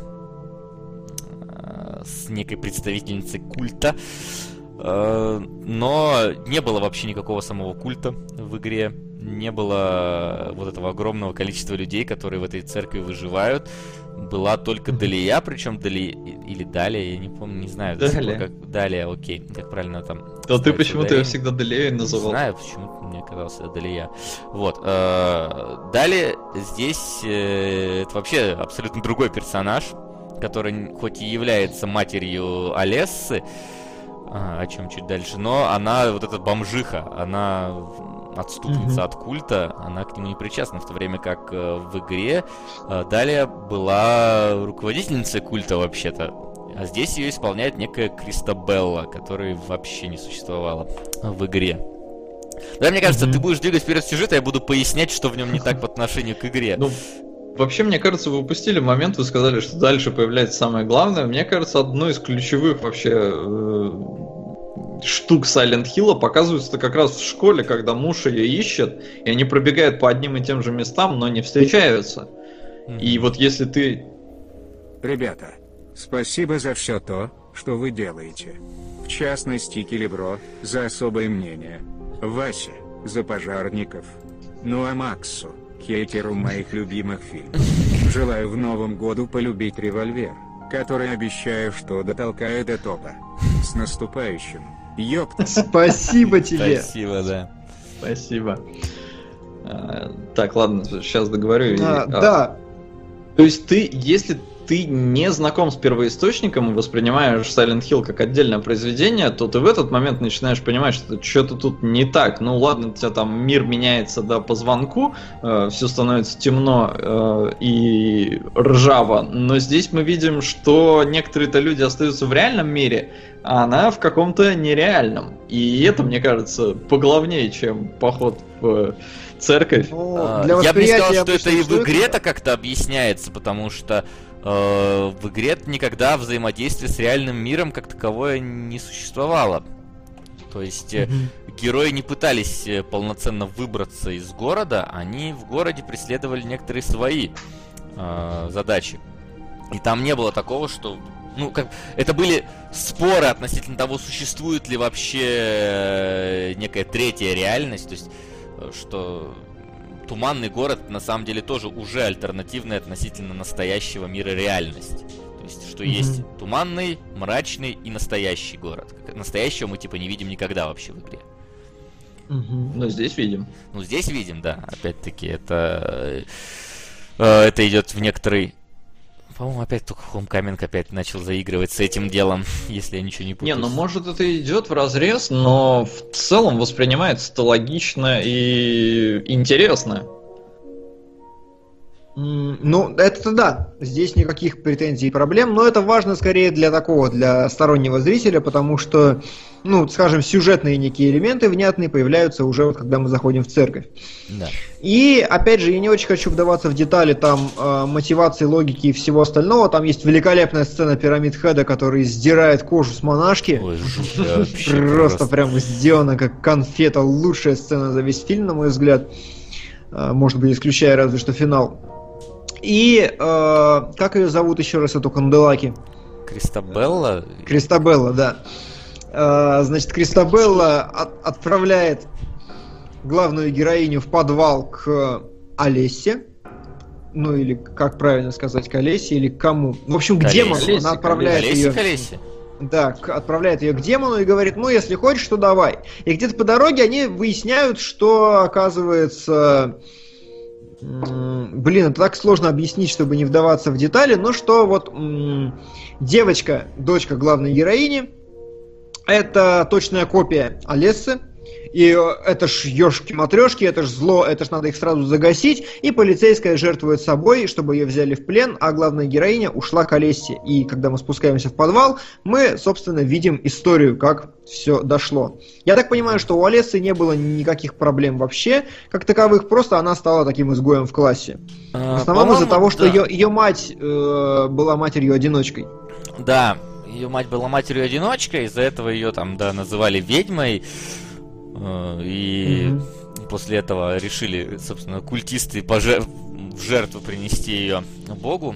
с некой представительницей культа, э, но не было вообще никакого самого культа в игре. Не было вот этого огромного количества людей, которые в этой церкви выживают. Была только Далия, причем Далия или Далия, я не помню, не знаю. Далия. Как... Далия, окей, как правильно там. Да ты почему-то ее всегда Далией называл. Не знаю, почему-то мне казалось Далия. Вот. Далее здесь это вообще абсолютно другой персонаж, который хоть и является матерью Алессы, о чем чуть дальше, но она вот эта бомжиха, она отступница mm-hmm. от культа, она к нему не причастна, в то время как э, в игре э, Далия была руководительницей культа вообще-то, а здесь ее исполняет некая Кристабелла, которой вообще не существовало в игре. Да, мне кажется, mm-hmm. ты будешь двигать вперед сюжет, а я буду пояснять, что в нем не так по отношению к игре. Ну, вообще, мне кажется, вы упустили момент, вы сказали, что дальше появляется самое главное. Мне кажется, одно из ключевых вообще э, штук Silent Hill показывается как раз в школе, когда муж ее ищет, и они пробегают по одним и тем же местам, но не встречаются. Mm-hmm. И вот если ты... Ребята, спасибо за все то, что вы делаете. В частности, Килибро за особое мнение, Вася за пожарников, ну а Максу, хейтеру моих любимых фильмов, желаю в новом году полюбить револьвер, который обещаю, что дотолкаю до топа. С наступающим. Ёпта. Спасибо тебе. Спасибо, да. Спасибо. А, так, ладно, сейчас договорю. А, и, да. А, то есть ты, если ты не знаком с первоисточником и воспринимаешь Silent Hill как отдельное произведение, то ты в этот момент начинаешь понимать, что что-то тут не так. Ну ладно, у тебя там мир меняется, да, по звонку, э, все становится темно э, и ржаво, но здесь мы видим, что некоторые-то люди остаются в реальном мире, а она в каком-то нереальном. И это, мне кажется, поглавнее, чем поход в церковь. Ну, для я бы не сказал, что это и в игре-то как-то объясняется, потому что э, в игре никогда взаимодействие с реальным миром как таковое не существовало. То есть mm-hmm. герои не пытались полноценно выбраться из города, они в городе преследовали некоторые свои э, задачи. И там не было такого, что... Ну, как... Это были споры относительно того, существует ли вообще некая третья реальность, то есть что туманный город на самом деле тоже уже альтернативная относительно настоящего мира реальность. То есть, что mm-hmm. есть туманный, мрачный и настоящий город. Настоящего мы типа не видим никогда вообще в игре. Mm-hmm. Но здесь видим. Ну, здесь видим, да. Опять-таки, это, это идет в некоторый... По-моему, опять только Homecoming опять начал заигрывать с этим делом, если я ничего не путаю. Не, ну может это идет в разрез, но в целом воспринимается это логично и интересно. Ну, это да, здесь никаких претензий и проблем, но это важно скорее для такого, для стороннего зрителя, потому что, ну, скажем, сюжетные некие элементы внятные появляются уже вот когда мы заходим в церковь. Да. И, опять же, я не очень хочу вдаваться в детали там э, мотивации, логики и всего остального. Там есть великолепная сцена Пирамид Хеда, который сдирает кожу с монашки. Ой, жуть, просто прям сделано как конфета, лучшая сцена за весь фильм, на мой взгляд. Может быть, исключая разве что финал. И э, как ее зовут еще раз, эту Канделаки? Кристабелла? Кристабелла, да. Э, значит, Кристабелла от, отправляет главную героиню в подвал к Олесе. Ну или как правильно сказать, к Олесе или к кому? В общем, к демону. Она отправляет Олесе, ее. К Олесе. Да, к- отправляет ее к демону и говорит, ну, если хочешь, то давай. И где-то по дороге они выясняют, что, оказывается... м, Блин, это так сложно объяснить, чтобы не вдаваться в детали, но что вот м, девочка, дочка главной героини, это точная копия Олессы. И это ж ёшки-матрёшки, это ж зло, это ж надо их сразу загасить. И полицейская жертвует собой, чтобы ее взяли в плен, а главная героиня ушла к Олессе. И когда мы спускаемся в подвал, мы, собственно, видим историю, как все дошло. Я так понимаю, что у Олессы не было никаких проблем вообще, как таковых, просто она стала таким изгоем в классе. А, В основном из-за по-моему, того, что да. ее, ее мать э, была матерью-одиночкой. Да, ее мать была матерью-одиночкой, из-за этого ее там, да, называли ведьмой. э, И Мгм. после этого решили, собственно, культисты поже- в жертву принести ее Богу.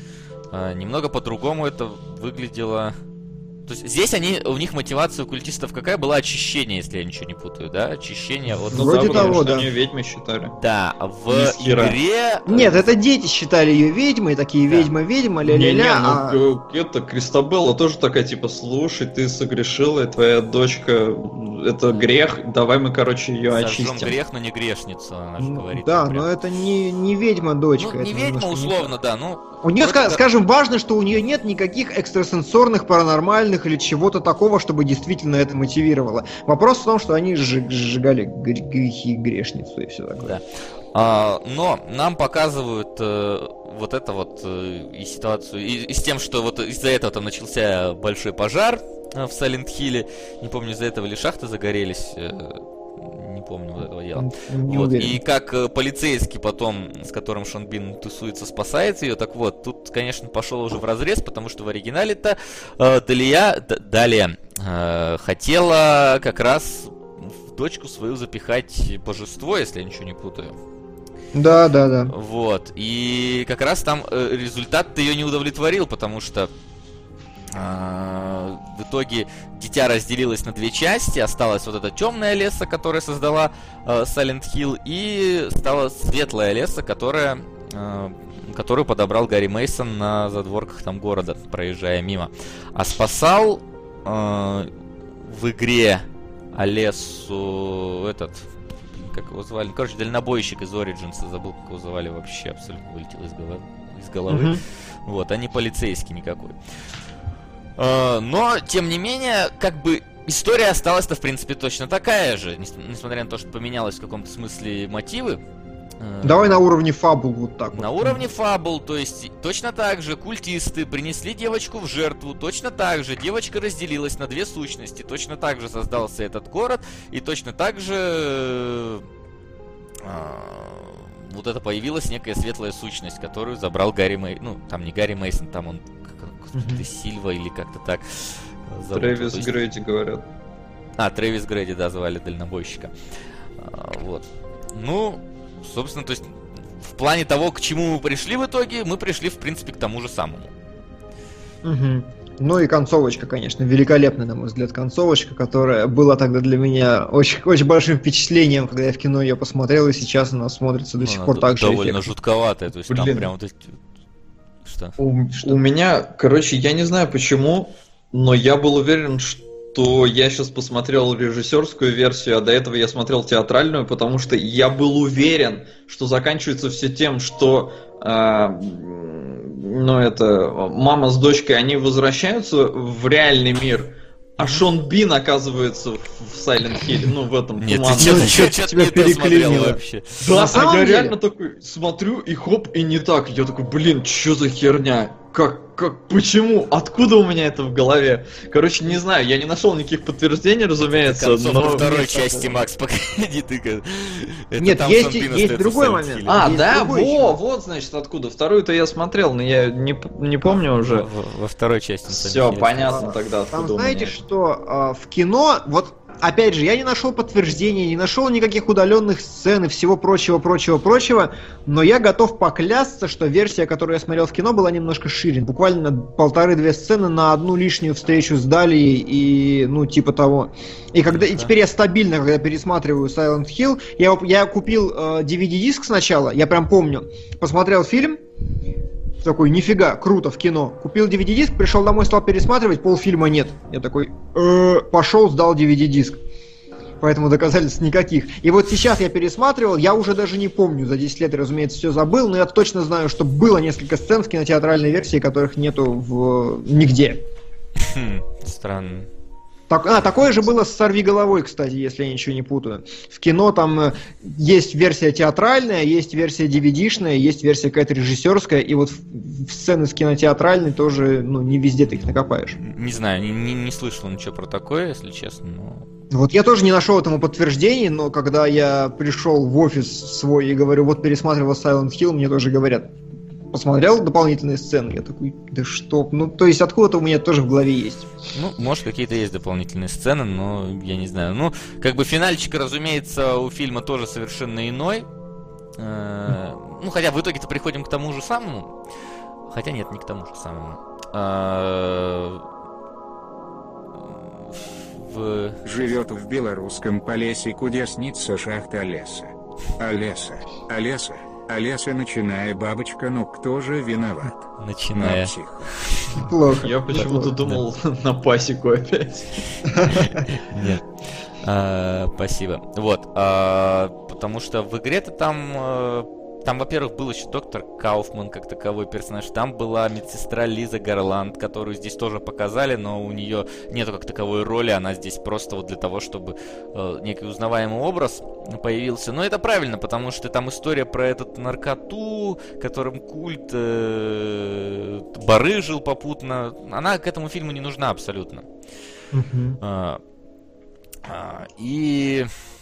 Э, Немного по-другому это выглядело. То есть здесь они, у них мотивация у культистов какая была? Очищение, если я ничего не путаю, да? Очищение от... Ну Вроде да, потому того, что да. они ведьмы считали. Да, в Из хера. игре... Нет, это дети считали ее ведьмой, такие Да. ведьма-ведьма, Не-не, ля-ля-ля. ну а- г- это Кристабелла тоже такая, типа, слушай, ты согрешила, и твоя дочка, это грех, давай мы, короче, ее Сожжем очистим. грех, но не грешницу, она же Ну, говорит. да, прям. но это не, не ведьма-дочка. Ну, не это ведьма, немножко не условно, да, ну... У нее, вроде как- скажем, важно, что у нее нет никаких экстрасенсорных, паранормальных или чего-то такого, чтобы действительно это мотивировало. Вопрос в том, что они сжиг- сжигали гр- грехи грешницу и все такое. Да. А, но нам показывают э, вот это вот э, и ситуацию, и, и с тем, что вот из-за этого там начался большой пожар э, в Сайлент-Хилле. Не помню, из-за этого ли шахты загорелись. э, не помню вот этого дела. Не Вот, уверен. и как э, полицейский потом, с которым Шон Бин тусуется, спасает ее, так вот, тут, конечно, пошел уже в разрез, потому что в оригинале-то э, Далия, Д- Далия э, хотела как раз в дочку свою запихать божество, если я ничего не путаю. Да, да, да. Вот, и как раз там э, результат ее не удовлетворил, потому что а, в итоге дитя разделилось на две части. Осталась вот эта темная леса, которая создала э, Silent Hill, и стала светлая леса, которая, э, которую подобрал Гарри Мейсон на задворках там города, проезжая мимо. А спасал э, в игре Олесу этот, как его звали, короче, дальнобойщик из Origins, забыл, как его звали вообще, абсолютно вылетел из головы. Из головы. Мгм. Вот, а не полицейский никакой. Э, Но, тем не менее, как бы история осталась-то, в принципе, точно такая же, нес- несмотря на то, что поменялось в каком-то смысле мотивы. Э, Давай на уровне фабул вот так На вот. уровне фабул, то есть точно так же культисты принесли девочку в жертву, точно так же девочка разделилась на две сущности, точно так же создался этот город, и точно так же э, вот это появилась некая светлая сущность, которую забрал Гарри Мейсон. Ну, там не Гарри Мейсон, там он как-то Мгм. Сильва или как-то так зовут. Трэвис То есть- Грейди говорят. А, Трэвис Грейди, да, звали дальнобойщика. А, вот. Ну, собственно, то есть в плане того, к чему мы пришли в итоге, мы пришли, в принципе, к тому же самому. Мгм. Ну и концовочка, конечно, великолепная, на мой взгляд, концовочка, которая была тогда для меня очень, очень большим впечатлением, когда я в кино ее посмотрел, и сейчас она смотрится до Ну, сих она пор д- так же довольно эффектно. жутковатая, то есть там Блин. прям вот эти... Что? У, Что? у меня, короче, я не знаю почему, но я был уверен, что я сейчас посмотрел режиссерскую версию, а до этого я смотрел театральную, потому что я был уверен, что заканчивается все тем, что а, ну это мама с дочкой, они возвращаются в реальный мир, а Шон Бин оказывается в Silent Hill, ну в этом Нет, ты туманном. что-то, Ну, что-то, тебя не то смотрел переклинило. вообще. Да, На а самом я деле- реально такой смотрю и хоп, и не так. Я такой, блин, что за херня? Как, как, почему? Откуда у меня это в голове? Короче, не знаю, я не нашел никаких подтверждений, разумеется, Концовка но... второй мне части, так- Макс, погоди, ты как- Это Нет, там есть Шон и- Бин есть остается в другой Silent момент. Hill. А, Есть да, другой во, еще. вот, значит, откуда. Вторую-то я смотрел, но я не, п- не помню уже. Во, во второй части. на самом Все, деле. понятно тогда, откуда Там у знаете, меня. что а, в кино, вот опять же, я не нашел подтверждения, не нашел никаких удаленных сцен и всего прочего, прочего, прочего, но я готов поклясться, что версия, которую я смотрел в кино, была немножко шире. Буквально полторы-две сцены на одну лишнюю встречу с Далией и, ну, типа того. И когда и Да. теперь я стабильно, когда пересматриваю Silent Hill, я, я купил э, ди ви ди-диск сначала, я прям помню, посмотрел фильм, Такой, нифига, круто, в кино. Купил ди ви ди-диск, пришел домой, стал пересматривать, полфильма нет. Я такой, э-э, пошел, сдал ди ви ди-диск. Поэтому доказательств никаких. И вот сейчас я пересматривал, я уже даже не помню, за десять лет, разумеется, все забыл, но я точно знаю, что было несколько сцен в кинотеатральной версии, которых нету в... нигде. Хм, странно. Так, а, такое же было с «Сорви головой», кстати, если я ничего не путаю. В кино там э, есть версия театральная, есть версия ди ви ди-шная, есть версия какая-то режиссерская, и вот в, в сцены с кинотеатральной тоже, ну, не везде ты их накопаешь. Не знаю, не, не, не слышал ничего про такое, если честно, но... Вот я тоже не нашел этому подтверждений, но когда я пришел в офис свой и говорю, вот пересматривал Silent Hill, мне тоже говорят, посмотрел дополнительные сцены? Я такой, да что? Ну, то есть откуда-то у меня тоже в голове есть. Ну, может, какие-то есть дополнительные сцены, но я не знаю. Ну, как бы финальчик, разумеется, у фильма тоже совершенно иной. Ну, хотя в итоге-то приходим к тому же самому. Хотя нет, не к тому же самому. В... Живет в белорусском Полесье кудесница шахта леса. А леса, а леса, а леса, начиная бабочка, ну кто же виноват? Начиная. Плохо. Я почему-то думал на пасеку опять. Нет. Спасибо. Вот. Потому что в игре-то там... Там, во-первых, был еще доктор Кауфман как таковой персонаж. Там была медсестра Лиза Гарланд, которую здесь тоже показали, но у нее нету как таковой роли. Она здесь просто вот для того, чтобы э, некий узнаваемый образ появился. Но это правильно, потому что там история про этот наркоту, которым культ э, барыжил попутно. Она к этому фильму не нужна абсолютно. Uh-huh. А, а, и...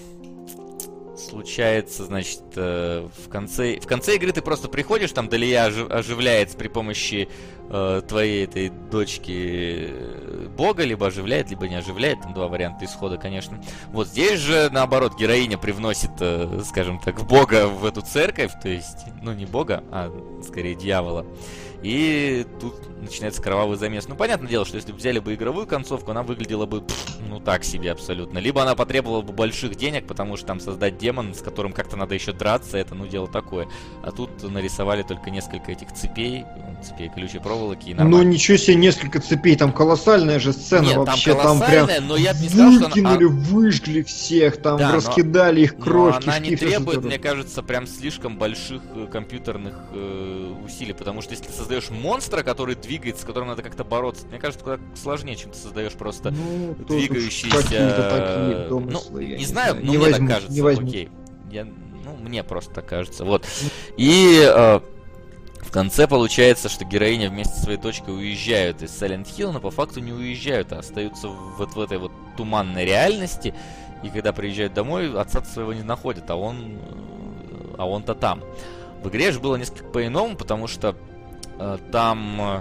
Случается, значит, в конце, в конце игры ты просто приходишь, там Далия ожив, оживляется при помощи э, твоей этой дочки бога, либо оживляет, либо не оживляет, там два варианта исхода, конечно. Вот здесь же, наоборот, героиня привносит, э, скажем так, бога в эту церковь, то есть, ну не бога, а скорее дьявола. И тут начинается кровавый замес. Ну, понятное дело, что если бы взяли бы игровую концовку, она выглядела бы, пфф, ну, так себе абсолютно. Либо она потребовала бы больших денег, потому что там создать демон, с которым как-то надо еще драться, это, ну, дело такое. А тут нарисовали только несколько этих цепей, цепей колючей проволоки, и нормально. Ну, ничего себе, несколько цепей, там колоссальная же сцена. Нет, вообще. Там, там прям но я бы не сказал, что выкинули, она... выжгли всех, там да, раскидали но... их кровь, но она кишки, не все, требует, что мне кажется, прям слишком больших э, компьютерных э, усилий, потому что если ты создаешь монстра, который двигается, с которым надо как-то бороться, мне кажется, куда сложнее, чем ты создаешь просто ну, двигающийся... Домыслы, ну, не не знаю, знаю, но не мне возьму, так кажется, не возьму. окей. Я, ну, мне просто так кажется, вот. И э, в конце получается, что героиня вместе со своей дочкой уезжают из Silent Hill, но по факту не уезжают, а остаются вот в этой вот туманной реальности, и когда приезжают домой, отца своего не находят, а он, а он-то там. В игре же было несколько по-иному, потому что э, там э,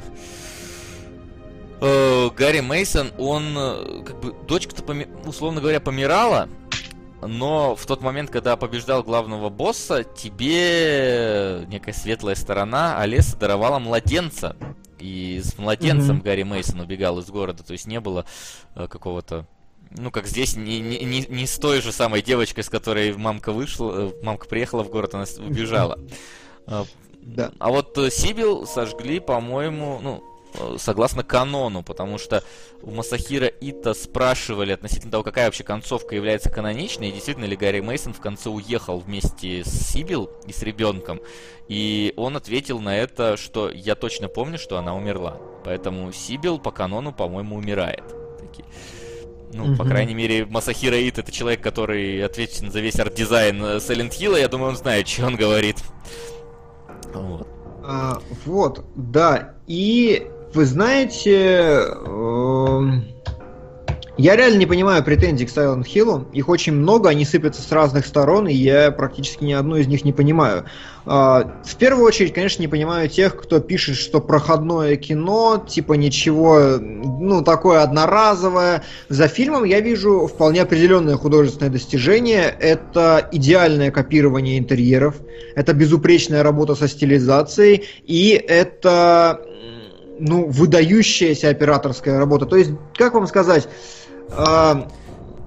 э, Гарри Мейсон, он э, как бы дочка-то, поми- условно говоря, помирала, но в тот момент, когда побеждал главного босса, тебе некая светлая сторона Алеса даровала младенца. И с младенцем mm-hmm. Гарри Мейсон убегал из города, то есть не было э, какого-то... Ну, как здесь, не, не, не, не с той же самой девочкой, с которой мамка вышла, мамка приехала в город, она убежала. Да. А вот Сибил сожгли, по-моему, ну, согласно канону, потому что у Масахиро Ита спрашивали относительно того, какая вообще концовка является каноничной, и действительно ли Гарри Мейсон в конце уехал вместе с Сибил и с ребенком, и он ответил на это, что я точно помню, что она умерла, поэтому Сибил по канону, по-моему, умирает. Такие. Ну, mm-hmm. по крайней мере, Масахиро Ит — это человек, который ответственен за весь арт-дизайн Silent Hill, я думаю, он знает, что он говорит. Вот. А, вот, да, и вы знаете, э, я реально не понимаю претензий к Silent Hill, их очень много, они сыпятся с разных сторон, и я практически ни одну из них не понимаю. Э, в первую очередь, конечно, не понимаю тех, кто пишет, что проходное кино, типа ничего, ну, такое одноразовое. За фильмом я вижу вполне определенное художественное достижение, это идеальное копирование интерьеров, это безупречная работа со стилизацией, и это... ну, выдающаяся операторская работа. То есть, как вам сказать, э,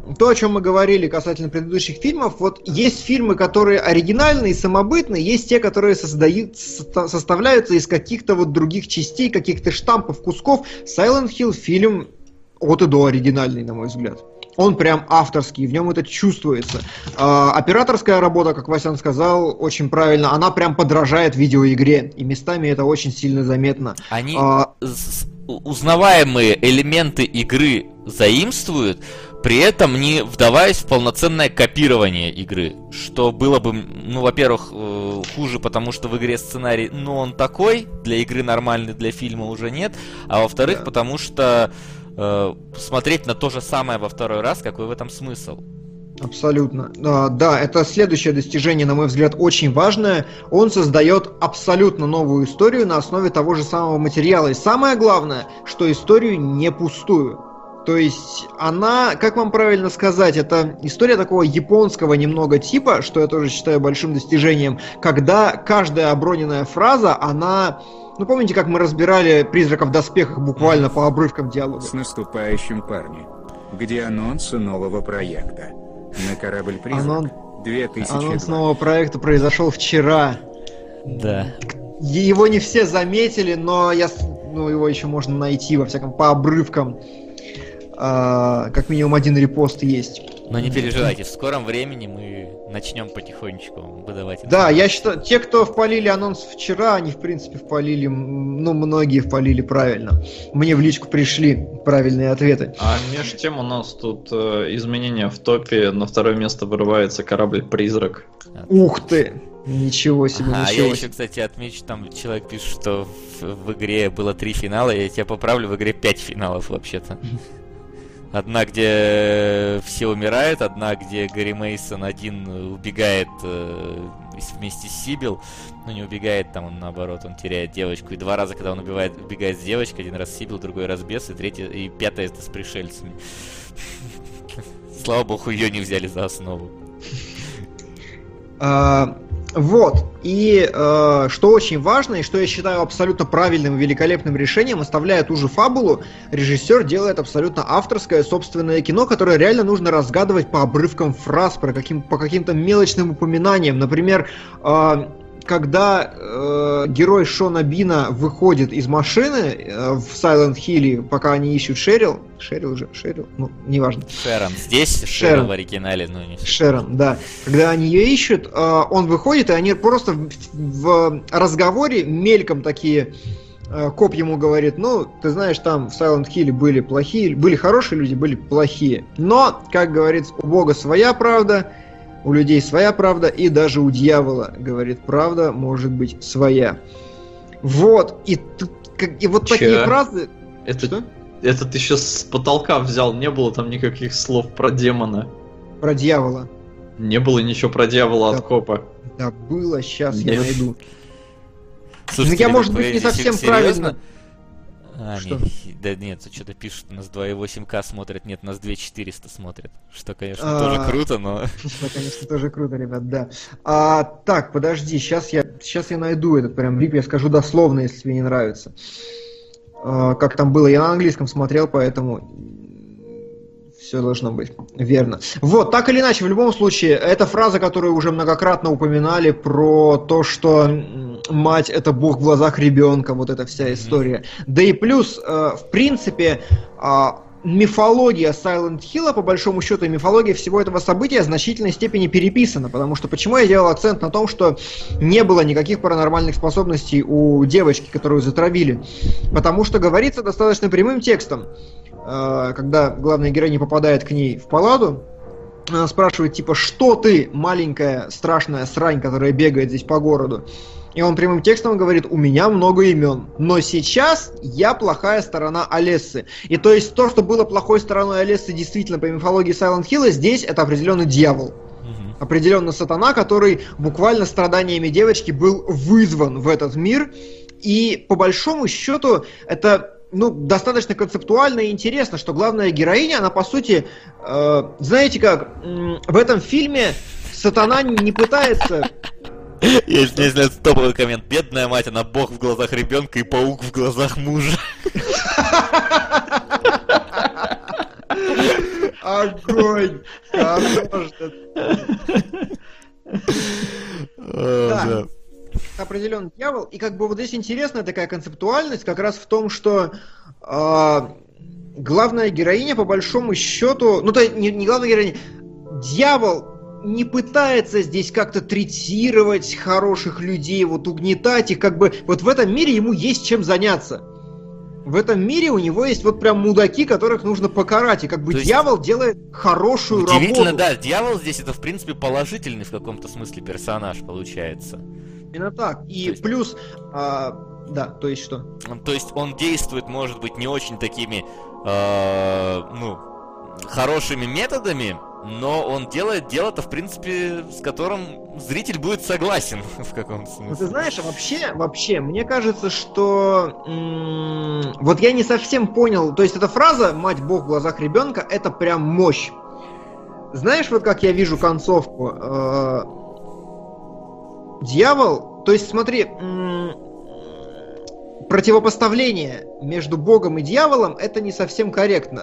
то, о чем мы говорили касательно предыдущих фильмов, вот есть фильмы, которые оригинальные, самобытные, есть те, которые создают, со- составляются из каких-то вот других частей, каких-то штампов, кусков. Silent Hill фильм от и до оригинальный, на мой взгляд. Он прям авторский, в нем это чувствуется. А, операторская работа, как Васян сказал, очень правильно, она прям подражает видеоигре, и местами это очень сильно заметно. Они а, с- узнаваемые элементы игры заимствуют, при этом не вдаваясь в полноценное копирование игры, что было бы, ну, во-первых, э, хуже, потому что в игре сценарий, ну, он такой, для игры нормальный, для фильма уже нет, а во-вторых, Да. потому что э, смотреть на то же самое во второй раз, какой в этом смысл? Абсолютно. А, да, это следующее достижение, на мой взгляд, очень важное. Он создает абсолютно новую историю на основе того же самого материала. И самое главное, что историю не пустую. То есть она, как вам правильно сказать, это история такого японского немного типа, что я тоже считаю большим достижением, когда каждая оброненная фраза, она... Ну, помните, как мы разбирали «Призрака в доспехах» буквально по обрывкам диалога? С наступающим, парни. Где анонсы нового проекта? На корабль «Призрак» Анон- две тысячи два. Анонс нового проекта произошел вчера. Да. Его не все заметили, но я, с- ну, его еще можно найти, во всяком, по обрывкам. А, как минимум один репост есть. Но не переживайте, в скором времени мы начнем потихонечку выдавать. Да, я считаю, те, кто впалили анонс вчера, они, в принципе, впалили, м, ну, многие впалили правильно. Мне в личку пришли правильные ответы. А между тем у нас тут э, изменения в топе. На второе место вырывается корабль-призрак. Ух ты! Ничего себе, А ничего я себе. еще, кстати, отмечу, там человек пишет, что в, в игре было три финала, я тебя поправлю, в игре пять финалов вообще-то. Одна, где все умирают, одна, где Гарри Мейсон один убегает э, вместе с Сибил, ну не убегает, там он наоборот, он теряет девочку, и два раза, когда он убивает, убегает с девочкой, один раз с Сибил, другой раз без, и третий, и пятое это с пришельцами. Слава богу, ее не взяли за основу. А, вот. И э, что очень важно, и что я считаю абсолютно правильным и великолепным решением, оставляя ту же фабулу, режиссер делает абсолютно авторское собственное кино, которое реально нужно разгадывать по обрывкам фраз, по, каким, по каким-то мелочным упоминаниям. Например, э, когда э, герой Шона Бина выходит из машины э, в Silent Hill, пока они ищут Шерил, Шерил же, Шерил, ну, неважно. Шерон. Здесь Шерон, Шерон. в оригинале, ну не Шерон, да. Когда они ее ищут, э, он выходит, и они просто в, в разговоре мельком такие... э, Коп ему говорит, ну, ты знаешь, там в Silent Hill были плохие, были хорошие люди, были плохие. Но, как говорится, у Бога своя правда, у людей своя правда, и даже у дьявола, говорит, правда может быть своя. Вот, и, тут, как- и вот Чё? такие фразы... Это, Что? это ты сейчас с потолка взял, не было там никаких слов про демона. Про дьявола. Не было ничего про дьявола Да. от копа. Да было, сейчас я Нет. найду. Слушайте, Ну, я, ребят, может быть, не погодите, совсем серьезно? правильно. А, Что? нет, да нет, что-то пишут, нас два и восемь ка смотрят, нет, нас две тысячи четыреста смотрят. Что, конечно, А. тоже круто, но... Это, конечно, тоже круто, ребят, да. А, так, подожди, сейчас я, сейчас я найду этот прям рип, я скажу дословно, если тебе не нравится. А, как там было, я на английском смотрел, поэтому все должно быть верно. Вот, так или иначе, в любом случае, это фраза, которую уже многократно упоминали про то, что м, мать это бог в глазах ребенка, вот эта вся история. Да и плюс, э, в принципе, а, мифология Silent Hill, по большому счету, и мифология всего этого события в значительной степени переписана, потому что почему я делал акцент на том, что не было никаких паранормальных способностей у девочки, которую затравили? Потому что говорится достаточно прямым текстом, э, когда главная героиня попадает к ней в палату, она спрашивает, типа, что ты, маленькая страшная срань, которая бегает здесь по городу? И он прямым текстом говорит, у меня много имен, но сейчас я плохая сторона Алессы. И то есть то, что было плохой стороной Алессы действительно по мифологии Silent Hill, здесь это определенно дьявол. Мгм. Определенно сатана, который буквально страданиями девочки был вызван в этот мир. И по большому счету это... Ну, достаточно концептуально и интересно, что главная героиня, она по сути, э, знаете как, м, в этом фильме сатана не пытается... Если, если это топовый коммент, бедная мать, она бог в глазах ребенка и паук в глазах мужа. Огонь! Хорош! Да. Определенный дьявол. И как бы вот здесь интересная такая концептуальность как раз в том, что э, главная героиня по большому счету, ну то не, не главная героиня, дьявол не пытается здесь как-то третировать хороших людей, вот угнетать их, как бы вот в этом мире ему есть чем заняться. В этом мире у него есть вот прям мудаки, которых нужно покарать, и как бы то дьявол есть... делает хорошую работу. Удивительно, да, дьявол здесь это в принципе положительный в каком-то смысле персонаж получается. Именно так. И то есть... плюс, а, да, то есть что? То есть он действует, может быть, не очень такими, э, ну, хорошими методами, но он делает дело-то, в принципе, с которым зритель будет согласен в каком-то смысле. Ну, ты знаешь, вообще, вообще, мне кажется, что м- вот я не совсем понял, то есть эта фраза «мать Бог в глазах ребенка» — это прям мощь. Знаешь, вот как я вижу концовку? Э- Дьявол, то есть смотри, м- противопоставление между Богом и дьяволом — это не совсем корректно.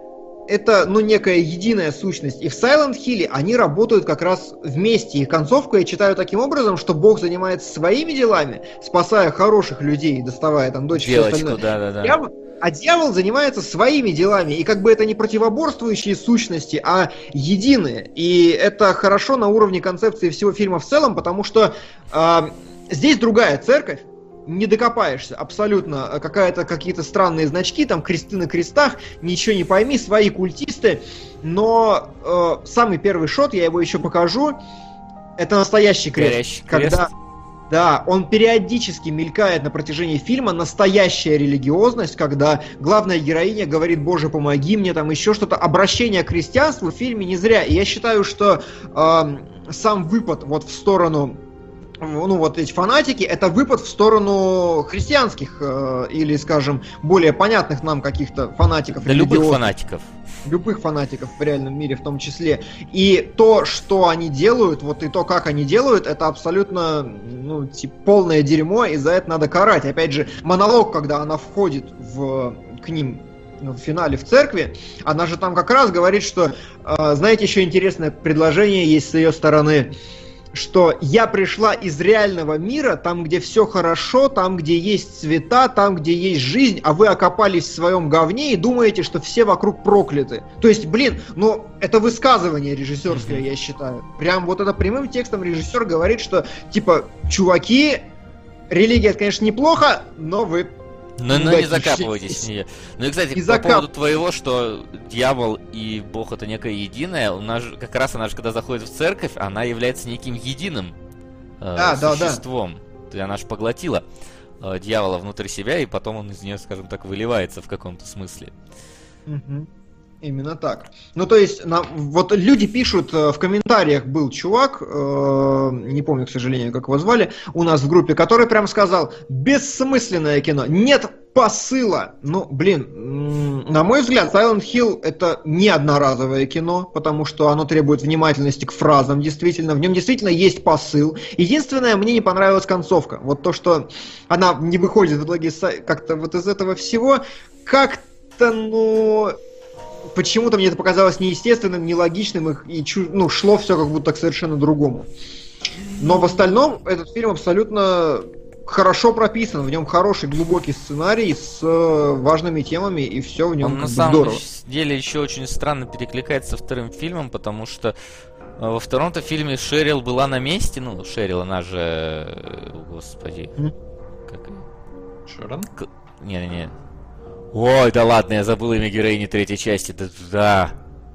Это, ну, некая единая сущность. И в Silent Hill они работают как раз вместе. И концовку я читаю таким образом, что Бог занимается своими делами, спасая хороших людей, доставая там дочь и все остальное. Да, да, да. Дьявол, а дьявол занимается своими делами. И как бы это не противоборствующие сущности, а единые. И это хорошо на уровне концепции всего фильма в целом, потому что э, здесь другая церковь. Не докопаешься, абсолютно какая-то, какие-то странные значки, там кресты на крестах, ничего не пойми, свои культисты, но э, самый первый шот, я его еще покажу, это настоящий крест. Горящий когда, крест. Да, он периодически мелькает на протяжении фильма, настоящая религиозность, когда главная героиня говорит: «Боже, помоги мне», там еще что-то, обращение к христианству в фильме не зря, и я считаю, что э, сам выпад вот в сторону... ну вот эти фанатики, это выпад в сторону христианских э, или, скажем, более понятных нам каких-то фанатиков. Да, любых фанатиков. Любых фанатиков в реальном мире в том числе. И то, что они делают, вот и то, как они делают, это абсолютно, ну, типа, полное дерьмо, и за это надо карать. Опять же, монолог, когда она входит в, к ним в финале в церкви, она же там как раз говорит, что, э, знаете, еще интересное предложение есть с ее стороны, что я пришла из реального мира, там, где все хорошо, там, где есть цвета, там, где есть жизнь, а вы окопались в своем говне и думаете, что все вокруг прокляты. То есть, блин, ну, это высказывание режиссерское, я считаю. Прям вот это прямым текстом режиссер говорит, что, типа, чуваки, религия, это, конечно, неплохо, но вы... Но, но не закапывайтесь в нее. Ну и, кстати, не по закап... поводу твоего, что дьявол и Бог это некое единое, у нас же, как раз она же, когда заходит в церковь, она является неким единым э, да, существом. Да, да. Она же поглотила э, дьявола внутрь себя, и потом он из нее, скажем так, выливается в каком-то смысле. Угу. Именно так. Ну, то есть, на, вот люди пишут, в комментариях был чувак, э, не помню, к сожалению, как его звали, у нас в группе, который прям сказал: бессмысленное кино, нет посыла. Ну, блин, на мой взгляд, Silent Hill это не одноразовое кино, потому что оно требует внимательности к фразам, действительно, в нем действительно есть посыл. Единственное, мне не понравилась концовка. Вот то, что она не выходит в итоге как-то вот из этого всего, как-то, ну... Почему-то мне это показалось неестественным, нелогичным, и, ну, шло все как будто к совершенно другому. Но в остальном этот фильм абсолютно хорошо прописан, в нем хороший глубокий сценарий с важными темами, и все в нем Он как на бы самом здорово. деле еще очень странно перекликается со вторым фильмом, потому что во втором-то фильме Шерил была на месте, ну, Шерил, она же... Господи... Mm. Как... Шерон? К... Не-не-не. Ой, да ладно, я забыл имя героини третьей части. Да, да.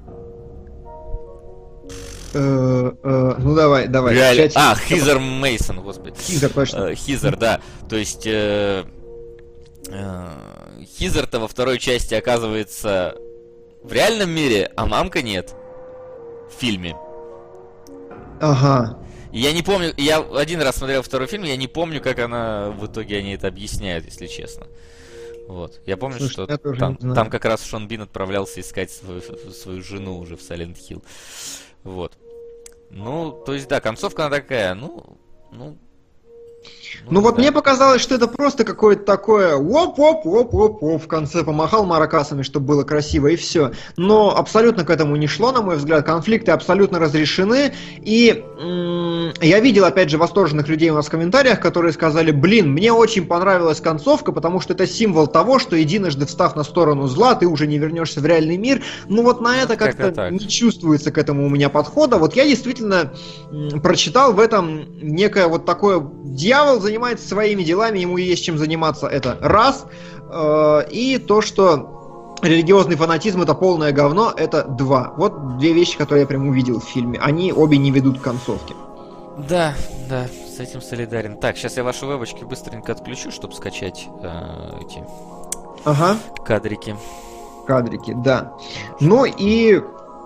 Э, э, ну давай, давай. Реально... А, Хизер Мейсон, господи. Хизер, точно. Хизер, да. То есть э, э, Хизер-то во второй части оказывается в реальном мире, а мамка нет. В фильме. Ага. Я не помню, я один раз смотрел второй фильм, я не помню, как она в итоге они это объясняют, если честно. Вот. Я помню, Слушай, что там, там как раз Шон Бин отправлялся искать свою, свою жену уже в Silent Hill. Вот. Ну, то есть, да, концовка она такая, ну, ну, Ну, ну вот да. Мне показалось, что это просто какое-то такое оп-оп-оп-оп-оп в конце помахал маракасами, чтобы было красиво, и все. Но абсолютно к этому не шло, на мой взгляд. Конфликты абсолютно разрешены. И м- я видел, опять же, восторженных людей у нас в комментариях, которые сказали: блин, мне очень понравилась концовка, потому что это символ того, что единожды встав на сторону зла, ты уже не вернешься в реальный мир. Ну вот на это как-то как не чувствуется к этому у меня подхода. Вот я действительно м- прочитал в этом некое вот такое... Дьявол занимается своими делами, ему есть чем заниматься, это раз. Э, и то, что религиозный фанатизм это полное говно, это два. Вот две вещи, которые я прям увидел в фильме. Они обе не ведут к концовке. Да, да, с этим солидарен. Так, сейчас я ваши вебочки быстренько отключу, чтобы скачать э, эти ага. кадрики. Кадрики, да. Ну и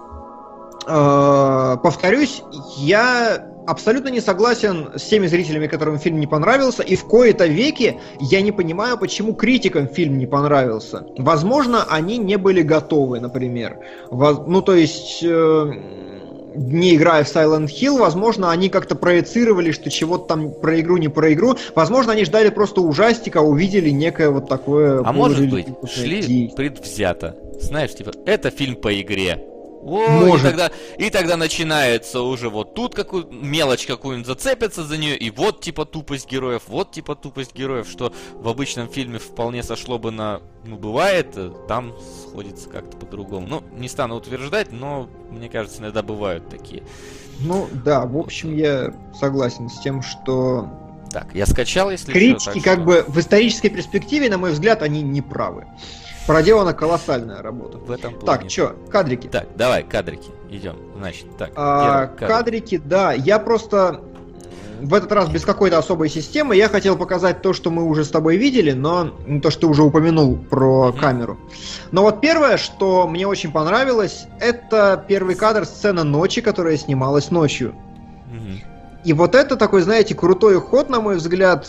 э, повторюсь, я... абсолютно не согласен с теми зрителями, которым фильм не понравился, и в кои-то веки я не понимаю, почему критикам фильм не понравился. Возможно, они не были готовы, например. Воз... Ну, то есть, э... не играя в Silent Hill, возможно, они как-то проецировали, что чего-то там про игру, не про игру. Возможно, они ждали просто ужастика, увидели некое вот такое... А может быть, шли предвзято. Знаешь, типа, это фильм по игре. О, и тогда, и тогда начинается уже вот тут какую мелочь какую-нибудь зацепится за нее, и вот типа тупость героев, вот типа тупость героев, что в обычном фильме вполне сошло бы на... Ну, бывает, там сходится как-то по-другому. Ну, не стану утверждать, но, мне кажется, иногда бывают такие. Ну, да, в общем, я согласен с тем, что... Так, я скачал, если критики, что, как что... бы, в исторической перспективе, на мой взгляд, они не правы. Проделана колоссальная работа. В этом плане. Так, чё, кадрики. Так, давай, кадрики. Идем. Значит, так. А, кадрики. кадрики, да. Я просто в этот раз без какой-то особой системы. Я хотел показать то, что мы уже с тобой видели, но то, что ты уже упомянул про mm-hmm. камеру. Но вот первое, что мне очень понравилось, это первый кадр, сцена ночи, которая снималась ночью. Mm-hmm. И вот это такой, знаете, крутой ход, на мой взгляд.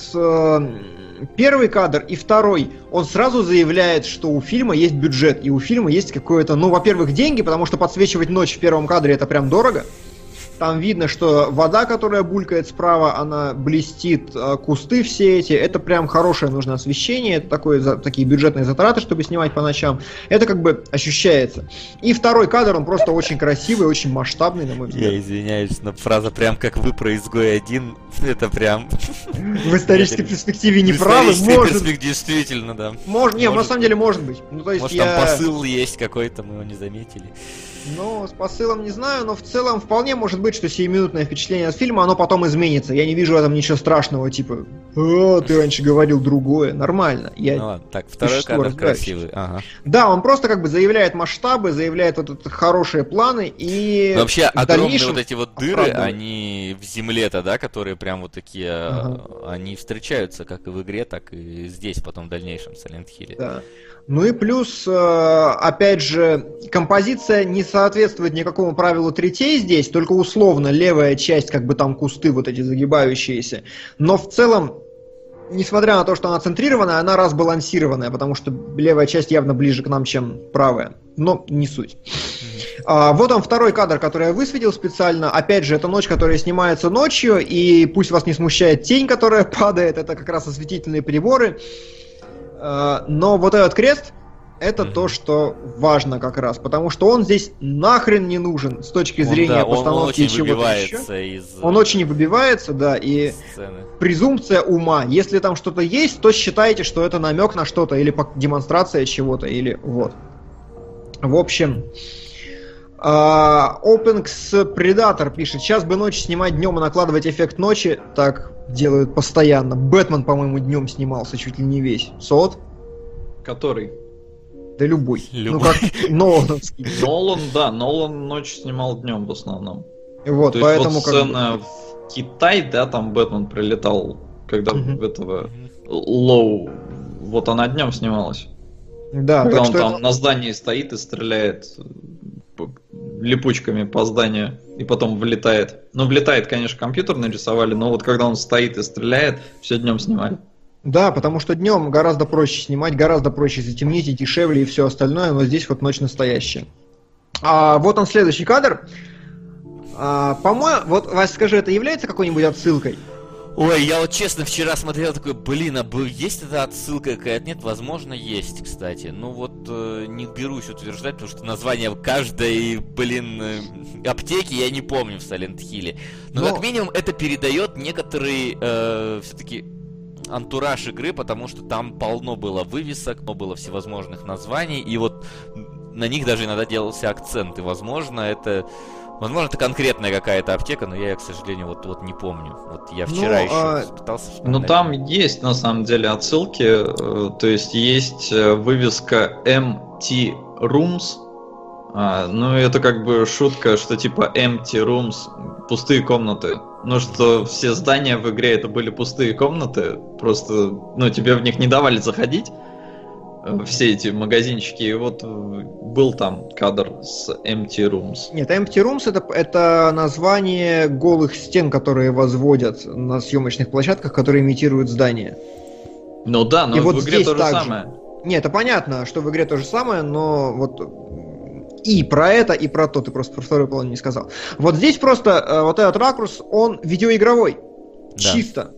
Первый кадр и второй, он сразу заявляет, что у фильма есть бюджет, и у фильма есть какое-то, ну, во-первых, деньги, потому что подсвечивать ночь в первом кадре это прям дорого. Там видно, что вода, которая булькает справа, она блестит, кусты все эти, это прям хорошее нужно освещение, это такое, такие бюджетные затраты, чтобы снимать по ночам. Это как бы ощущается. И второй кадр, он просто очень красивый, очень масштабный, на мой взгляд. Я извиняюсь, но фраза прям как вы про изгой один, это прям... В исторической перспективе не правы, может... В исторической перспективе действительно, да. Может, не, на самом деле может быть. Ну, то есть может, я... там посыл есть какой-то, мы его не заметили. Ну, с посылом не знаю, но в целом вполне может быть, что сиюминутное впечатление от фильма, оно потом изменится. Я не вижу в этом ничего страшного, типа, «О, ты раньше говорил другое». Нормально. Я ну ладно, так, второй кадр красивый. Ага. Да, он просто как бы заявляет масштабы, заявляет вот это хорошие планы и... Но вообще огромные вот эти вот дыры, оправдывает. Они в земле-то, да, которые прям вот такие, ага. они встречаются как и в игре, так и здесь потом в дальнейшем Silent Hill. Да. Ну и плюс, опять же, композиция не соответствует никакому правилу третей здесь, только условно левая часть, как бы там кусты вот эти загибающиеся. Но в целом, несмотря на то, что она центрированная, она разбалансированная, потому что левая часть явно ближе к нам, чем правая. Но не суть. А, вот он второй кадр, который я высветил специально. Опять же, это ночь, которая снимается ночью, и пусть вас не смущает тень, которая падает, это как раз осветительные приборы. Но вот этот крест, это mm-hmm. то, что важно как раз, потому что он здесь нахрен не нужен с точки зрения он, да, постановки и чего-то еще. Из... Он очень выбивается, да, и сцены. Презумпция ума. Если там что-то есть, то считайте, что это намек на что-то, или демонстрация чего-то, или вот. В общем... Uh, Опенкс Predator пишет: сейчас бы ночь снимать днем и накладывать эффект ночи. Так делают постоянно. Бэтмен, по-моему, днем снимался чуть ли не весь. Сот? Который? Да любой. любой. Ну как Нолановский. Нолан, да, Нолан ночь снимал днем в основном. Вот, то поэтому есть вот сцена как бы... в Китай, да, там Бэтмен прилетал, когда uh-huh. этого Лоу, вот она днем снималась. Да, когда так он что там это... на здании стоит и стреляет липучками по зданию и потом влетает. Ну, влетает, конечно, компьютер нарисовали, но вот когда он стоит и стреляет, все днем снимали. Да, потому что днем гораздо проще снимать, гораздо проще затемнить и дешевле и все остальное, но здесь вот ночь настоящая. А, вот он следующий кадр. А, по-моему, вот, Вась, скажи, это является какой-нибудь отсылкой? Ой, я вот честно вчера смотрел такой, блин, а есть эта отсылка какая-то? Нет, возможно, есть, кстати. Ну вот э, не берусь утверждать, потому что название каждой, блин, э, аптеки я не помню в Silent Hill. Но, Но... как минимум это передает некоторый э, все-таки антураж игры, потому что там полно было вывесок, но было всевозможных названий, и вот на них даже иногда делался акцент, и возможно это... Возможно, это конкретная какая-то аптека, но я, к сожалению, вот, вот не помню. Вот я вчера ну, еще а... пытался вспомнить. Ну, там есть, на самом деле, отсылки. То есть, есть вывеска Empty Rooms. А, ну, это как бы шутка, что типа Empty Rooms, пустые комнаты. Ну, что все здания в игре это были пустые комнаты. Просто, ну, тебе в них не давали заходить. Все эти магазинчики, и вот был там кадр с Empty Rooms. Нет, Empty Rooms это, это название голых стен, которые возводят на съемочных площадках, которые имитируют здания. Ну да, но и вот в игре то же самое. Нет, это понятно, что в игре то же самое, но вот и про это, и про то, ты просто про второй половину не сказал. Вот здесь просто вот этот ракурс, он видеоигровой. Да. Чисто.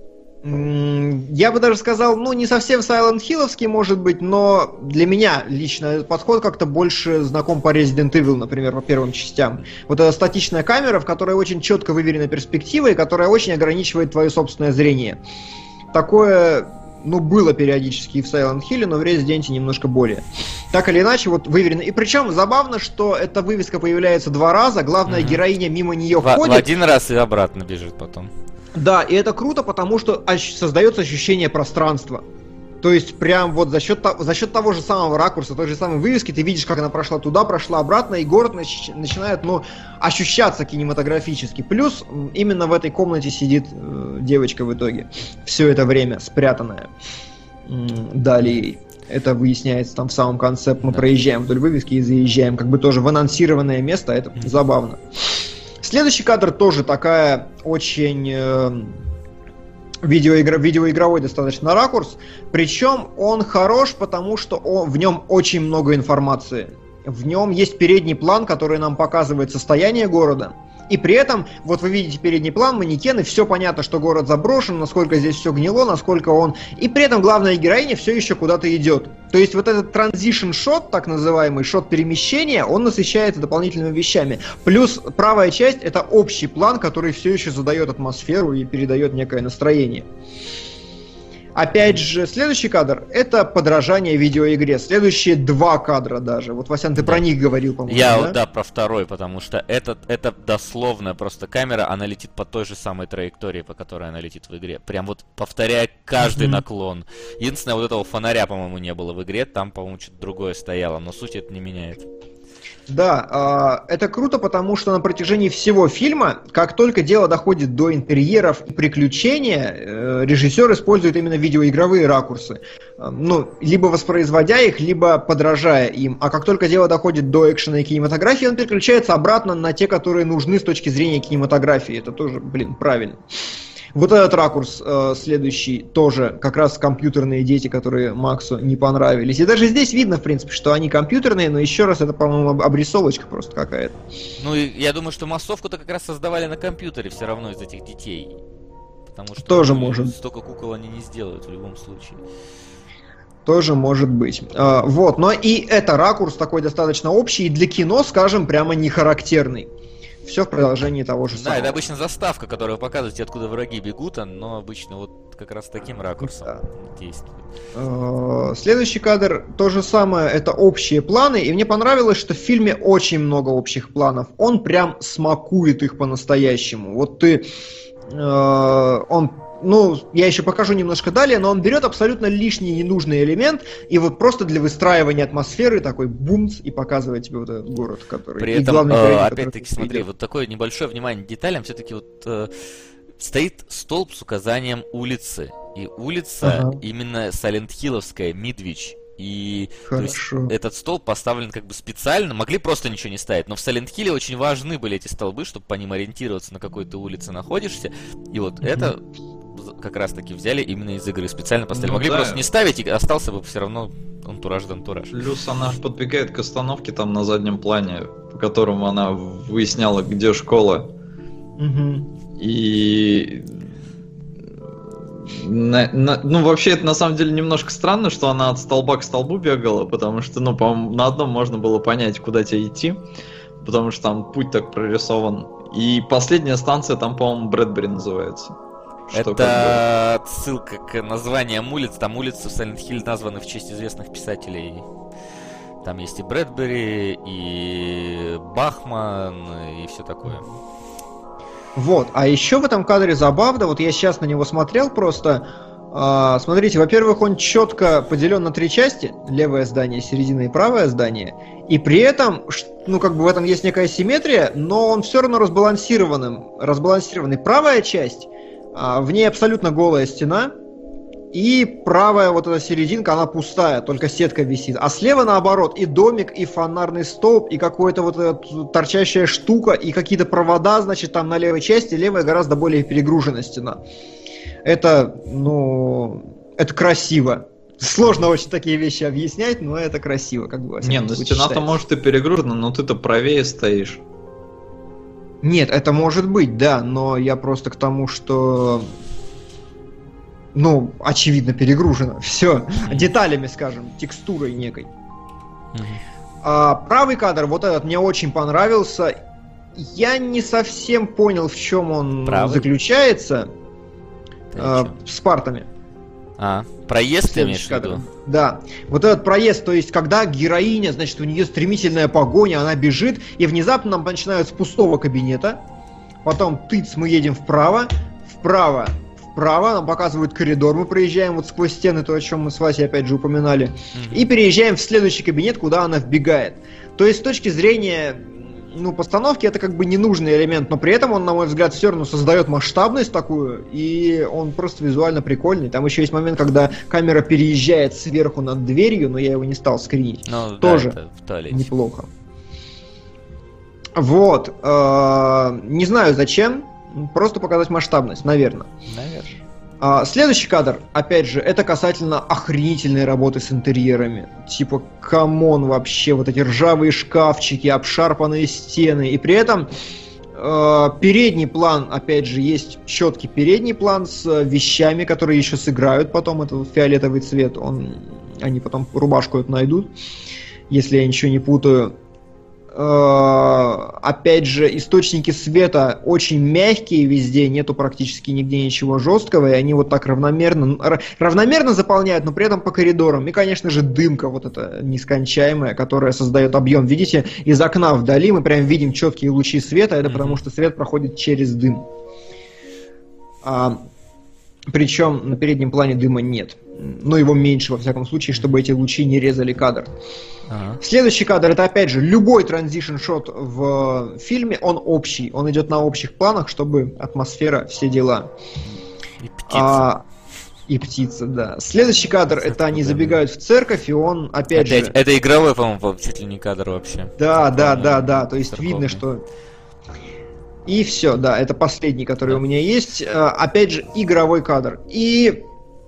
Я бы даже сказал, ну, не совсем Silent Hill'овский, может быть, но для меня лично этот подход как-то больше знаком по Resident Evil, например, по первым частям. Вот эта статичная камера, в которой очень четко выверена перспектива и которая очень ограничивает твое собственное зрение. Такое, ну, было периодически и в Silent Hill, но в Resident Evil немножко более. Так или иначе, вот выверено. И причем забавно, что эта вывеска появляется два раза, главная mm-hmm. героиня мимо нее в, ходит. В один раз и обратно бежит потом. Да, и это круто, потому что ощ- создается ощущение пространства. То есть прям вот за счет, за счет того же самого ракурса, той же самой вывески, ты видишь, как она прошла туда, прошла обратно, и город нач- начинает, ну, ощущаться кинематографически. Плюс именно в этой комнате сидит э, девочка в итоге. Все это время спрятанная. М- далее это выясняется там в самом конце. Мы да. проезжаем вдоль вывески и заезжаем. Как бы тоже в анонсированное место. Это mm-hmm. забавно. Следующий кадр тоже такая очень э, видеоигра, видеоигровой достаточно ракурс. Причем он хорош, потому что он, в нем очень много информации. В нем есть передний план, который нам показывает состояние города. И при этом, вот вы видите передний план, манекены, все понятно, что город заброшен, насколько здесь все гнило, насколько он... И при этом главная героиня все еще куда-то идет. То есть вот этот transition shot, так называемый шот перемещения, он насыщается дополнительными вещами. Плюс правая часть — это общий план, который все еще задает атмосферу и передает некое настроение. Опять же, следующий кадр — это подражание видеоигре. Следующие два кадра даже. Вот, Васян, ты да. про них говорил, по-моему, Я, да? да, про второй, потому что это, это дословно просто камера, она летит по той же самой траектории, по которой она летит в игре. Прям вот повторяя каждый mm-hmm. наклон. Единственное, вот этого фонаря, по-моему, не было в игре, там, по-моему, что-то другое стояло, но суть это не меняет. Да, это круто, потому что на протяжении всего фильма, как только дело доходит до интерьеров и приключения, режиссер использует именно видеоигровые ракурсы. Ну, либо воспроизводя их, либо подражая им. А как только дело доходит до экшена и кинематографии, он переключается обратно на те, которые нужны с точки зрения кинематографии. Это тоже, блин, правильно. Вот этот ракурс э, следующий тоже как раз компьютерные дети, которые Максу не понравились. И даже здесь видно, в принципе, что они компьютерные, но еще раз это, по-моему, обрисовочка просто какая-то. Ну, и я думаю, что массовку-то как раз создавали на компьютере все равно из этих детей. Потому что тоже ну, может. Столько кукол они не сделают в любом случае. Тоже может быть. А, вот, но и это ракурс такой достаточно общий, и для кино, скажем, прямо не характерный. Все в продолжении того же самого. Да, это обычно заставка, которая показывает, откуда враги бегут, но обычно вот как раз таким ракурсом да. действует. Следующий кадр, то же самое, это общие планы, и мне понравилось, что в фильме очень много общих планов. Он прям смакует их по-настоящему. Вот ты... Он... Ну, я еще покажу немножко далее, но он берет абсолютно лишний ненужный элемент и вот просто для выстраивания атмосферы такой бумц и показывает тебе вот этот город, который... При этом, э, опять-таки, смотри, идет. Вот такое небольшое внимание к деталям, все-таки вот э, стоит столб с указанием улицы, и улица ага. именно Silent-Hill'овская, Мидвич. И то есть, этот столб поставлен как бы специально, могли просто ничего не ставить, но в Silent Hill очень важны были эти столбы, чтобы по ним ориентироваться, на какой ты улице находишься, и вот mm-hmm. это как раз таки взяли именно из игры, специально поставили. Ну, могли да. просто не ставить, и остался бы все равно антураж да антураж. Плюс она подбегает к остановке там на заднем плане, по которому она выясняла, где школа. Mm-hmm. И на, на, ну, вообще, это на самом деле немножко странно, что она от столба к столбу бегала, потому что, ну, по-моему, на одном можно было понять, куда тебе идти, потому что там путь так прорисован. И последняя станция там, по-моему, Брэдбери называется. Это как бы... ссылка к названиям улиц. Там улицы в Silent Hill названы в честь известных писателей. Там есть и Брэдбери, и Бахман, и все такое. Вот, а еще в этом кадре забавно, вот я сейчас на него смотрел просто, э, смотрите, во-первых, он четко поделен на три части, левое здание, середина и правое здание, и при этом, ну как бы в этом есть некая симметрия, но он все равно разбалансированным, разбалансированный. Правая часть, э, в ней абсолютно голая стена, и правая вот эта серединка, она пустая, только сетка висит. А слева наоборот, и домик, и фонарный столб, и какая-то вот эта торчащая штука, и какие-то провода, значит, там на левой части, левая гораздо более перегружена стена. Это, ну, это красиво. Сложно очень такие вещи объяснять, но это красиво, как бы. Не, ну стена-то может и перегружена, но ты-то правее стоишь. Нет, это может быть, да, но я просто к тому, что... Ну, очевидно, перегружено. Все. Mm-hmm. Деталями, скажем, текстурой некой. Mm-hmm. А, правый кадр, вот этот, мне очень понравился. Я не совсем понял, в чем он правый? заключается. А, с партами. А, проезд ты имеешь в виду? Да. Вот этот проезд, то есть, когда героиня, значит, у нее стремительная погоня, она бежит, и внезапно нам начинают с пустого кабинета. Потом, тыц, мы едем вправо. Вправо. Вправо, нам показывают коридор, мы проезжаем вот сквозь стены, то, о чем мы с Васей опять же упоминали, mm-hmm. и переезжаем в следующий кабинет, куда она вбегает. То есть с точки зрения, ну, постановки это как бы ненужный элемент, но при этом он, на мой взгляд, все равно создает масштабность такую, и он просто визуально прикольный. Там еще есть момент, когда камера переезжает сверху над дверью, но я его не стал скринить. Ну, тоже да, неплохо. Вот. Не знаю зачем. Просто показать масштабность, наверное. Наверное. А, следующий кадр, опять же, это касательно охренительной работы с интерьерами. Типа, камон вообще, вот эти ржавые шкафчики, обшарпанные стены. И при этом э, передний план, опять же, есть четкий передний план с вещами, которые еще сыграют потом. Это фиолетовый цвет, он, они потом рубашку эту найдут, если я ничего не путаю. Опять же, источники света очень мягкие везде, нету практически нигде ничего жесткого, и они вот так равномерно, равномерно заполняют, но при этом по коридорам. И, конечно же, дымка вот эта нескончаемая, которая создает объем. Видите, из окна вдали мы прям видим четкие лучи света, это mm-hmm. потому что свет проходит через дым. А, причем на переднем плане дыма нет. Но его меньше, во всяком случае, чтобы эти лучи не резали кадр. Ага. Следующий кадр, это опять же любой транзишн-шот в фильме, он общий, он идет на общих планах, чтобы атмосфера, все дела. И птица. А, и птица, да. Следующий кадр, Церковь, это они забегают в церковь, и он опять, опять же... Это игровой, по-моему, чуть ли не кадр вообще. Да, да, да, да, то есть церковный. Видно, что... И все, да, это последний, который да. у меня есть. Опять же, игровой кадр. И...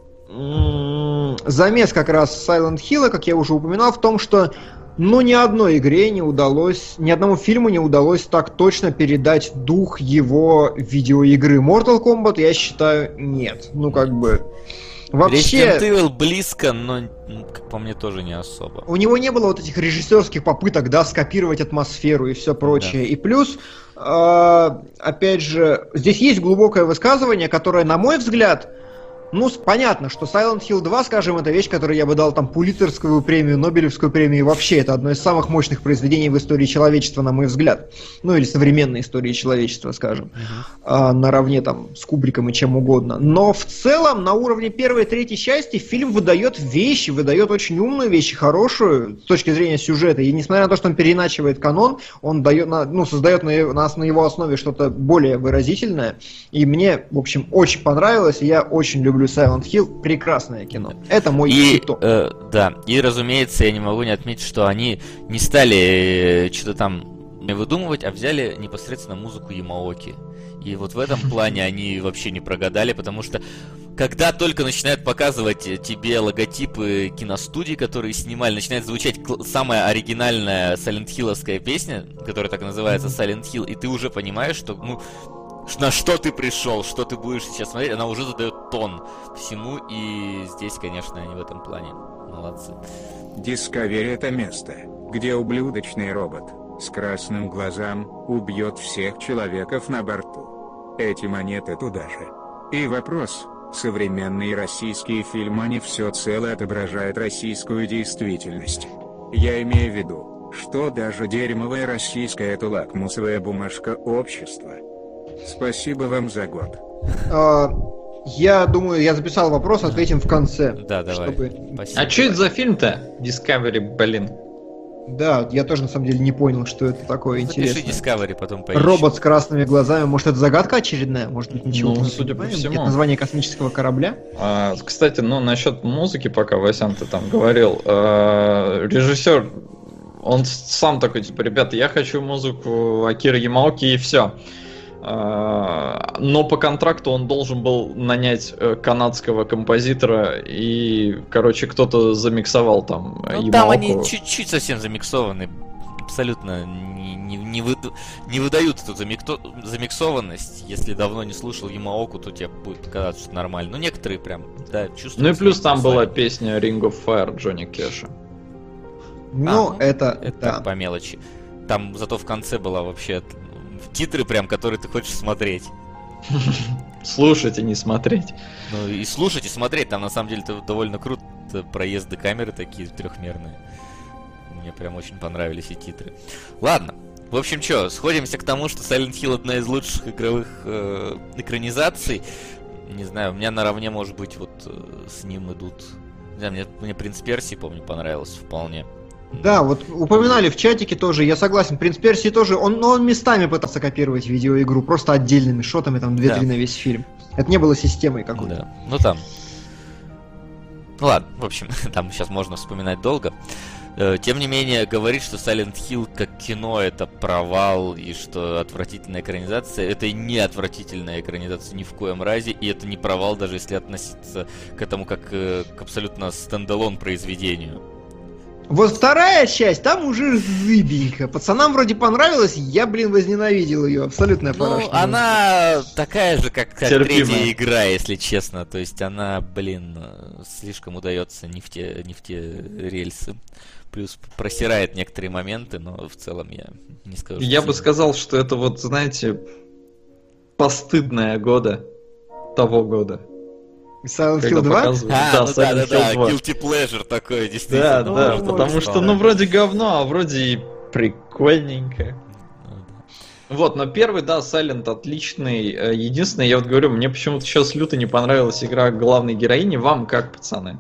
замес как раз Silent Hill, как я уже упоминал, в том, что ну ни одной игре не удалось, ни одному фильму не удалось так точно передать дух его видеоигры. Mortal Kombat, я считаю, нет. Ну как бы вообще... Resident Evil близко, но, как по мне, тоже не особо. У него не было вот этих режиссерских попыток, да, скопировать атмосферу и все прочее. Да. И плюс, э, опять же, здесь есть глубокое высказывание, которое, на мой взгляд... Ну, понятно, что Silent Hill два, скажем, это вещь, которой я бы дал там Пулитцеровскую премию, Нобелевскую премию, и вообще это одно из самых мощных произведений в истории человечества, на мой взгляд. Ну, или современной истории человечества, скажем. Uh-huh. А, наравне там с Кубриком и чем угодно. Но в целом, на уровне первой и третьей части фильм выдает вещи, выдает очень умную вещь, хорошую, с точки зрения сюжета. И несмотря на то, что он переиначивает канон, он дает, ну, создает на, на, на его основе что-то более выразительное. И мне, в общем, очень понравилось, и я очень люблю Silent Hill, прекрасное кино. Это мой и, хиток. Э, да, и разумеется, я не могу не отметить, что они не стали э, что-то там выдумывать, а взяли непосредственно музыку Ямаоки. И вот в этом плане они вообще не прогадали, потому что когда только начинают показывать тебе логотипы киностудий, которые снимали, начинает звучать самая оригинальная Silent Hill'овская песня, которая так называется Silent Hill, и ты уже понимаешь, что, ну, на что ты пришел, что ты будешь сейчас смотреть, она уже задает тон всему, и здесь, конечно, они в этом плане молодцы. Discovery — это место, где ублюдочный робот с красным глазом убьет всех человеков на борту. Эти монеты туда же. И вопрос: современные российские фильмы, они все цело отображают российскую действительность. Я имею в виду, что даже дерьмовая российская — это лакмусовая бумажка общества. Спасибо вам за год. А, я думаю, я записал вопрос, ответим в конце. Да, давай. Чтобы... А что это за фильм-то? Discovery, блин. Да, я тоже на самом деле не понял, что это такое интересное. Запиши Discovery, потом поищем. Робот с красными глазами. Может, это загадка очередная? Может быть, ничего Ну, не судя по понимаем? всему. Это название космического корабля? А, кстати, ну насчет музыки, пока Васян ты там говорил, а, режиссер, он сам такой, типа, ребята, я хочу музыку Акиры Ямаоки и все. Но по контракту он должен был нанять канадского композитора, и, короче, кто-то замиксовал там Ну, Ямаоку. там они чуть-чуть совсем замиксованы. Абсолютно не, не, не, выда... не выдают эту замикто... замиксованность. Если давно не слушал Ямаоку, то тебе будет казаться, что нормально. Ну, некоторые прям, да, чувствуют. Ну и плюс там послание. была песня Ring of Fire Джонни Кэша. Ну, А, это... Это да. так, по мелочи. Там зато в конце была вообще титры прям, которые ты хочешь смотреть. Слушать и не смотреть. Ну и слушать, и смотреть. Там на самом деле это довольно круто. Проезды камеры такие трехмерные. Мне прям очень понравились и титры. Ладно. В общем, что, сходимся к тому, что Silent Hill одна из лучших игровых э, экранизаций. Не знаю, у меня наравне, может быть, вот э, с ним идут. Не знаю, мне, мне «Принц Персии», помню, понравился вполне. Да, вот упоминали в чатике тоже, я согласен, «Принц Персии» тоже, он, ну, он местами пытался копировать видеоигру, просто отдельными шотами, там, две-три Да. на весь фильм. Это не было системой какой-то. Да. Ну там. Ну ладно, в общем, там сейчас можно вспоминать долго. Э, Тем не менее, говорить, что Silent Hill как кино это провал и что отвратительная экранизация, это не отвратительная экранизация ни в коем разе, и это не провал, даже если относиться к этому как э, к абсолютно стендалон произведению. Вот вторая часть, там уже зыбенько. Пацанам вроде понравилось, я, блин, возненавидел ее. Абсолютная Ну, парашня. она такая же, как, как Терпимая. третья игра, если честно. То есть она, блин, слишком удается не в те, не в те рельсы. Плюс просирает некоторые моменты, но в целом я не скажу. Я что бы сказал, что это вот, знаете, постыдная года того года. Silent Когда Hill два? показывают. А, Да, ну да, Silent да, да, Hill два. guilty pleasure такое, Да, действительно. да, можно потому можно что, ну, вспомнить. вроде говно, а вроде и прикольненько. Ну да. Вот, но первый, да, Silent отличный. Э, Единственное, я вот говорю, мне почему-то сейчас люто не понравилась игра главной героини. Вам как, пацаны?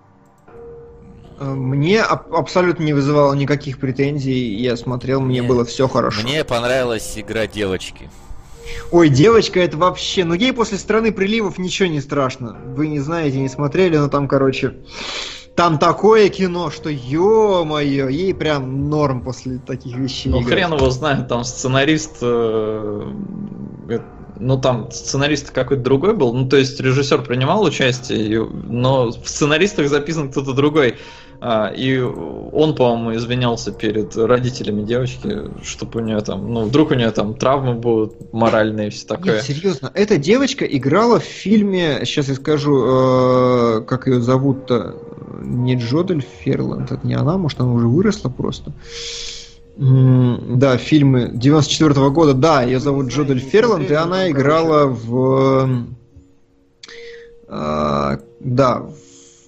Э, Мне аб- абсолютно не вызывало никаких претензий. Я смотрел, мне Мне- было все хорошо. Мне понравилась игра девочки. Ой, девочка, это вообще... Ну, ей после «Страны приливов» ничего не страшно. Вы не знаете, не смотрели, но там, короче... Там такое кино, что, ё-моё, ей прям норм после таких вещей. Ну, играть. хрен его знает, там сценарист... э, э, Ну, там сценарист какой-то другой был. Ну, то есть режиссер принимал участие, и- но в сценаристах записан кто-то другой. А, и он, по-моему, извинялся перед родителями девочки, чтобы у нее там... Ну, вдруг у нее там травмы будут моральные и все такое. Нет, серьезно, эта девочка играла в фильме, сейчас я скажу, э, как ее зовут-то, не Джодель Ферланд, это не она, может она уже выросла просто. М, Да, фильмы девяносто четвёртого года, да, ее зовут Джодель Ферланд, и она играла в... э, да, в-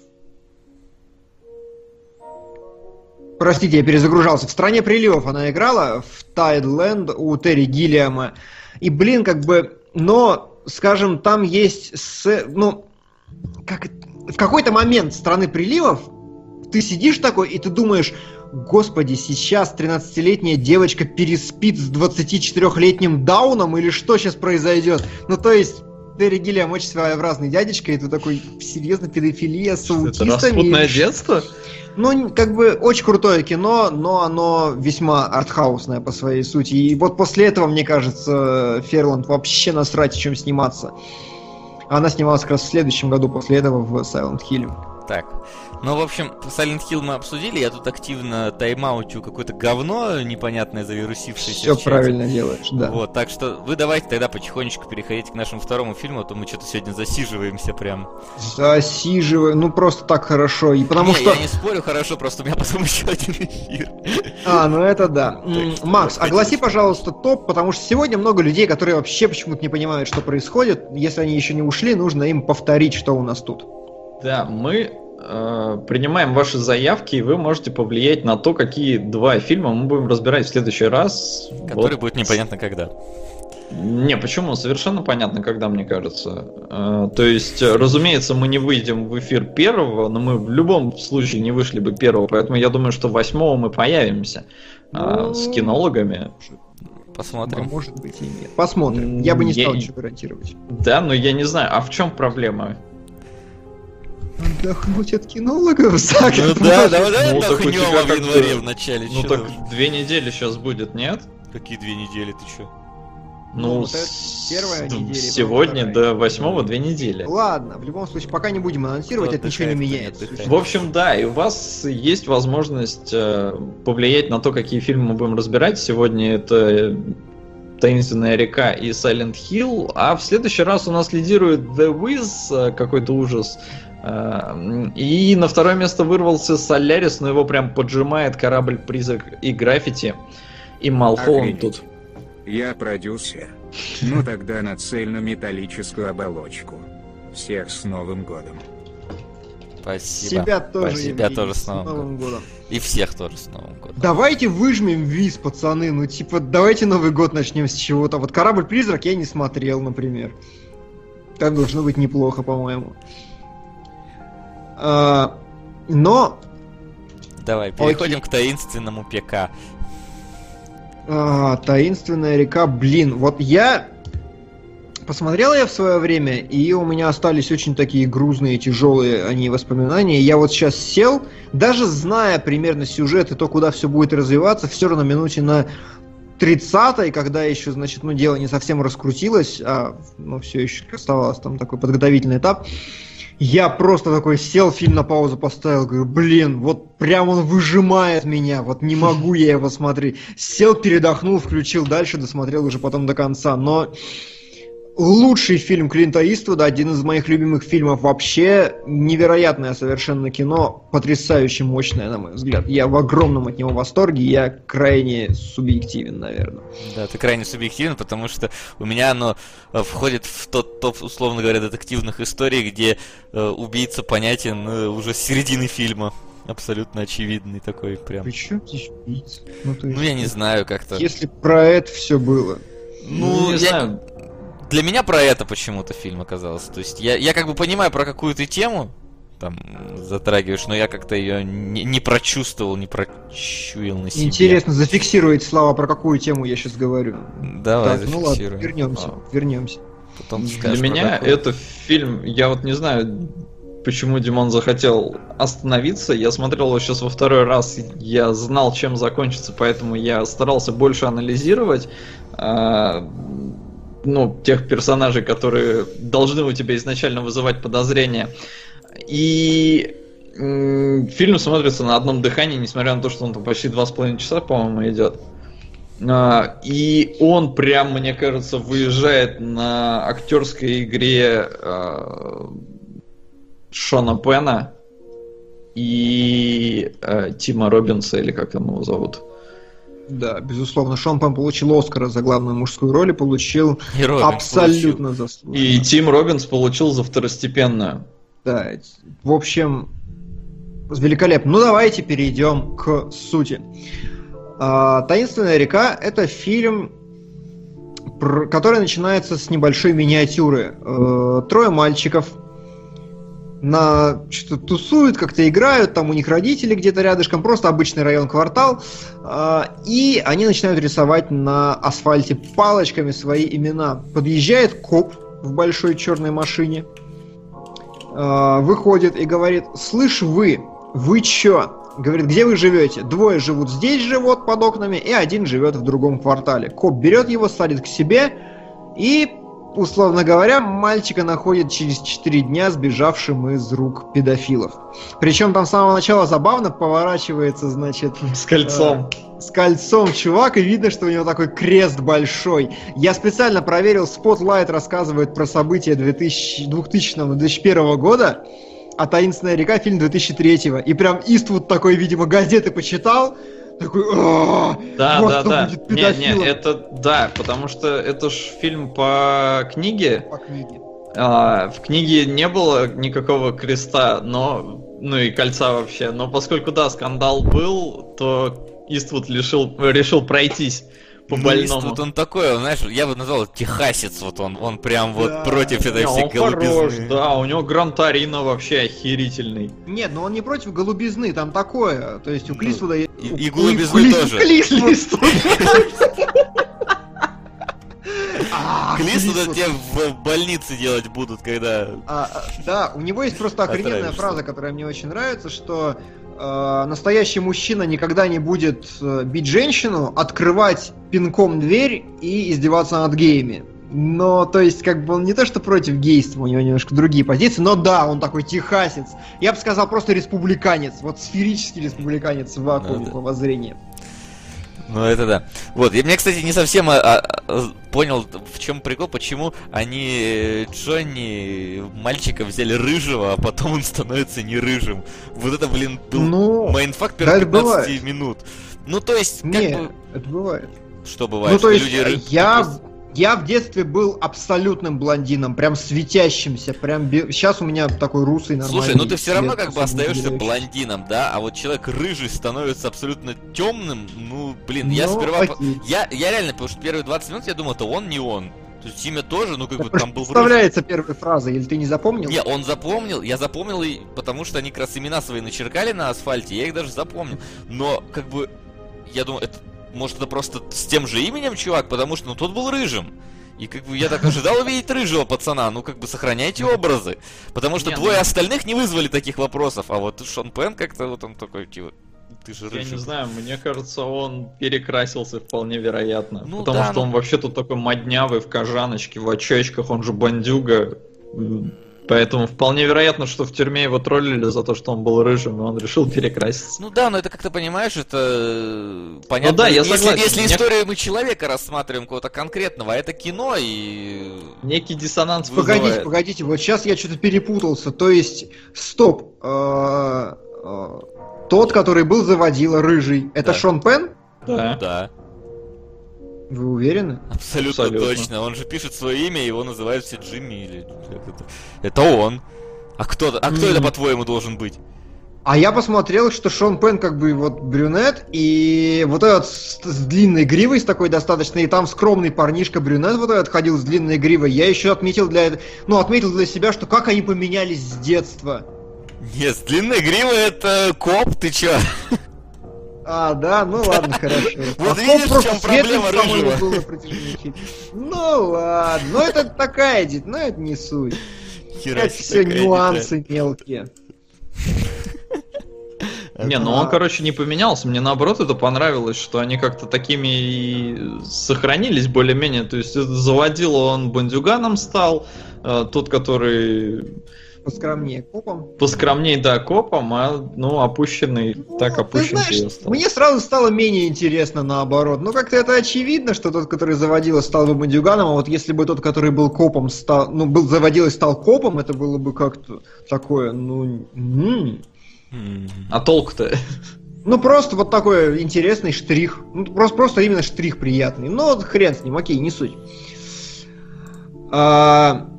Простите, я перезагружался. В «Стране приливов» она играла, в Tideland у Терри Гиллиама. И, блин, как бы... Но, скажем, там есть... С, ну, как, это- в какой-то момент «Страны приливов» ты сидишь такой, и ты думаешь... Господи, сейчас тринадцатилетняя девочка переспит с двадцатичетырёхлетним Дауном, или что сейчас произойдет? Ну, то есть, Терри Гиллиам очень своеобразный дядечка, и ты такой, серьезно, педофилия с Это аутистами? распутное или что? детство? Ну, как бы, очень крутое кино, но оно весьма артхаусное по своей сути. И вот после этого, мне кажется, Ферланд вообще насрать, в чем сниматься. Она снималась как раз в следующем году после этого в Silent Hill. Так, ну, в общем, Silent Hill мы обсудили, я тут активно тайм-аутю какое-то говно непонятное завирусившееся. Все правильно делаешь, да. Вот, так что вы давайте тогда потихонечку переходите к нашему второму фильму, а то мы что-то сегодня засиживаемся прям. Засиживаем, ну просто так хорошо, и потому не, что... я не спорю, хорошо, просто у меня потом еще один эфир. А, ну это да. Макс, огласи, пожалуйста, топ, потому что сегодня много людей, которые вообще почему-то не понимают, что происходит. Если они еще не ушли, нужно им повторить, что у нас тут. Да, мы э, принимаем ваши заявки, и вы можете повлиять на то, какие два фильма мы будем разбирать в следующий раз. Который вот. будет непонятно когда. Не, почему? Совершенно понятно, когда, мне кажется. Э, то есть, разумеется, мы не выйдем в эфир первого, но мы в любом случае не вышли бы первого, поэтому я думаю, что восьмого мы появимся э, с кинологами. Посмотрим. А может быть и нет. Посмотрим. Я бы не стал я... ничего гарантировать. Да, но я не знаю, а в чем проблема? Отдохнуть от кинологов, Зак? Ну да, давай, давай отдохнем в январе в начале. Ну так две недели сейчас будет, нет? Какие две недели, ты чё? Ну, вот первая неделя. Сегодня до восьмого две недели. Ладно, в любом случае, пока не будем анонсировать, это ничего не меняет. В общем, да, и у вас есть возможность э, повлиять на то, какие фильмы мы будем разбирать. Сегодня это «Таинственная река» и «Silent Hill», а в следующий раз у нас лидирует «The Wiz», какой-то ужас. И на второе место вырвался «Солярис», но его прям поджимает «Корабль-призрак» и «Граффити». И Малхолланд тут. Я продюсер. Ну тогда на цельнометаллическую оболочку. Всех с Новым годом. Спасибо. Себя тоже, Себя тоже с Новым, с Новым годом. И всех тоже с Новым годом. Давайте выжмем виз, пацаны. Ну типа, давайте Новый год начнем с чего-то. Вот «Корабль-призрак» я не смотрел, например. Так должно быть неплохо, по-моему. А, но... Давай, переходим Окей. к таинственному ПК. А, «Таинственная река», блин, вот я посмотрел я в свое время, и у меня остались очень такие грузные, тяжелые они воспоминания. Я вот сейчас сел, даже зная примерно сюжет и то, куда все будет развиваться, все равно минуте на тридцатой, когда еще, значит, ну, дело не совсем раскрутилось, а ну, все еще оставалось там такой подготовительный этап. Я просто такой сел, фильм на паузу поставил, говорю, блин, вот прям он выжимает меня, вот не могу я его смотреть. Сел, передохнул, включил дальше, досмотрел уже потом до конца, но лучший фильм Клинта Иствуда, один из моих любимых фильмов вообще, невероятное совершенно кино, потрясающе мощное, на мой взгляд. Я в огромном от него восторге, я крайне субъективен, наверное. Да, ты крайне субъективен, потому что у меня оно входит в тот топ, условно говоря, детективных историй, где э, убийца понятен э, уже с середины фильма. Абсолютно очевидный такой прям. При чем здесь убийца? Ну, то есть, ну я не знаю, как-то... Если про это все было. Ну, не я... знаю. Для меня про это почему-то фильм оказался. То есть я, я как бы понимаю, про какую ты тему там затрагиваешь, но я как-то ее не, не прочувствовал, не прочуял на себе. Интересно, зафиксируйте слова, про какую тему я сейчас говорю. Давай, так, ну ладно, вернемся, а. вернемся. Потом Для меня это фильм, я вот не знаю, почему Димон захотел остановиться. Я смотрел его сейчас во второй раз, я знал, чем закончится, поэтому я старался больше анализировать. Ну, тех персонажей, которые должны у тебя изначально вызывать подозрения. И м- фильм смотрится на одном дыхании, несмотря на то, что он там почти два с половиной часа, по-моему, идет. А, и он прям, мне кажется, выезжает на актерской игре а, Шона Пена и а, Тима Робинса, или как там его зовут. Да, безусловно, Шон Пен получил Оскара за главную мужскую роль и получил и абсолютно получил. заслуженно. И Тим Робинс получил за второстепенную. Да, в общем, великолепно. Ну, давайте перейдем к сути. «Таинственная река» — это фильм, который начинается с небольшой миниатюры. Трое мальчиков на что-то тусуют, как-то играют, там у них родители где-то рядышком, просто обычный район, квартал, и они начинают рисовать на асфальте палочками свои имена. Подъезжает коп в большой черной машине, выходит и говорит: «Слышь вы, вы чё?» Говорит: «Где вы живете?» Двое живут здесь же, вот под окнами, и один живет в другом квартале. Коп берет его, садит к себе и условно говоря, мальчика находят через четыре дня сбежавшим из рук педофилов. Причем там с самого начала забавно поворачивается, значит... С кольцом. Э, с кольцом чувак, и видно, что у него такой крест большой. Я специально проверил, Spotlight рассказывает про события двухтысячного - две тысячи первого года, а «Таинственная река» фильм две тысячи третьего. И прям Иствуд такой, видимо, газеты почитал, такой, да, вот да, да. Не, не, это да, потому что это ж фильм по книге. По книге. А, в книге не было никакого креста, но ну и кольца вообще. Но поскольку да, скандал был, то Иствуд решил, решил пройтись по ну, больному. Иствуд он такой, он, знаешь, я бы назвал техасец, вот он, он прям да. вот против этой не, всей он голубизны. Хорош, да, у него Гран Торино вообще охерительный. Нет, но он не против голубизны, там такое, то есть у Клиствуда... И, у, и голубизны тоже. Клиствуд! Клиствуда тебе в больнице делать будут, когда... Да, у него есть просто охрененная фраза, которая мне очень нравится, что... Э, настоящий мужчина никогда не будет э, бить женщину, открывать пинком дверь и издеваться над геями. Но, то есть, как бы он не то что против гейства, у него немножко другие позиции, но да, он такой техасец. Я бы сказал, просто республиканец. Вот сферический республиканец в вакууме да, по воззрению. Ну это да. Вот, я, мне, кстати, не совсем а, а, понял, в чем прикол, почему они Джонни, мальчика, взяли рыжего, а потом он становится не рыжим. Вот это, блин, был ну, мейнфакт первых да, пятнадцати минут. Ну, то есть, как не, бы... это бывает. Что бывает? Ну, то есть, люди... я... Я в детстве был абсолютным блондином, прям светящимся, прям бе... сейчас у меня такой русый нормальный. Слушай, ну ты все равно как бы остаешься блондином, да? А вот человек рыжий становится абсолютно темным, ну, блин, ну, я сперва... Окей. Я, я реально, потому что первые двадцать минут я думал, это он, не он. То есть имя тоже, ну как так бы там был... Вставляется первая фраза, или ты не запомнил? Не, он запомнил, я запомнил, и потому что они как раз имена свои начеркали на асфальте, я их даже запомнил. Но, как бы, я думаю, это... Может, это просто с тем же именем чувак, потому что, ну, тот был рыжим. И как бы я так ожидал увидеть рыжего пацана, ну, как бы сохраняйте образы. Потому что не, двое ну... остальных не вызвали таких вопросов, а вот Шон Пен как-то вот он такой, типа, ты же рыжий. Я не знаю, мне кажется, он перекрасился вполне вероятно. Ну, потому да, что ну... он вообще тут такой моднявый, в кожаночке, в очечках, он же бандюга. Поэтому вполне вероятно, что в тюрьме его троллили за то, что он был рыжим, и он решил перекраситься. Ну да, но это как-то, понимаешь, это понятно. Ну да, я если, согласен. Если Мне... историю мы человека рассматриваем, какого-то конкретного, а это кино и... Некий диссонанс Погодите, вызывает. погодите, вот сейчас я что-то перепутался. То есть, стоп. Тот, который был заводила, рыжий, это да. Шон Пен? Да. Да. Вы уверены? Абсолютно, Абсолютно точно. Он же пишет свое имя, его называют все Джимми или... Это, это он. А кто, а кто mm. это, по-твоему, должен быть? А я посмотрел, что Шон Пен как бы вот брюнет, и вот этот с, с длинной гривой, с такой достаточно, и там скромный парнишка брюнет вот этот ходил с длинной гривой. Я еще отметил для, ну, отметил для себя, что как они поменялись с детства. Нет, с длинной гривой это коп, ты чё? А, да, ну ладно, хорошо. Вот видишь, в чем проблема рыжего. Ну ладно, ну это такая, ну это не суть. Это все нюансы мелкие. Не, ну он, короче, не поменялся. Мне наоборот это понравилось, что они как-то такими и сохранились более-менее. То есть заводил он бандюганом стал, тот, который... Поскромнее копом. Поскромнее, да, копом, а, ну, опущенный, ну, так опущенный стал. Мне сразу стало менее интересно наоборот. Ну, как-то это очевидно, что тот, который заводила, стал бы бандюганом, а вот если бы тот, который был копом, стал, ну, был заводил и стал копом, это было бы как-то такое, ну... М-м. А толк-то? Ну, просто вот такой интересный штрих. Ну, просто, просто именно штрих приятный. Ну, вот хрен с ним, окей, не суть. А...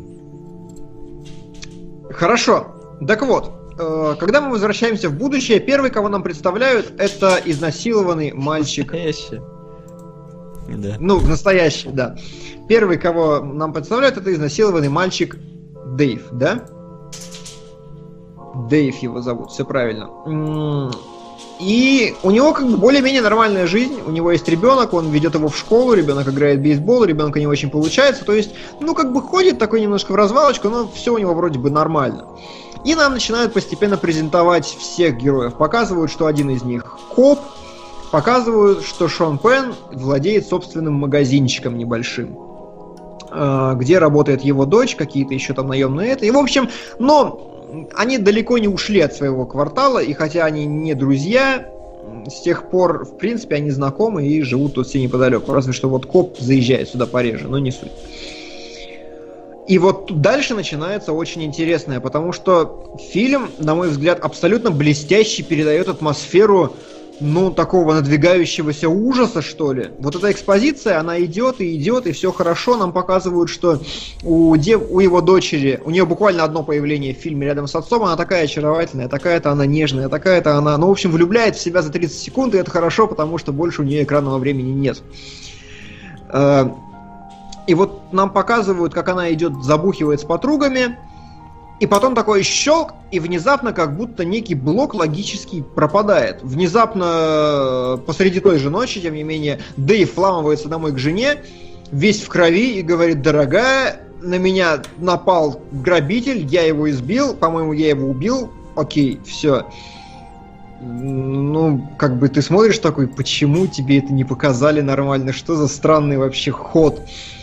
Хорошо. Так вот, э, когда мы возвращаемся в будущее, первый, кого нам представляют, это изнасилованный мальчик. Настоящий. Да. Ну, настоящий, да. Первый, кого нам представляют, это изнасилованный мальчик Дэйв, да? Дэйв его зовут, все правильно. И у него как бы более-менее нормальная жизнь. У него есть ребенок, он ведет его в школу, ребенок играет в бейсбол, ребенка не очень получается. То есть, ну как бы ходит такой немножко в развалочку, но все у него вроде бы нормально. И нам начинают постепенно презентовать всех героев. Показывают, что один из них коп, показывают, что Шон Пен владеет собственным магазинчиком небольшим. где работает его дочь, какие-то еще там наемные это. И, в общем, но они далеко не ушли от своего квартала, и хотя они не друзья, с тех пор, в принципе, они знакомы и живут тут все неподалеку. Разве что вот коп заезжает сюда пореже, но не суть. И вот тут дальше начинается очень интересное, потому что фильм, на мой взгляд, абсолютно блестяще передает атмосферу, ну, такого надвигающегося ужаса, что ли. Вот эта экспозиция, она идет и идет, и все хорошо. Нам показывают, что у, дев... у его дочери, у нее буквально одно появление в фильме рядом с отцом, она такая очаровательная, такая-то она нежная, такая-то она, ну, в общем, влюбляет в себя за тридцать секунд, и это хорошо, потому что больше у нее экранного времени нет. И вот нам показывают, как она идет, забухивает с подругами, и потом такой щелк, и внезапно как будто некий блок логический пропадает. Внезапно посреди той же ночи, тем не менее, Дэйв вламывается домой к жене, весь в крови, и говорит: дорогая, на меня напал грабитель, я его избил, по-моему, я его убил, окей, все. Ну, как бы ты смотришь такой, почему тебе это не показали нормально, что за странный вообще ход.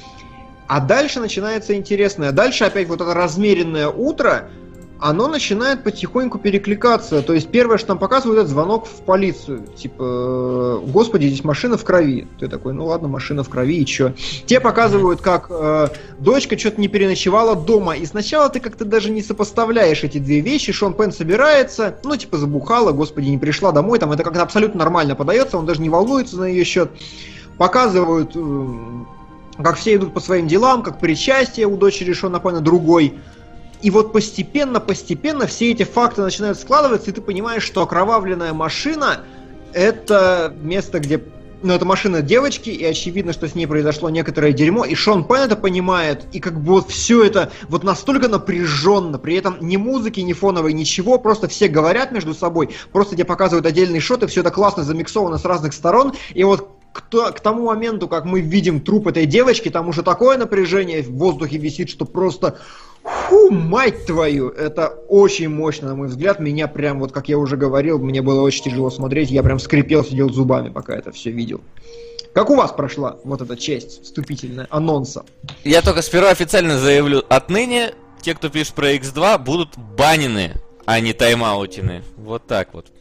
А дальше начинается интересное. Дальше опять вот это размеренное утро, оно начинает потихоньку перекликаться. То есть первое, что нам показывают, это звонок в полицию. Типа, господи, здесь машина в крови. Ты такой, ну ладно, машина в крови, и чё? Те показывают, как э, дочка что-то не переночевала дома. И сначала ты как-то даже не сопоставляешь эти две вещи. Шон Пенн собирается, ну типа забухала, господи, не пришла домой. Там это как-то абсолютно нормально подается, он даже не волнуется на ее счет. Показывают... Э, как все идут по своим делам, как причастие у дочери Шона Пенна другой. И вот постепенно, постепенно все эти факты начинают складываться, и ты понимаешь, что окровавленная машина — это место, где... Ну, это машина девочки, и очевидно, что с ней произошло некоторое дерьмо, и Шон Пенн это понимает, и как бы вот все это вот настолько напряженно, при этом ни музыки, ни фоновой, ничего, просто все говорят между собой, просто тебе показывают отдельные шоты, все это классно замиксовано с разных сторон, и вот К, к тому моменту, как мы видим труп этой девочки, там уже такое напряжение в воздухе висит, что просто, фу, мать твою, это очень мощно, на мой взгляд. Меня прям, вот как я уже говорил, мне было очень тяжело смотреть, я прям скрипел, сидел зубами, пока это все видел. Как у вас прошла вот эта часть вступительная, анонса? Я только сперва официально заявлю, отныне те, кто пишет про икс два, будут банены, а не тайм-аутины. Вот так вот.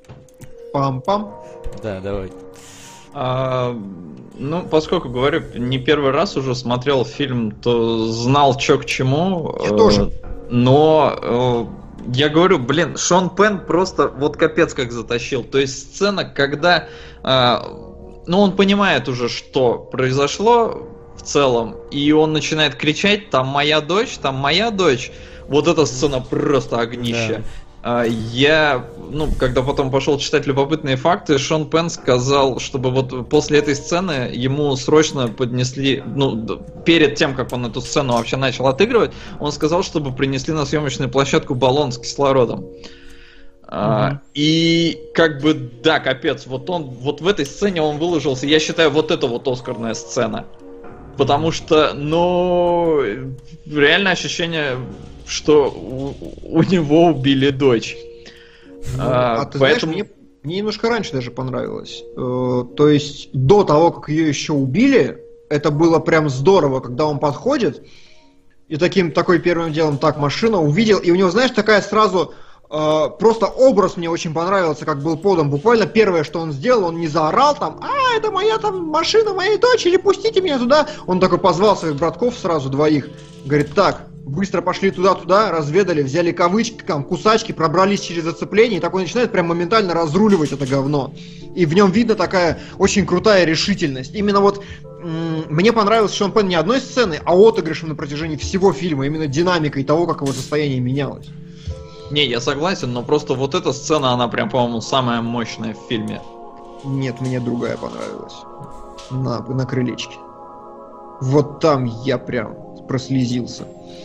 Пам-пам. Да, давай. А, ну, поскольку, говорю, не первый раз уже смотрел фильм, то знал, что к чему. Я э, тоже. Но э, я говорю, блин, Шон Пенн просто вот капец как затащил. То есть сцена, когда... Э, ну, он понимает уже, что произошло в целом, и он начинает кричать: там моя дочь, там моя дочь. Вот эта сцена просто огнище. Да. Я, ну, когда потом пошел читать любопытные факты, Шон Пенн сказал, чтобы вот после этой сцены ему срочно поднесли, ну, перед тем, как он эту сцену вообще начал отыгрывать, он сказал, чтобы принесли на съемочную площадку баллон с кислородом. Mm-hmm. А, и как бы, да, капец, вот он, вот в этой сцене он выложился, я считаю, вот это вот оскарная сцена. Потому что, ну, реально ощущение, что у, у него убили дочь. Ну, а, а ты поэтому... знаешь, мне, мне немножко раньше даже понравилось. Э, то есть до того, как ее еще убили, это было прям здорово, когда он подходит и таким такой первым делом так машина увидел, и у него, знаешь, такая сразу... Uh, просто образ мне очень понравился, как был подан. Буквально первое, что он сделал, он не заорал там: а, это моя там машина моей дочери, пустите меня туда. Он такой позвал своих братков сразу, двоих. Говорит: так, быстро пошли туда-туда, разведали, взяли кавычки, там, кусачки, пробрались через зацепление. И такой начинает прям моментально разруливать это говно. И в нем видно такая очень крутая решительность. Именно вот м- мне понравился Шон Пенн не одной сцены, а отыгрышем на протяжении всего фильма. Именно динамикой того, как его состояние менялось. Не, я согласен, но просто вот эта сцена, она прям, по-моему, самая мощная в фильме. Нет, мне другая понравилась. На, на крылечке. Вот там я прям прослезился.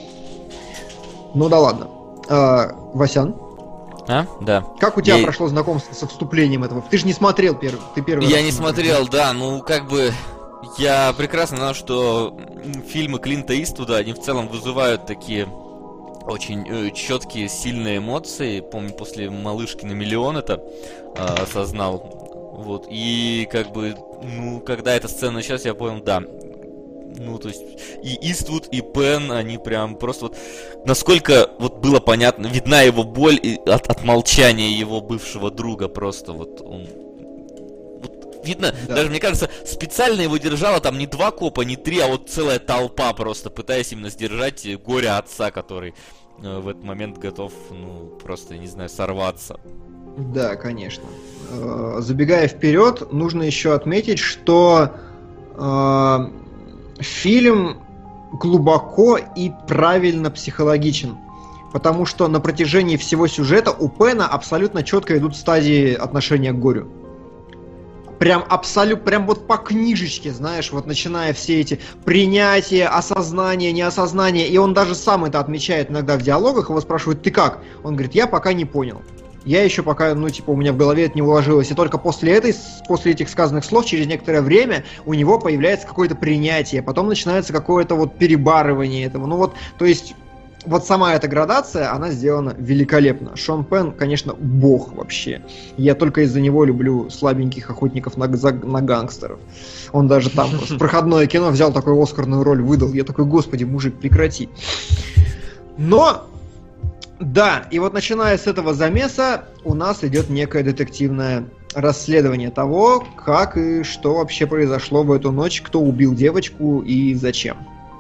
Ну да ладно. А, Васян? А? Да. Как у тебя я... прошло знакомство со вступлением этого? Ты же не смотрел первый, ты первый Я раз не смотрел, да, ну как бы... Я прекрасно знаю, что фильмы Клинта Иствуда, они в целом вызывают такие... очень э, четкие, сильные эмоции. Помню, после «Малышки на миллион» это э, осознал. Вот. И как бы, ну, когда эта сцена началась, я понял, да, Ну, то есть, и Иствуд, и Пен, они прям просто вот... Насколько вот было понятно, видна его боль и от, от молчания его бывшего друга просто вот он... Вот, видно, да. Даже, мне кажется, специально его держала там не два копа, не три, а вот целая толпа просто, пытаясь именно сдержать горе отца, который э, в этот момент готов, ну, просто, не знаю, сорваться. Да, конечно. Э, забегая вперед, нужно еще отметить, что... Э, фильм глубоко и правильно психологичен, потому что на протяжении всего сюжета у Пена абсолютно четко идут стадии отношения к горю. Прям абсолютно, прям вот по книжечке, знаешь, вот начиная все эти принятия, осознание, неосознание, и он даже сам это отмечает иногда в диалогах, его спрашивают: ты как? Он говорит: я пока не понял. Я еще пока, ну, типа, у меня в голове это не уложилось. И только после этой, после этих сказанных слов, через некоторое время у него появляется какое-то принятие. Потом начинается какое-то вот перебарывание этого. Ну вот, то есть, вот сама эта градация, она сделана великолепно. Шон Пен, конечно, бог вообще. Я только из-за него люблю слабеньких охотников на, на гангстеров. Он даже там в проходное кино взял такую оскарную роль, выдал. Я такой: господи, мужик, прекрати. Но... Да, и вот начиная с этого замеса у нас идет некое детективное расследование того, как и что вообще произошло в эту ночь, кто убил девочку и зачем.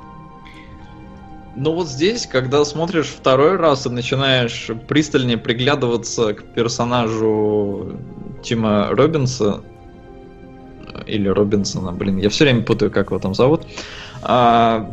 Ну вот здесь, когда смотришь второй раз и начинаешь пристальнее приглядываться к персонажу Тима Робинса, или Робинсона, блин, я все время путаю, как его там зовут, а...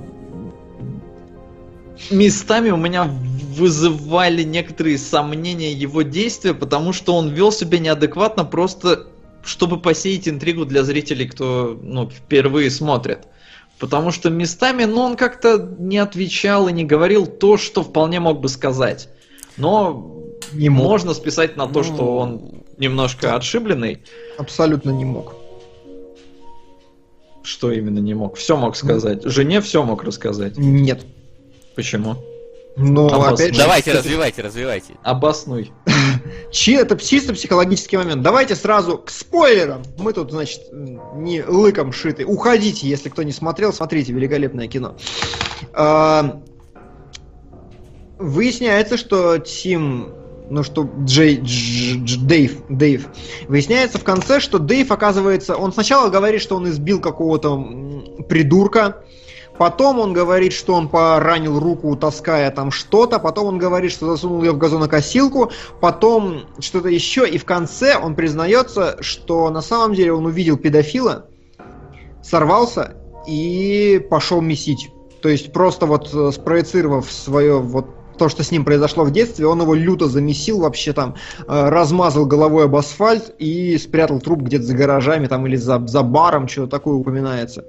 местами у меня вызывали некоторые сомнения его действия, потому что он вел себя неадекватно, просто чтобы посеять интригу для зрителей, кто, ну, впервые смотрит. Потому что местами, ну, он как-то не отвечал и не говорил то, что вполне мог бы сказать. Но не можно списать на то, ну, что он немножко отшибленный. Абсолютно не мог. Что именно не мог? Все мог сказать. Жене все мог рассказать. Нет. Почему? Ну, опять же... Давайте, развивайте, развивайте. Обоснуй. Чи, это чисто психологический момент. Давайте сразу к спойлерам. Мы тут, значит, не лыком шиты. Уходите, если кто не смотрел, смотрите, великолепное кино. А, выясняется, что Тим... Ну, что Джей... Дж, Дж, Дэйв, Дэйв. Выясняется в конце, что Дэйв, оказывается... Он сначала говорит, что он избил какого-то придурка. Потом он говорит, что он поранил руку, таская там что-то. Потом он говорит, что засунул ее в газонокосилку. Потом что-то еще. И в конце он признается, что на самом деле он увидел педофила, сорвался и пошел месить. То есть просто вот спроецировав свое вот то, что с ним произошло в детстве, он его люто замесил, вообще там размазал головой об асфальт и спрятал труп где-то за гаражами там или за, за баром, что-то такое упоминается.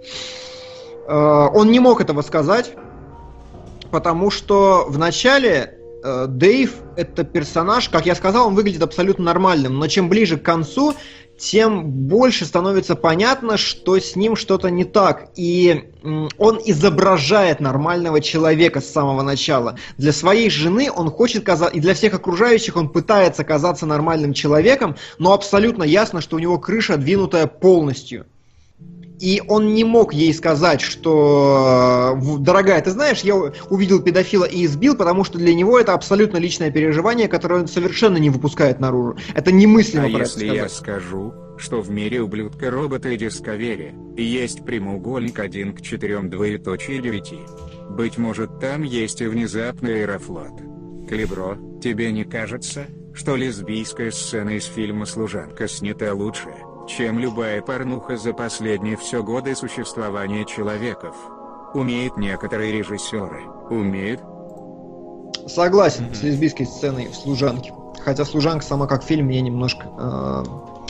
Он не мог этого сказать, потому что вначале э, Дэйв — это персонаж, как я сказал, он выглядит абсолютно нормальным, но чем ближе к концу, тем больше становится понятно, что с ним что-то не так. И м, он изображает нормального человека с самого начала. Для своей жены он хочет казаться, и для всех окружающих он пытается казаться нормальным человеком, но абсолютно ясно, что у него крыша двинутая полностью. И он не мог ей сказать, что, дорогая, ты знаешь, я увидел педофила и избил, потому что для него это абсолютно личное переживание, которое он совершенно не выпускает наружу. Это немыслимо. А если я скажу, что в мире ублюдка робота и Discovery есть прямоугольник один к четырем двоеточие девяти. Быть может, там есть и внезапный аэрофлот. Калибро, тебе не кажется, что лесбийская сцена из фильма «Служанка» снята лучше, чем любая порнуха за последние все годы существования человеков? Умеют некоторые режиссеры. Умеют? Согласен mm-hmm. с лесбийской сценой в «Служанке». Хотя «Служанка» сама как фильм мне немножко... Э...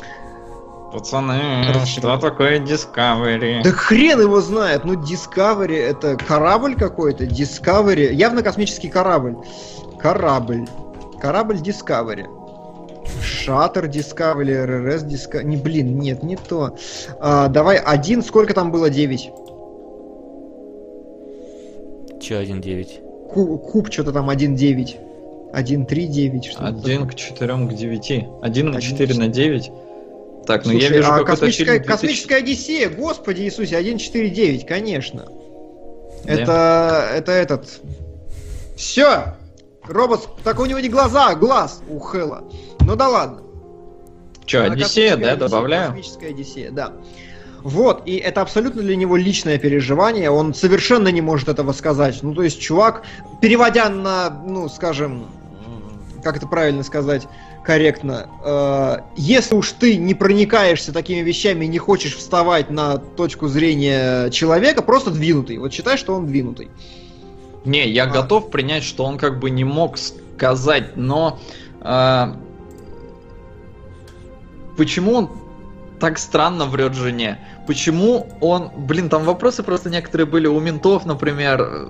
Пацаны, Раз... что такое Discovery? Да хрен его знает! Ну, Discovery — это корабль какой-то. Discovery... Явно космический корабль. Корабль. Корабль Discovery. Шаттер Discovery, эр эр эс Discovery... Не, блин, нет, не то. А, давай, один, сколько там было? Девять. Че один девять? Куб, куб что-то там один девять. один три девять. один к четырем к девяти. один на четыре на девять. Так, ну Слушай, я вижу а какой-то космическая, фильм... две тысячи... Космическая Одиссея, господи Иисусе, один четыре девять, конечно. Это, это этот... Все! Робот, так у него не глаза, а глаз у Хэлла. Ну да ладно. Че, Одиссея, да, добавляю? Космическая Одиссея, да. Вот, и это абсолютно для него личное переживание, он совершенно не может этого сказать. Ну, то есть, чувак, переводя на, ну, скажем, как это правильно сказать, корректно, э, если уж ты не проникаешься такими вещами и не хочешь вставать на точку зрения человека, просто двинутый. Вот считай, что он двинутый. Не, я а. готов принять, что он как бы не мог сказать, но... Э, почему он так странно врет жене? Почему он... Блин, там вопросы просто некоторые были у ментов, например.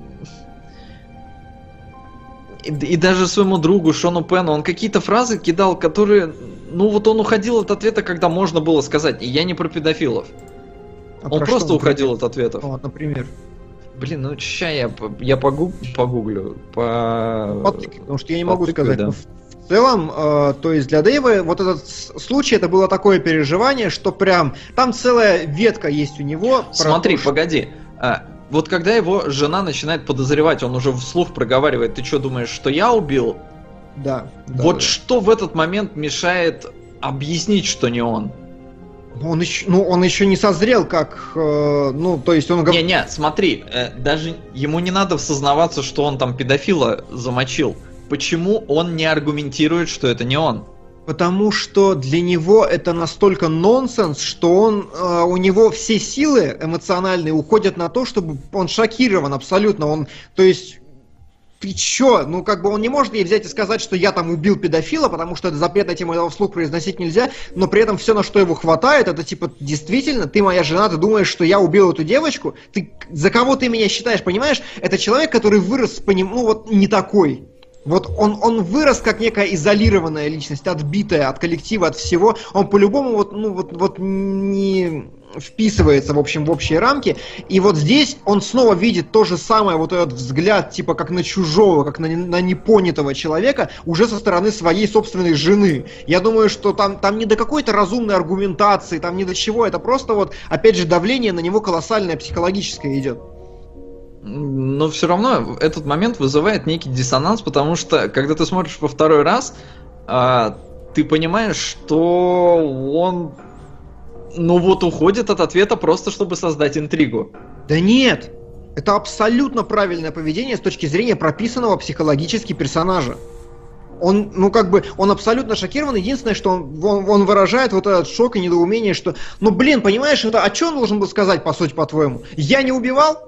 И, и даже своему другу Шону Пену он какие-то фразы кидал, которые... Ну вот он уходил от ответа, когда можно было сказать. И я не про педофилов. А он просто уходил от ответов. Вот, например. Блин, ну ща я, я погуг, погуглю. По... Потыкай, потому что я не могу Потыкай, сказать. Да. В целом, э, то есть для Дэйва вот этот случай, это было такое переживание, что прям там целая ветка есть у него. Смотри, то, что... погоди. А, вот когда его жена начинает подозревать, он уже вслух проговаривает: ты что, думаешь, что я убил? Да. да вот да. Что в этот момент мешает объяснить, что не он? Он еще, ну, он еще не созрел, как, э, ну, то есть он... Не-не, смотри, э, даже ему не надо сознаваться, что он там педофила замочил. Почему он не аргументирует, что это не он? Потому что для него это настолько нонсенс, что он, э, у него все силы эмоциональные уходят на то, чтобы он шокирован абсолютно. Он, то есть, ты чё? Ну, как бы он не может ей взять и сказать, что я там убил педофила, потому что это запретная тема, этого вслух произносить нельзя, но при этом все, на что его хватает, это типа, действительно, ты моя жена, ты думаешь, что я убил эту девочку? Ты, за кого ты меня считаешь, понимаешь? Это человек, который вырос по нему, ну, вот не такой. Вот он, он вырос как некая изолированная личность, отбитая от коллектива, от всего. Он по-любому вот, ну, вот, вот не вписывается, в общем, в общие рамки. И вот здесь он снова видит то же самое, вот этот взгляд, типа как на чужого, как на, на непонятого человека, уже со стороны своей собственной жены. Я думаю, что там, там не до какой-то разумной аргументации, там не до чего. Это просто вот, опять же, давление на него колоссальное психологическое идет. Но все равно этот момент вызывает некий диссонанс, потому что, когда ты смотришь во второй раз, а, ты понимаешь, что он, ну вот, уходит от ответа просто, чтобы создать интригу. Да нет! Это абсолютно правильное поведение с точки зрения прописанного психологически персонажа. Он, ну как бы, он абсолютно шокирован. Единственное, что он, он, он выражает вот этот шок и недоумение, что, ну блин, понимаешь, это, а что он должен был сказать, по сути, по-твоему? Я не убивал?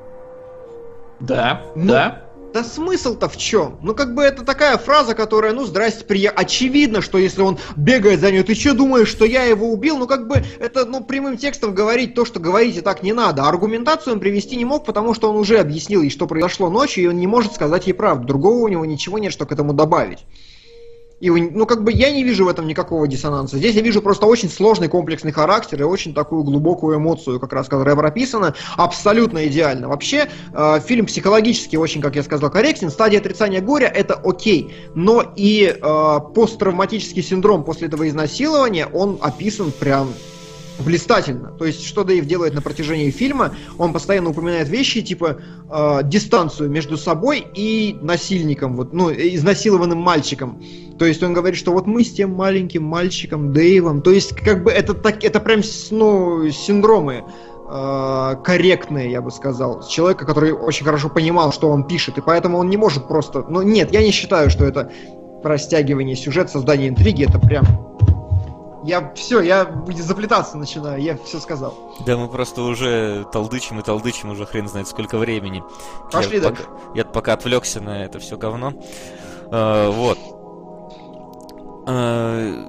Да, ну, да. Да смысл-то в чем? Ну как бы это такая фраза, которая, ну здрасте, приехал. Очевидно, что если он бегает за нее, ты что думаешь, что я его убил? Ну как бы это, ну прямым текстом говорить то, что говорите, так не надо. Аргументацию он привести не мог, потому что он уже объяснил ей, что произошло ночью, и он не может сказать ей правду. Другого у него ничего нет, что к этому добавить. И, ну, как бы я не вижу в этом никакого диссонанса. Здесь я вижу просто очень сложный комплексный характер и очень такую глубокую эмоцию, как раз, которая прописана абсолютно идеально. Вообще, э, фильм психологически очень, как я сказал, корректен. Стадия отрицания горя — это окей. Но и э, посттравматический синдром после этого изнасилования, он описан прям блистательно. То есть, что Дэйв делает на протяжении фильма, он постоянно упоминает вещи, типа э, дистанцию между собой и насильником, вот, ну, изнасилованным мальчиком. То есть он говорит, что вот мы с тем маленьким мальчиком Дэйвом, то есть как бы это, так, это прям, ну, синдромы э, корректные, я бы сказал, человека, который очень хорошо понимал, что он пишет, и поэтому он не может просто... Ну нет, я не считаю, что это растягивание сюжета, создание интриги, это прям... Я все, я заплетаться начинаю, я все сказал. Да мы просто уже толдычим и толдычим уже хрен знает сколько времени. Пошли я дальше. Пока, я пока отвлекся на это все говно. А, вот. А,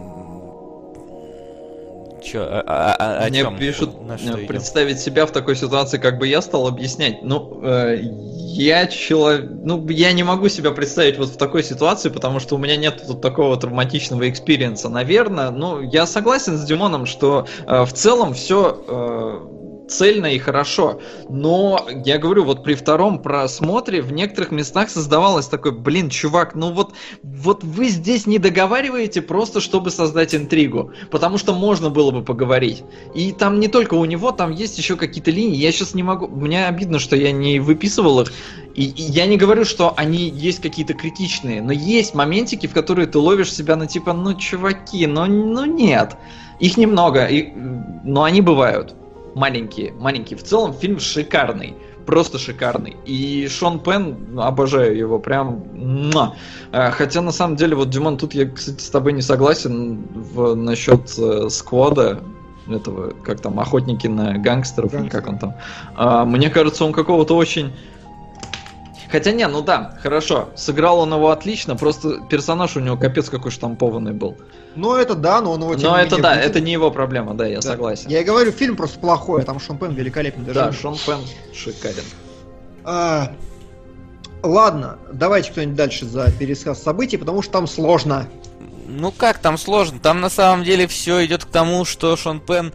Че, а, а, а Мне чем? пишут представить идем? Себя в такой ситуации, как бы я стал объяснять. Ну, э, я человек, ну, я не могу себя представить вот в такой ситуации, потому что у меня нет вот такого травматичного экспириенса, наверное. Ну, я согласен с Димоном, что э, в целом все э, цельно и хорошо. Но, я говорю, вот при втором просмотре в некоторых местах создавалось такое, блин, чувак, ну вот, вот вы здесь не договариваете просто, чтобы создать интригу. Потому что можно было бы поговорить. И там не только у него, там есть еще какие-то линии. Я сейчас не могу... Мне обидно, что я не выписывал их. И, и я не говорю, что они есть какие-то критичные. Но есть моментики, в которые ты ловишь себя на типа, ну, чуваки, ну, ну нет. Их немного, и, но они бывают. Маленькие, маленькие. В целом фильм шикарный, просто шикарный. И Шон Пенн, обожаю его, прям... Муа. Хотя, на самом деле, вот, Димон, тут я, кстати, с тобой не согласен в, насчет э, сквада, этого, как там, охотники на гангстеров, или как он там. А, мне кажется, он какого-то очень... Хотя не, ну да, хорошо, сыграл он его отлично, просто персонаж у него капец какой штампованный был. Ну это да, но он его... Но это да, будет. Это не его проблема, да, я да. согласен. Я и говорю, фильм просто плохой, а там Шон Пенн великолепен. Даже да, Шон Пенн шикарен. А, ладно, давайте кто-нибудь дальше за пересказ событий, потому что там сложно. Ну как там сложно? Там на самом деле все идет к тому, что Шон Пенн,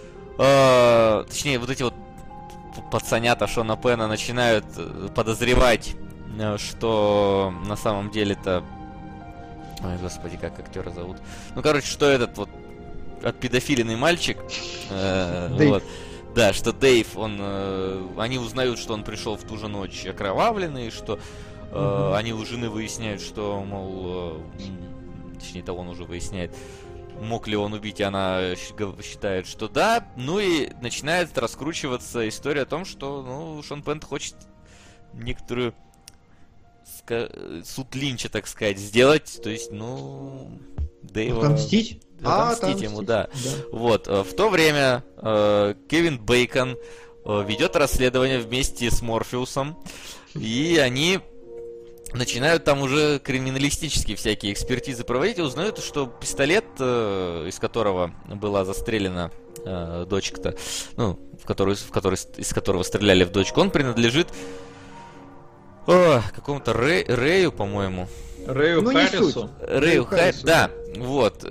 э, точнее вот эти вот пацанята Шона Пенна начинают подозревать, что на самом деле-то... Ой, господи, как актера зовут? Ну, короче, что этот вот отпедофиленный мальчик, э, вот, да, что Дэйв, он, э, они узнают, что он пришел в ту же ночь окровавленный, что э, mm-hmm. они у жены выясняют, что, мол, э, точнее, это он уже выясняет, мог ли он убить, и она считает, что да. Ну и начинает раскручиваться история о том, что, ну, Шон Пенн хочет некоторую ска- суд Линча, так сказать, сделать. То есть, ну, Дэйва... Отомстить? Отомстить а, ему, да. да. Вот. В то время э, Кевин Бейкон э, ведет расследование вместе с Морфеусом, и они... начинают там уже криминалистические всякие экспертизы проводить и узнают, что пистолет, э, из которого была застрелена э, дочка-то, ну, в которую, в который, из которого стреляли в дочку, он принадлежит о, какому-то Рэй, Рэю, по-моему. Рэю ну, Харрису. Рэю Харрису, да. Вот.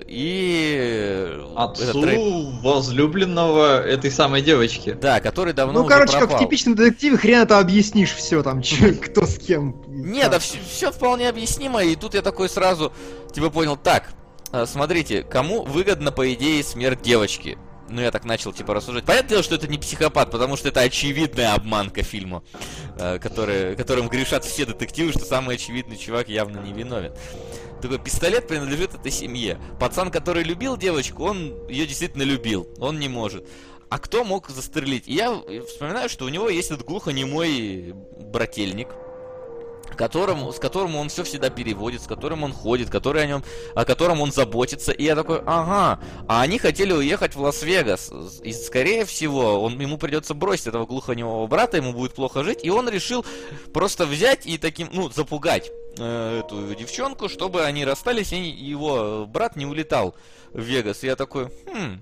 И... Отцу Рэй... возлюбленного этой самой девочки. Да, который давно Ну, уже короче, пропал. Как в типичном детективе, хрен это объяснишь все там, че, кто с кем. Не, да все, все вполне объяснимо, и тут я такой сразу, типа, понял, так, смотрите, кому выгодна, по идее, смерть девочки? Ну, я так начал, типа, рассуждать. Понятное дело, что это не психопат, потому что это очевидная обманка фильма, который, которым грешат все детективы, что самый очевидный чувак явно не виновен. Такой пистолет принадлежит этой семье. Пацан, который любил девочку, он ее действительно любил. Он не может. А кто мог застрелить? И я вспоминаю, что у него есть этот глухонемой брательник, которому, с которым он все всегда переводит, с которым он ходит, который о нем, о котором он заботится. И я такой, ага, а они хотели уехать в Лас-Вегас. И, скорее всего, он, ему придется бросить этого глухонемого брата, ему будет плохо жить. И он решил просто взять и таким, ну, запугать э, эту девчонку, чтобы они расстались, и его брат не улетал в Вегас. И я такой, хм...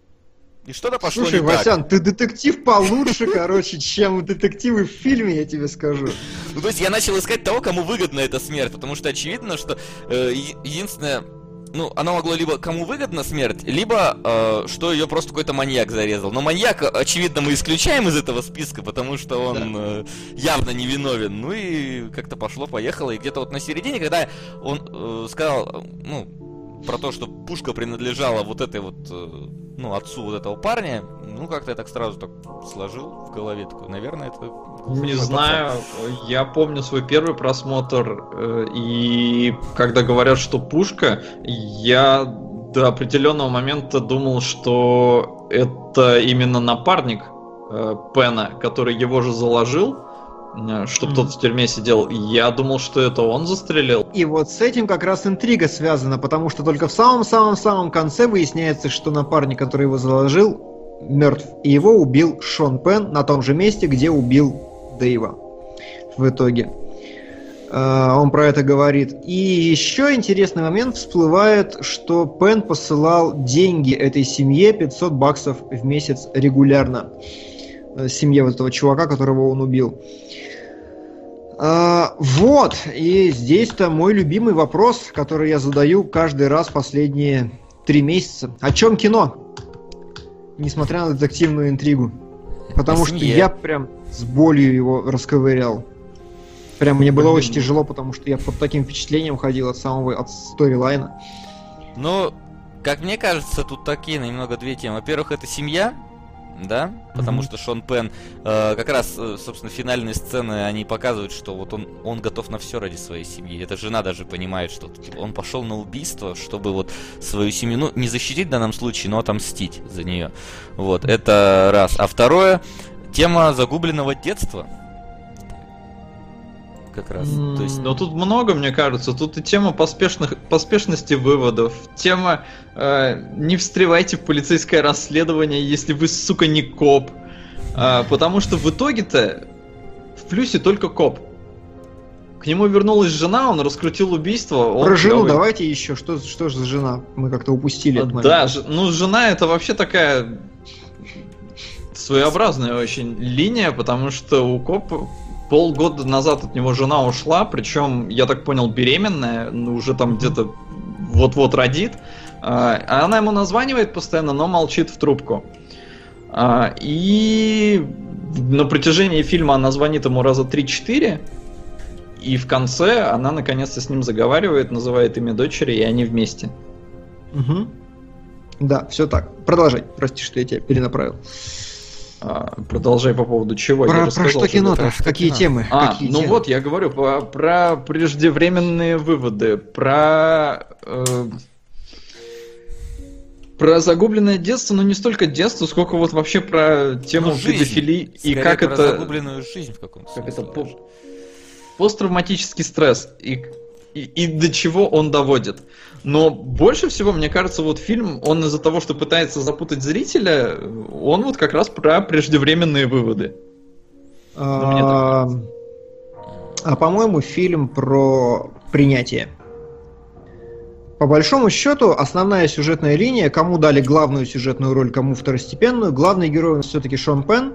И что-то пошло Слушай, не Васян, так. ты детектив получше, короче, чем детективы в фильме, я тебе скажу. Ну, то есть я начал искать того, кому выгодна эта смерть, потому что очевидно, что э, единственное, ну, она могла либо кому выгодна смерть, либо э, что ее просто какой-то маньяк зарезал. Но маньяка, очевидно, мы исключаем из этого списка, потому что он да. э, явно не виновен. Ну и как-то пошло-поехало, и где-то вот на середине, когда он э, сказал, ну, про то, что пушка принадлежала вот этой вот, э, ну, отцу вот этого парня, ну, как-то я так сразу так сложил в голове, такой, наверное, это... Не знаю, я помню свой первый просмотр, э, и когда говорят, что пушка, я до определенного момента думал, что это именно напарник э, Пена, который его же заложил, чтобы mm. тот в тюрьме сидел. Я думал, что это он застрелил. И вот с этим как раз интрига связана, потому что только в самом-самом-самом конце выясняется, что напарник, который его заложил, мертв. И его убил Шон Пенн на том же месте, где убил Дэйва. В итоге. Он про это говорит. И еще интересный момент всплывает, что Пенн посылал деньги этой семье, пятьсот баксов в месяц регулярно. Семье вот этого чувака, которого он убил. А, вот, и здесь-то мой любимый вопрос, который я задаю каждый раз последние три месяца. О чем кино? Несмотря на детективную интригу. Потому что я прям с болью его расковырял. Прям мне было очень тяжело, потому что я под таким впечатлением ходил от самого, от сторилайна. Ну, как мне кажется, тут такие немного две темы. Во-первых, это семья, да, потому mm-hmm. что Шон Пенн, э, как раз, собственно, финальные сцены, они показывают, что вот он, он готов на все ради своей семьи. Эта жена даже понимает, что типа, он пошел на убийство, чтобы вот свою семью, ну, не защитить в данном случае, но отомстить за нее. Вот, это раз. А второе, тема загубленного детства. Как раз. Mm. То есть, но тут много, мне кажется. Тут и тема поспешных, поспешности выводов, тема э, не встревайте в полицейское расследование, если вы, сука, не коп. Э, потому что в итоге-то в плюсе только коп. К нему вернулась жена, он раскрутил убийство. Он Про жену довольно... давайте еще. Что, что же за жена? Мы как-то упустили этот момент. Да, ж, ну жена это вообще такая своеобразная очень линия, потому что у копа полгода назад от него жена ушла, причем, я так понял, беременная, ну, уже там где-то вот-вот родит. А она ему названивает постоянно, но молчит в трубку. И на протяжении фильма она звонит ему раза три-четыре, и в конце она наконец-то с ним заговаривает, называет имя дочери, и они вместе. Угу. Да, все так. Продолжай. Прости, что я тебя перенаправил. А, продолжай по поводу чего? Про, я про что кино-то? Какие кино? темы? А, Какие ну темы? вот, я говорю про, про преждевременные выводы, про... Э, про загубленное детство, но не столько детство, сколько вот вообще про тему ну, педофилии и как про это... загубленную жизнь в каком-то как смысле. это по, посттравматический стресс и, и, и до чего он доводит. Но больше всего, мне кажется, вот фильм, он из-за того, что пытается запутать зрителя, он вот как раз про преждевременные выводы. А, а по-моему, фильм про принятие. По большому счету, основная сюжетная линия, кому дали главную сюжетную роль, кому второстепенную. Главный герой у нас все-таки Шон Пенн,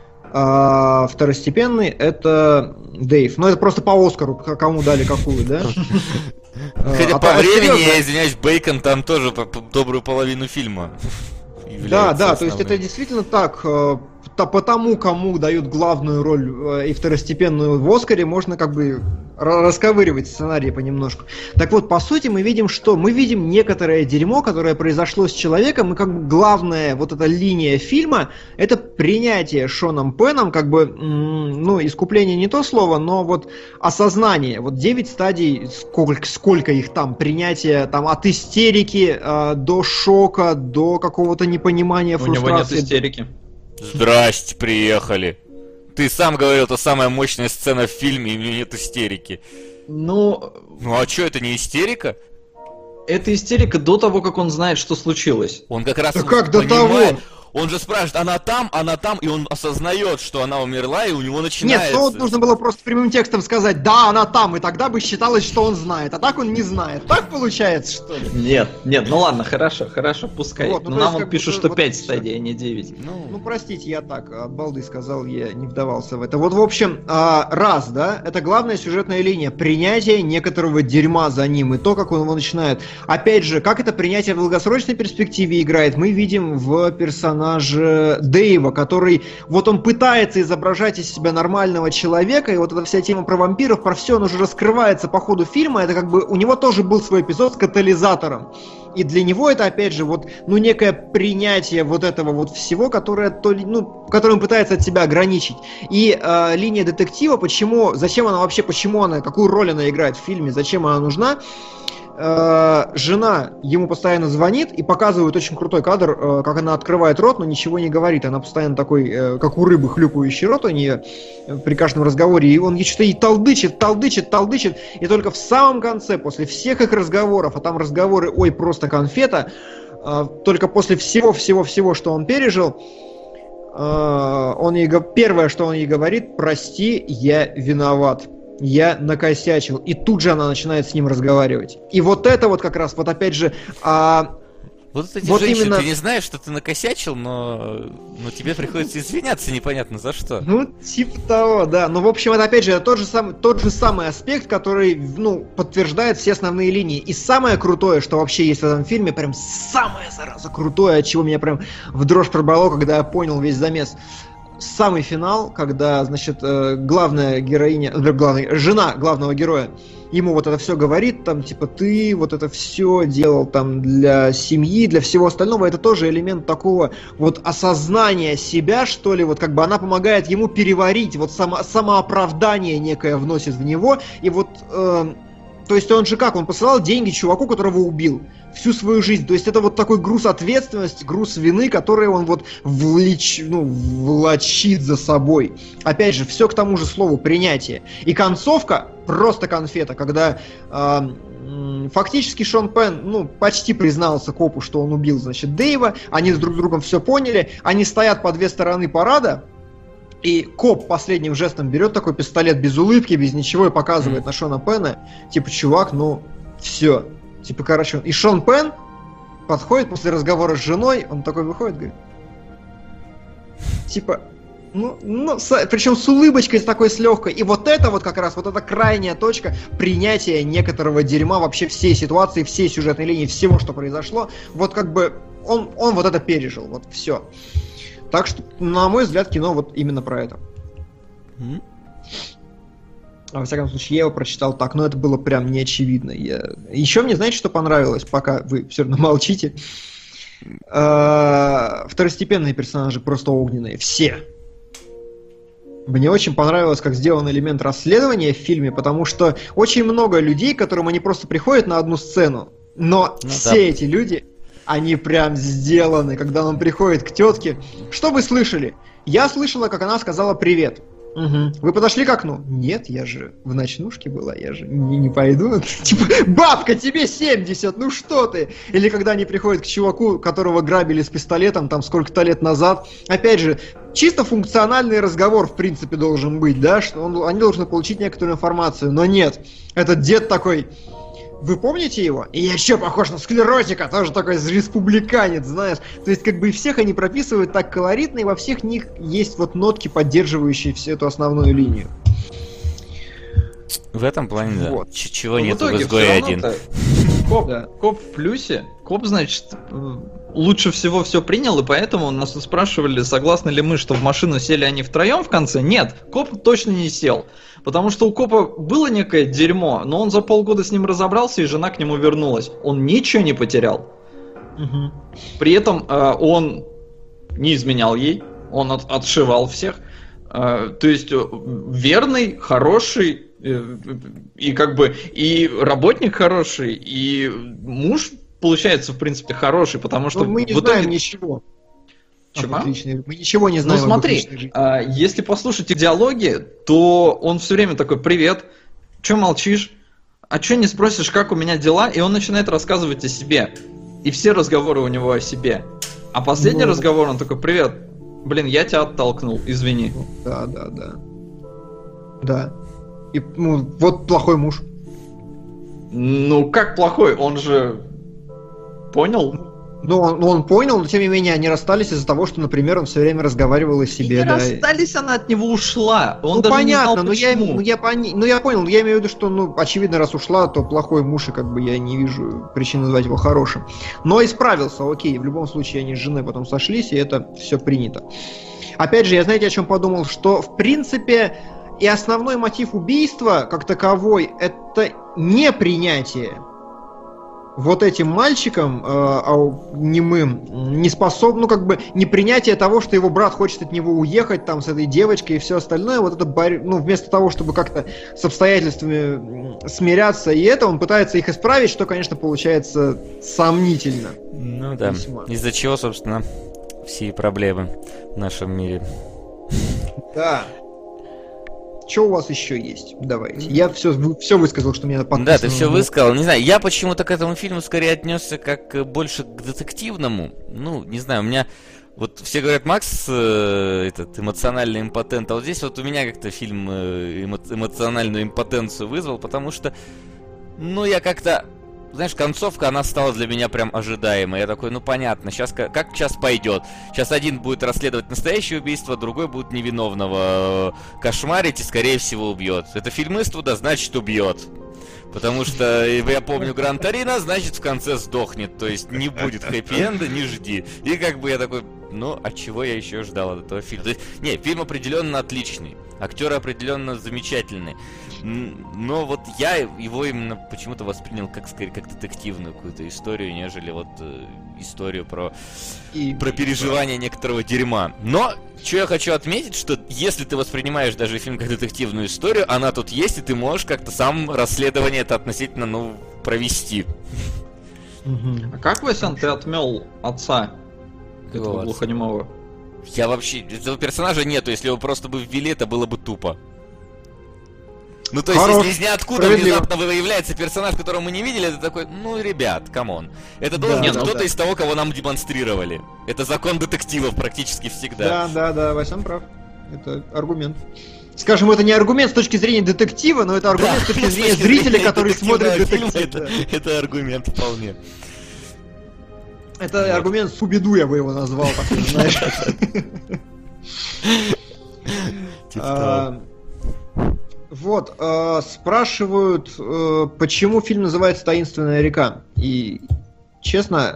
а второстепенный это Дэйв. Ну это просто по Оскару, кому дали какую, да? Хотя а по времени, я извиняюсь, Бейкон там тоже по добрую половину фильма. Да, да, то есть это действительно так. По тому, кому дают главную роль и второстепенную в Оскаре, можно как бы расковыривать сценарий понемножку. Так вот, по сути, мы видим, что мы видим некоторое дерьмо, которое произошло с человеком, и как бы главная вот эта линия фильма — это принятие Шоном Пенном, как бы, ну, искупление не то слово, но вот осознание. Вот девять стадий, сколько, сколько их там, принятие там от истерики э, до шока, до какого-то непонимания, фрустрации. У него нет истерики. Здрасте, приехали. Ты сам говорил, это самая мощная сцена в фильме, и у меня нет истерики. Ну... Ну а что, это не истерика? Это истерика до того, как он знает, что случилось. Он как раз да как до понимает... того? Он же спрашивает, она там, она там, и он осознает, что она умерла, и у него начинается... Нет, ну нужно было просто прямым текстом сказать, да, она там, и тогда бы считалось, что он знает. А так он не знает. Так получается, что ли? Нет, нет, ну ладно, хорошо, хорошо, пускай. Вот, ну, но нам есть, он пишет, бы, что вот, пять вот, стадий, а не девять. Ну, ну, простите, я так, от балды сказал, я не вдавался в это. Вот, в общем, раз, да, это главная сюжетная линия. Принятие некоторого дерьма за ним, и то, как он его начинает. Опять же, как это принятие в долгосрочной перспективе играет, мы видим в персонаже Дэйва, который, вот он пытается изображать из себя нормального человека, и вот эта вся тема про вампиров, про все, он уже раскрывается по ходу фильма, это как бы, у него тоже был свой эпизод с катализатором. И для него это, опять же, вот, ну, некое принятие вот этого вот всего, которое, то ли, ну, которое он пытается от себя ограничить. И э, линия детектива, почему, зачем она вообще, почему она, какую роль она играет в фильме, зачем она нужна? Э, жена ему постоянно звонит и показывает очень крутой кадр, э, как она открывает рот, но ничего не говорит. Она постоянно такой, э, как у рыбы, хлюпающий рот у нее при каждом разговоре. И он ей что-то и толдычит, толдычит, толдычит. И только в самом конце, после всех их разговоров, а там разговоры, ой, просто конфета, э, только после всего-всего-всего, что он пережил, э, он ей, первое, что он ей говорит: прости, я виноват. Я накосячил. И тут же она начинает с ним разговаривать. И вот это вот как раз, вот опять же... А... Вот эти вот женщины, именно... ты не знаешь, что ты накосячил, но... но тебе приходится извиняться непонятно за что. Ну, типа того, да. Но, в общем, это опять же это тот же, сам... тот же самый аспект, который, ну, подтверждает все основные линии. И самое крутое, что вообще есть в этом фильме, прям самое, зараза, крутое, от чего меня прям в дрожь пробрало, когда я понял весь замес. самый финал, когда, значит, главная героиня, главная, жена главного героя ему вот это все говорит, там, типа, ты вот это все делал там для семьи, для всего остального, это тоже элемент такого вот осознания себя, что ли, вот как бы она помогает ему переварить, вот само, самооправдание некое вносит в него, и вот, э, то есть он же как, он посылал деньги чуваку, которого убил, всю свою жизнь, то есть это вот такой груз ответственности, груз вины, который он вот влеч, ну, влачит за собой. Опять же, все к тому же слову принятие. И концовка просто конфета, когда э, фактически Шон Пенн, ну, почти признался копу, что он убил, значит, Дэйва, они с друг другом все поняли, они стоят по две стороны парада, и коп последним жестом берет такой пистолет без улыбки, без ничего, и показывает на Шона Пенна, типа, чувак, ну, все. Типа, короче, и Шон Пенн подходит после разговора с женой, он такой выходит, говорит, типа, ну, ну, с, причем с улыбочкой, с такой, с легкой. И вот это вот как раз, вот эта крайняя точка принятия некоторого дерьма вообще всей ситуации, всей сюжетной линии, всего, что произошло. Вот как бы он, он вот это пережил, вот все. Так что, на мой взгляд, кино вот именно про это. Mm-hmm. А, во всяком случае, я его прочитал так, но это было прям неочевидно. Я... Еще мне, знаете, что понравилось, пока вы все равно молчите? А, второстепенные персонажи просто огненные. Все. Мне очень понравилось, как сделан элемент расследования в фильме, потому что очень много людей, к которым они просто приходят на одну сцену, но ну, все да. эти люди, они прям сделаны, когда он приходит к тетке. Что вы слышали? Я слышала, как она сказала «привет». Угу. Вы подошли к окну? Нет, я же в ночнушке была, я же не, не пойду. Типа, бабка, тебе семьдесят, ну что ты? Или когда они приходят к чуваку, которого грабили с пистолетом там сколько-то лет назад. Опять же, чисто функциональный разговор в принципе должен быть, да, что он, они должны получить некоторую информацию, но нет. Этот дед такой... Вы помните его? И я еще похож на склеротика, тоже такой республиканец, знаешь. То есть, как бы и всех они прописывают так колоритно, и во всех них есть вот нотки, поддерживающие всю эту основную линию. В этом плане, да. Вот. Чего ну, нету в изгое один. Коп, да. Коп в плюсе. Коп, значит, лучше всего все принял, и поэтому нас тут спрашивали, согласны ли мы, что в машину сели они втроем в конце. Нет, коп точно не сел. Потому что у копа было некое дерьмо, но он за полгода с ним разобрался, и жена к нему вернулась. Он ничего не потерял. Угу. При этом э, он не изменял ей, он от, отшивал всех. Э, то есть верный, хороший, э, и как бы и работник хороший, и муж, получается, в принципе, хороший, потому что... Но мы не в итоге... знаем ничего. Чего? Отличный. Мы ничего не знаем. Ну смотри, а, если послушать их диалоги, то он все время такой: привет, че молчишь? А че не спросишь, как у меня дела? И он начинает рассказывать о себе. И все разговоры у него о себе. А последний ну... разговор он такой: привет, блин, я тебя оттолкнул, извини. Да, да, да. Да. И ну, вот плохой муж. Ну как плохой? Он же понял. Ну, он, ну, он понял, но тем не менее они расстались из-за того, что, например, он все время разговаривал о себе. И не да. расстались, она от него ушла. Он ну, даже понятно, не знал, но я, почему. ну, я, пони... ну, я понял, но я имею в виду, что, ну, очевидно, раз ушла, то плохой муж, и как бы я не вижу причин назвать его хорошим. Но исправился, окей, в любом случае они с женой потом сошлись, и это все принято. Опять же, я, знаете, о чем подумал, что, в принципе, и основной мотив убийства, как таковой, это не принятие. Вот этим мальчиком, э, немым, не способ, ну как бы не принятие того, что его брат хочет от него уехать там с этой девочкой и все остальное, вот это, ну вместо того, чтобы как-то с обстоятельствами смиряться и это, он пытается их исправить, что, конечно, получается сомнительно. Ну да, весьма. Из-за чего, собственно, все проблемы в нашем мире. Да. Что у вас еще есть? Давайте. Я все, все высказал, что мне подписано. Да, ты все высказал. Не знаю, я почему-то к этому фильму скорее отнесся как больше к детективному. Ну, не знаю, у меня... Вот все говорят, Макс э, этот эмоциональный импотент, а вот здесь вот у меня как-то фильм э, эмо- эмоциональную импотенцию вызвал, потому что, ну, я как-то... Знаешь, концовка, она стала для меня прям ожидаемой. Я такой, ну понятно, сейчас как, как сейчас пойдет. Сейчас один будет расследовать настоящее убийство, другой будет невиновного кошмарить и, скорее всего, убьет. Это фильмиство, да, значит, убьет. Потому что, я помню, Гран-Торино, значит, в конце сдохнет. То есть не будет хэппи-энда, не жди. И как бы я такой, ну, а чего я еще ждал от этого фильма? То есть, не, фильм определенно отличный, актеры определенно замечательные, но вот я его именно почему-то воспринял как, скорее, как детективную какую-то историю, нежели вот э, историю про, и, про переживание и, некоторого дерьма. Но, что я хочу отметить, что если ты воспринимаешь даже фильм как детективную историю, она тут есть, и ты можешь как-то сам расследование это относительно, ну, провести. А как, Васян, ты отмел отца этого отца? глухонемого? Я вообще... Этого персонажа нету, если его просто бы ввели, это было бы тупо. Ну, то есть, Хорош. если из ниоткуда внезапно выявляется персонаж, которого мы не видели, это такой, ну, ребят, камон. Это должен да, быть да, кто-то да. из того, кого нам демонстрировали. Это закон детективов практически всегда. Да, да, да, Васян прав. Это аргумент. Скажем, это не аргумент с точки зрения детектива, но это аргумент да, с точки зрения зрителя, который смотрит детектив. Это, да. это аргумент вполне. Это вот. Аргумент Скуби-Ду, я бы его назвал, так ты знаешь. Вот, э, спрашивают, э, почему фильм называется «Таинственная река». И, честно,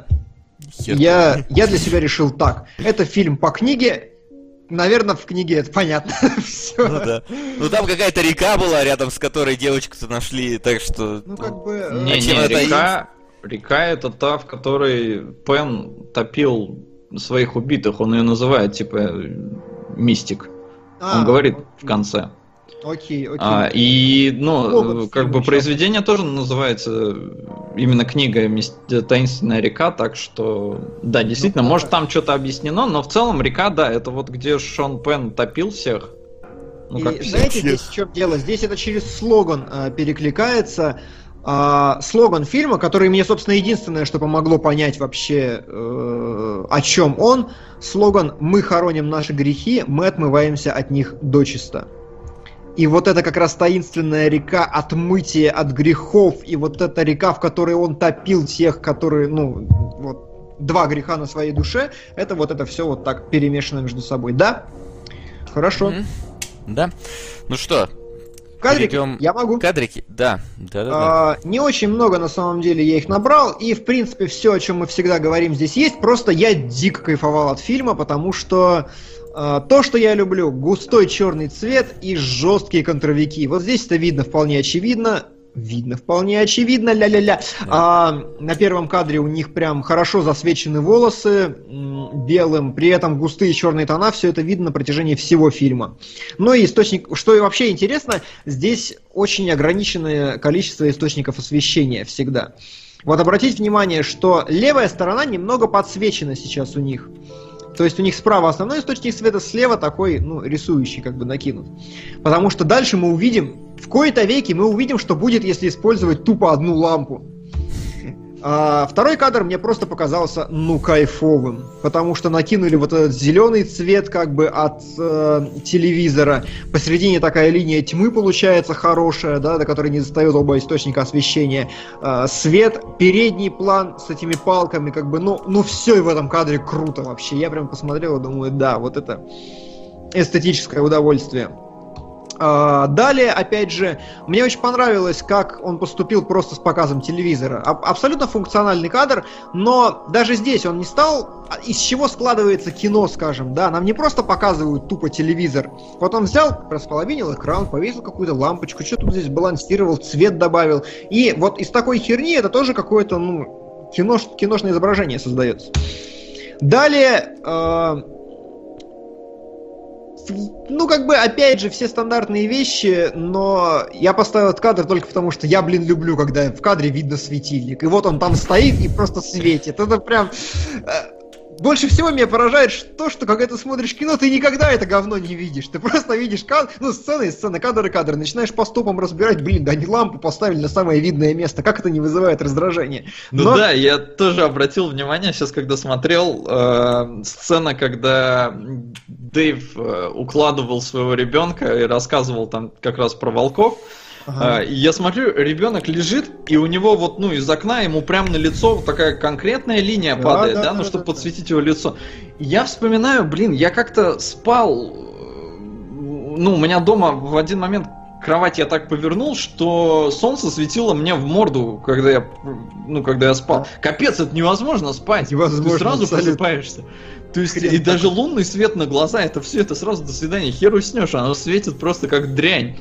я, я для себя решил так. Это фильм по книге. Наверное, в книге это понятно. Все. Ну да. Ну там какая-то река была, рядом с которой девочку-то нашли, так что... Ну как бы... Э, не, не, река, река это та, в которой Пен топил своих убитых. Он ее называет, типа, мистик. А, Он говорит окей. в конце. Окей, окей. А, и, ну, как бы произведение тоже называется именно книга «Таинственная река», так что, да, действительно, ну, может там что-то объяснено, но в целом река, да, это вот где Шон Пен топил всех. Ну, как и знаете, здесь в чем дело? Здесь это через слоган э, перекликается. Э, слоган фильма, который мне, собственно, единственное, что помогло понять вообще, э, о чем он, слоган «Мы хороним наши грехи, мы отмываемся от них дочисто». И вот это как раз таинственная река отмытия от грехов, и вот эта река, в которой он топил тех, которые, ну, вот, два греха на своей душе, это вот это все вот так перемешано между собой. Да? Хорошо. Mm-hmm. Да. Ну что, кадрики? Перейдем... Я могу. Кадрики? Да. Да, да, а, да. Не очень много, на самом деле, я их набрал, и, в принципе, все, о чем мы всегда говорим, здесь есть. Просто я дико кайфовал от фильма, потому что то, что я люблю, густой черный цвет и жесткие контровики. Вот здесь это видно вполне очевидно. Видно вполне очевидно, ля-ля-ля. Да. А, на первом кадре у них прям хорошо засвечены волосы м, белым, при этом густые черные тона, все это видно на протяжении всего фильма. Ну и источник, что и вообще интересно, здесь очень ограниченное количество источников освещения всегда. Вот обратите внимание, что левая сторона немного подсвечена сейчас у них. То есть у них справа основной источник света, слева такой, ну, рисующий, как бы накинут. Потому что дальше мы увидим, в кои-то веки мы увидим, что будет, если использовать тупо одну лампу. А второй кадр мне просто показался, ну, кайфовым. Потому что накинули вот этот зеленый цвет, как бы, от э, телевизора. Посередине такая линия тьмы получается хорошая, да, до которой не достает оба источника освещения. Э, свет, передний план с этими палками, как бы, ну, ну, все в этом кадре круто вообще. Я прям посмотрел и думаю, да, вот это эстетическое удовольствие. Далее, опять же, мне очень понравилось, как он поступил просто с показом телевизора. Абсолютно функциональный кадр, но даже здесь он не стал... Из чего складывается кино, скажем, да? Нам не просто показывают тупо телевизор. Вот он взял, располовинил экран, повесил какую-то лампочку, что тут здесь балансировал, цвет добавил. И вот из такой херни это тоже какое-то, ну, кино, киношное изображение создается. Далее... Э- Ну, как бы, опять же, все стандартные вещи, но я поставил этот кадр только потому, что я, блин, люблю, когда в кадре видно светильник. И вот он там стоит и просто светит. Это прям... Больше всего меня поражает то, что когда ты смотришь кино, ты никогда это говно не видишь. Ты просто видишь кадр, ну, сцены и сцены, кадр и кадр. Начинаешь по стопам разбирать, блин, да они лампу поставили на самое видное место. Как это не вызывает раздражения? Но... Ну да, я тоже обратил внимание сейчас, когда смотрел э, сцена, когда Дэйв э, укладывал своего ребенка и рассказывал там как раз про волков. Ага. И я смотрю, ребенок лежит, и у него вот, ну, из окна ему прямо на лицо вот такая конкретная линия да, падает, да, да, ну, да, чтобы да, подсветить да. его лицо. Я вспоминаю, блин, я как-то спал, ну, у меня дома в один момент кровать я так повернул, что солнце светило мне в морду, когда я, ну, когда я спал. Капец, это невозможно спать. Невозможно, Ты сразу абсолютно. просыпаешься. То есть, Хрен и такой. даже лунный свет на глаза, это все, это сразу до свидания. Хер уснешь, оно светит просто как дрянь.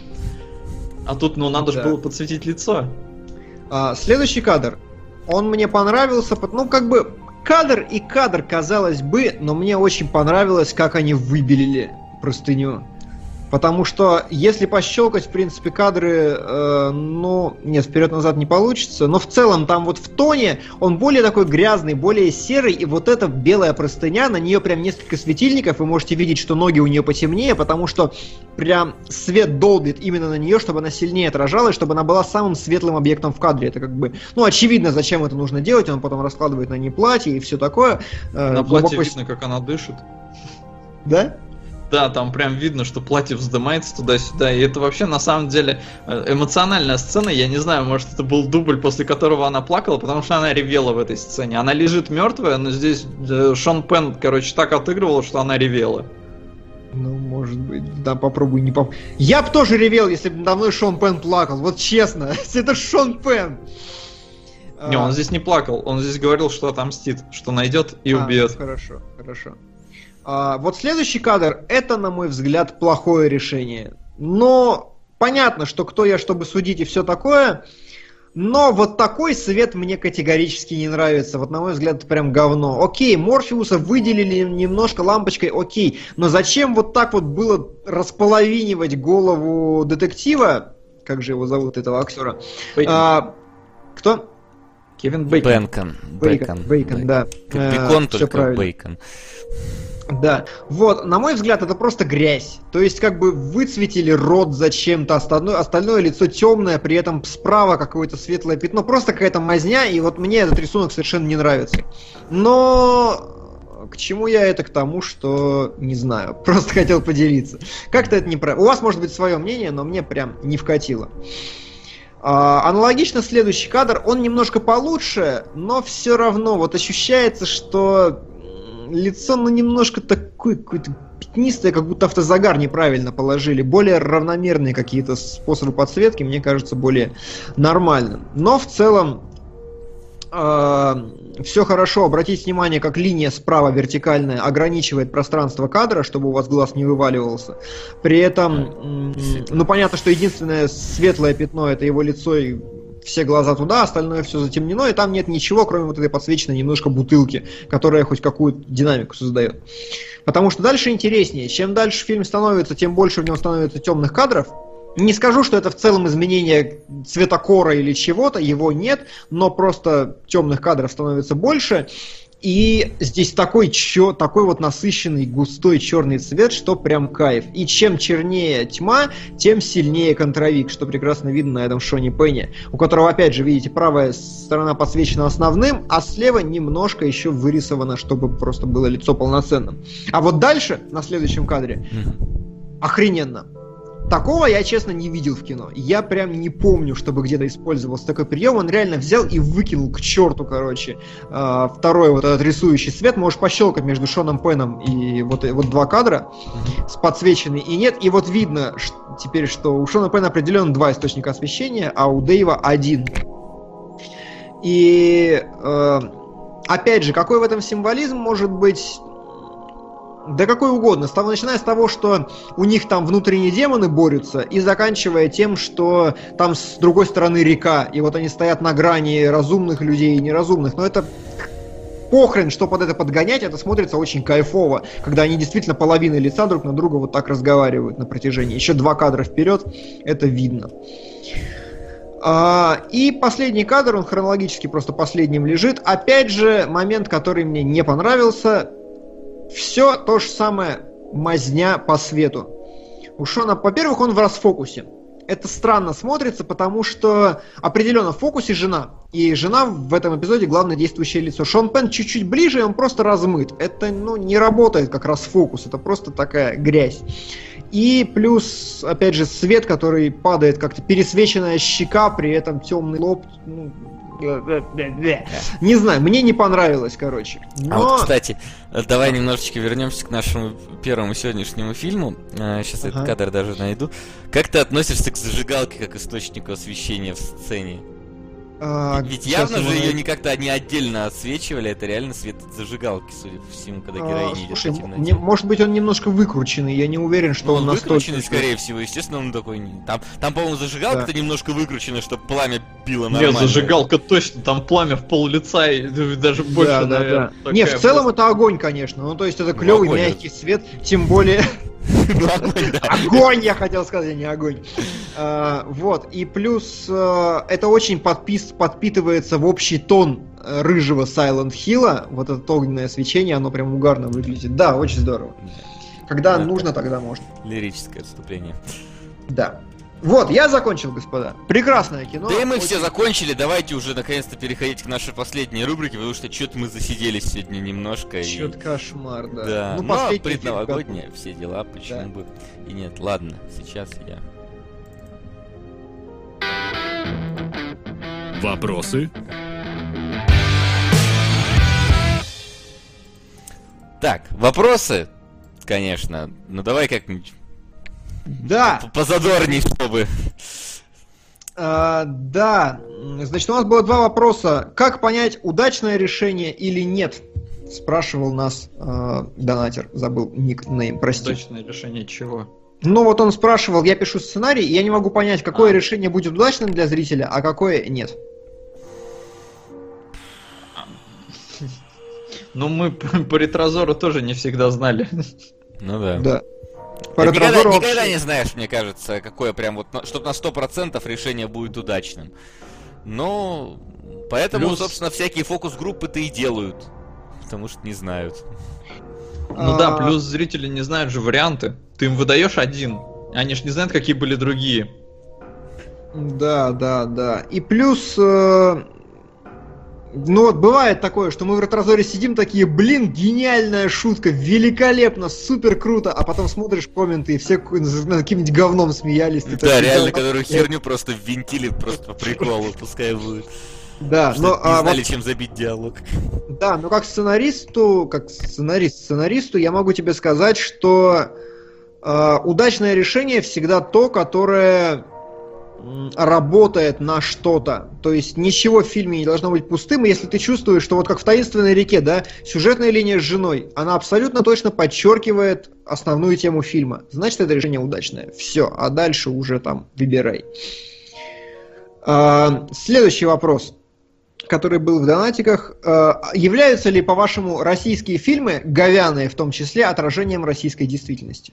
А тут, ну, надо Да. же было подсветить лицо. А, следующий кадр. Он мне понравился, пот- ну, как бы, кадр и кадр, казалось бы, но мне очень понравилось, как они выбелили простыню. Потому что, если пощелкать, в принципе, кадры, э, ну, нет, вперед-назад не получится, но в целом там вот в тоне он более такой грязный, более серый, и вот эта белая простыня, на нее прям несколько светильников, вы можете видеть, что ноги у нее потемнее, потому что прям свет долбит именно на нее, чтобы она сильнее отражалась, чтобы она была самым светлым объектом в кадре. Это как бы, ну, очевидно, зачем это нужно делать, он потом раскладывает на ней платье и все такое. Э, На платье глубоко- видно, как она дышит. Да? Да, там прям видно, что платье вздымается туда-сюда, и это вообще на самом деле э, эмоциональная сцена, я не знаю, может это был дубль, после которого она плакала, потому что она ревела в этой сцене. Она лежит мертвая, но здесь э, Шон Пенн, короче, так отыгрывал, что она ревела. Ну, может быть, да, попробуй не поп... Я бы тоже ревел, если бы надо мной Шон Пенн плакал, вот честно, это Шон Пенн. Не, он здесь не плакал, он здесь говорил, что отомстит, что найдет и А, убьет. Хорошо, хорошо. А, вот следующий кадр, это, на мой взгляд, плохое решение. Но понятно, что кто я, чтобы судить и все такое. Но вот такой свет мне категорически не нравится. Вот, на мой взгляд, это прям говно. Окей, Морфеуса выделили немножко лампочкой, окей. Но зачем вот так вот было располовинивать голову детектива? Как же его зовут, этого актера? Бейкон. А, кто? Кевин Бейкон. Бенкон. Бейкон, Бейкон, да. Как Э, бекон, всё только правильно. бейкон. Да, вот, на мой взгляд, это просто грязь. То есть, как бы выцветили рот зачем-то, остальное, остальное лицо темное, при этом справа какое-то светлое пятно, просто какая-то мазня, и вот мне этот рисунок совершенно не нравится. Но к чему я это? К тому, что не знаю, просто хотел поделиться. Как-то это неправильно. У вас может быть свое мнение, но мне прям не вкатило. А, аналогично следующий кадр, он немножко получше, но все равно вот ощущается, что лицо, ну, немножко такое какое-то пятнистое, как будто автозагар неправильно положили. Более равномерные какие-то способы подсветки, мне кажется, более нормальным. Но в целом э, все хорошо. Обратите внимание, как линия справа вертикальная ограничивает пространство кадра, чтобы у вас глаз не вываливался. При этом, м, ну, понятно, что единственное светлое пятно — это его лицо, и все глаза туда, остальное все затемнено, и там нет ничего, кроме вот этой подсвеченной немножко бутылки, которая хоть какую-то динамику создает. Потому что дальше интереснее. Чем дальше фильм становится, тем больше в нем становится темных кадров. Не скажу, что это в целом изменение цветокора или чего-то, его нет, но просто темных кадров становится больше. И здесь такой, чё, такой вот насыщенный, густой черный цвет, что прям кайф. И чем чернее тьма, тем сильнее контровик, что прекрасно видно на этом Шоне Пенне, у которого, опять же, видите, правая сторона подсвечена основным, а слева немножко еще вырисовано, чтобы просто было лицо полноценным. А вот дальше, на следующем кадре, охрененно. Такого я, честно, не видел в кино. Я прям не помню, чтобы где-то использовался такой прием. Он реально взял и выкинул к черту, короче, э, второй вот этот рисующий свет. Можешь пощелкать между Шоном Пенном и вот, вот два кадра с подсвеченной и нет. И вот видно ш- теперь, что у Шона Пенна определенно два источника освещения, а у Дэйва один. И э, опять же, какой в этом символизм может быть? Да какой угодно. С того, начиная с того, что у них там внутренние демоны борются, и заканчивая тем, что там с другой стороны река, и вот они стоят на грани разумных людей и неразумных. Но это похрен, что под это подгонять, это смотрится очень кайфово, когда они действительно половины лица друг на друга вот так разговаривают на протяжении. Еще два кадра вперед, это видно. А, и последний кадр, он хронологически просто последним лежит. Опять же, момент, который мне не понравился. Все то же самое, мазня по свету. У Шона, во-первых, он в расфокусе. Это странно смотрится, потому что определенно в фокусе жена. И жена в этом эпизоде главное действующее лицо. Шон Пенн чуть-чуть ближе, и он просто размыт. Это, ну, не работает как расфокус, это просто такая грязь. И плюс, опять же, свет, который падает, как-то пересвеченная щека, при этом темный лоб. Ну, Не знаю, мне не понравилось, короче. Но... А вот, кстати, давай немножечко вернемся к нашему первому сегодняшнему фильму. Сейчас ага. этот кадр даже найду. Как ты относишься к зажигалке как источнику освещения в сцене? А, Ведь явно же ее не как-то они отдельно отсвечивали, это реально свет от зажигалки, судя по всему, когда героиня а, идет слушай, по темноте. Не, может быть, он немножко выкрученный, я не уверен, что ну, он, он настолько... выкрученный, скорее всего, естественно, он такой... Там, там по-моему, зажигалка-то да. немножко выкручена, чтобы пламя било нормально. Нет, зажигалка точно, там пламя в пол лица и даже больше, да, да, наверное. Да. Не, в целом это огонь, конечно, ну то есть это клевый, ну, мягкий свет, тем более... Огонь, я хотел сказать, а не огонь. А, вот, и плюс а, это очень подпис, подпитывается в общий тон рыжего Silent Hill'а. Вот это огненное свечение, оно прям угарно выглядит. Да, очень здорово. Когда да, нужно, тогда можно. Лирическое отступление. Да. Вот, я закончил, господа. Прекрасное кино. Да и мы очень... все закончили. Давайте уже наконец-то переходить к нашей последней рубрике, потому что что-то мы засиделись сегодня немножко. Что-то и... кошмар, да. Да, ну, но предновогоднее, все дела, почему да. бы и нет. Ладно, сейчас я... Вопросы? Так, вопросы, конечно. Ну давай как-нибудь... Да. Позадорней, чтобы. А, да. Значит, у нас было два вопроса. Как понять, удачное решение или нет? Спрашивал нас э, донатер. Забыл никнейм, прости. Удачное решение чего? Ну вот он спрашивал, я пишу сценарий, и я не могу понять, какое а. решение будет удачным для зрителя, а какое нет. Ну мы по ретрозору тоже не всегда знали. Ну да. Да. Никогда, никогда вообще... не знаешь, мне кажется, какое прям вот, чтобы на сто процентов решение будет удачным. Но поэтому, Плюс... собственно, всякие фокус-группы-то и делают. Потому что не знают. Ну а... да, плюс зрители не знают же варианты. Ты им выдаешь один, они ж не знают, какие были другие. Да, да, да. И плюс... Э... Ну вот бывает такое, что мы в ретрозоре сидим такие, блин, гениальная шутка, великолепно, супер круто, а потом смотришь комменты и все над каким-нибудь говном смеялись. Да, такие, реально, да, которую херню просто ввинтили просто по приколу, пускай будет. Да, но... Не а, знали, вот, чем забить диалог. Да, но как сценаристу, как сценарист сценаристу, я могу тебе сказать, что э, удачное решение всегда то, которое... работает на что-то. То есть ничего в фильме не должно быть пустым, и если ты чувствуешь, что вот как в «Таинственной реке», да, сюжетная линия с женой, она абсолютно точно подчеркивает основную тему фильма, значит, это решение удачное. Все, а дальше уже там выбирай. А, следующий вопрос, который был в донатиках. А, являются ли, по-вашему, российские фильмы, говяные в том числе, отражением российской действительности?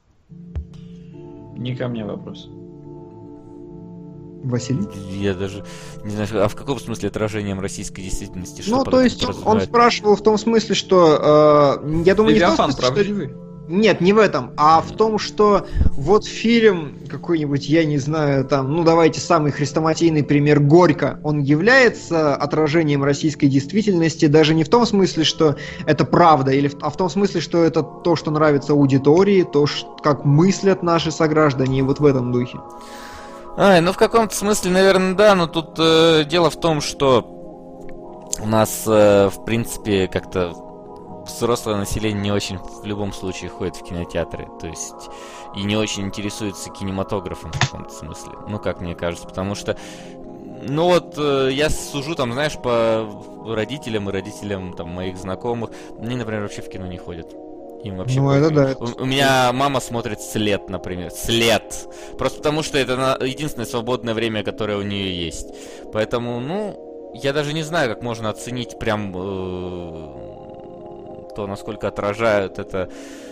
Не ко мне вопрос. Василий? Я даже не знаю, а в каком смысле отражением российской действительности? Что ну, то есть он спрашивал в том смысле, что... Э, я думаю, Левиафан не в том смысле, что... Нет, не в этом, а в том, что вот фильм какой-нибудь, я не знаю, там, ну давайте самый хрестоматийный пример, «Горько», он является отражением российской действительности даже не в том смысле, что это правда, или в, а в том смысле, что это то, что нравится аудитории, то, как мыслят наши сограждане, и вот в этом духе. А, ну в каком-то смысле, наверное, да, но тут э, дело в том, что у нас, э, в принципе, как-то взрослое население не очень в любом случае ходит в кинотеатры, то есть и не очень интересуется кинематографом в каком-то смысле, ну как мне кажется, потому что, ну вот э, я сужу там, знаешь, по родителям и родителям там моих знакомых, они, например, вообще в кино не ходят. Им вообще ну, это да, это... У, у меня мама смотрит «След», например. «След». Просто потому, что это на... единственное свободное время, которое у нее есть. Поэтому, ну, я даже не знаю, как можно оценить прям э... то, насколько отражают это,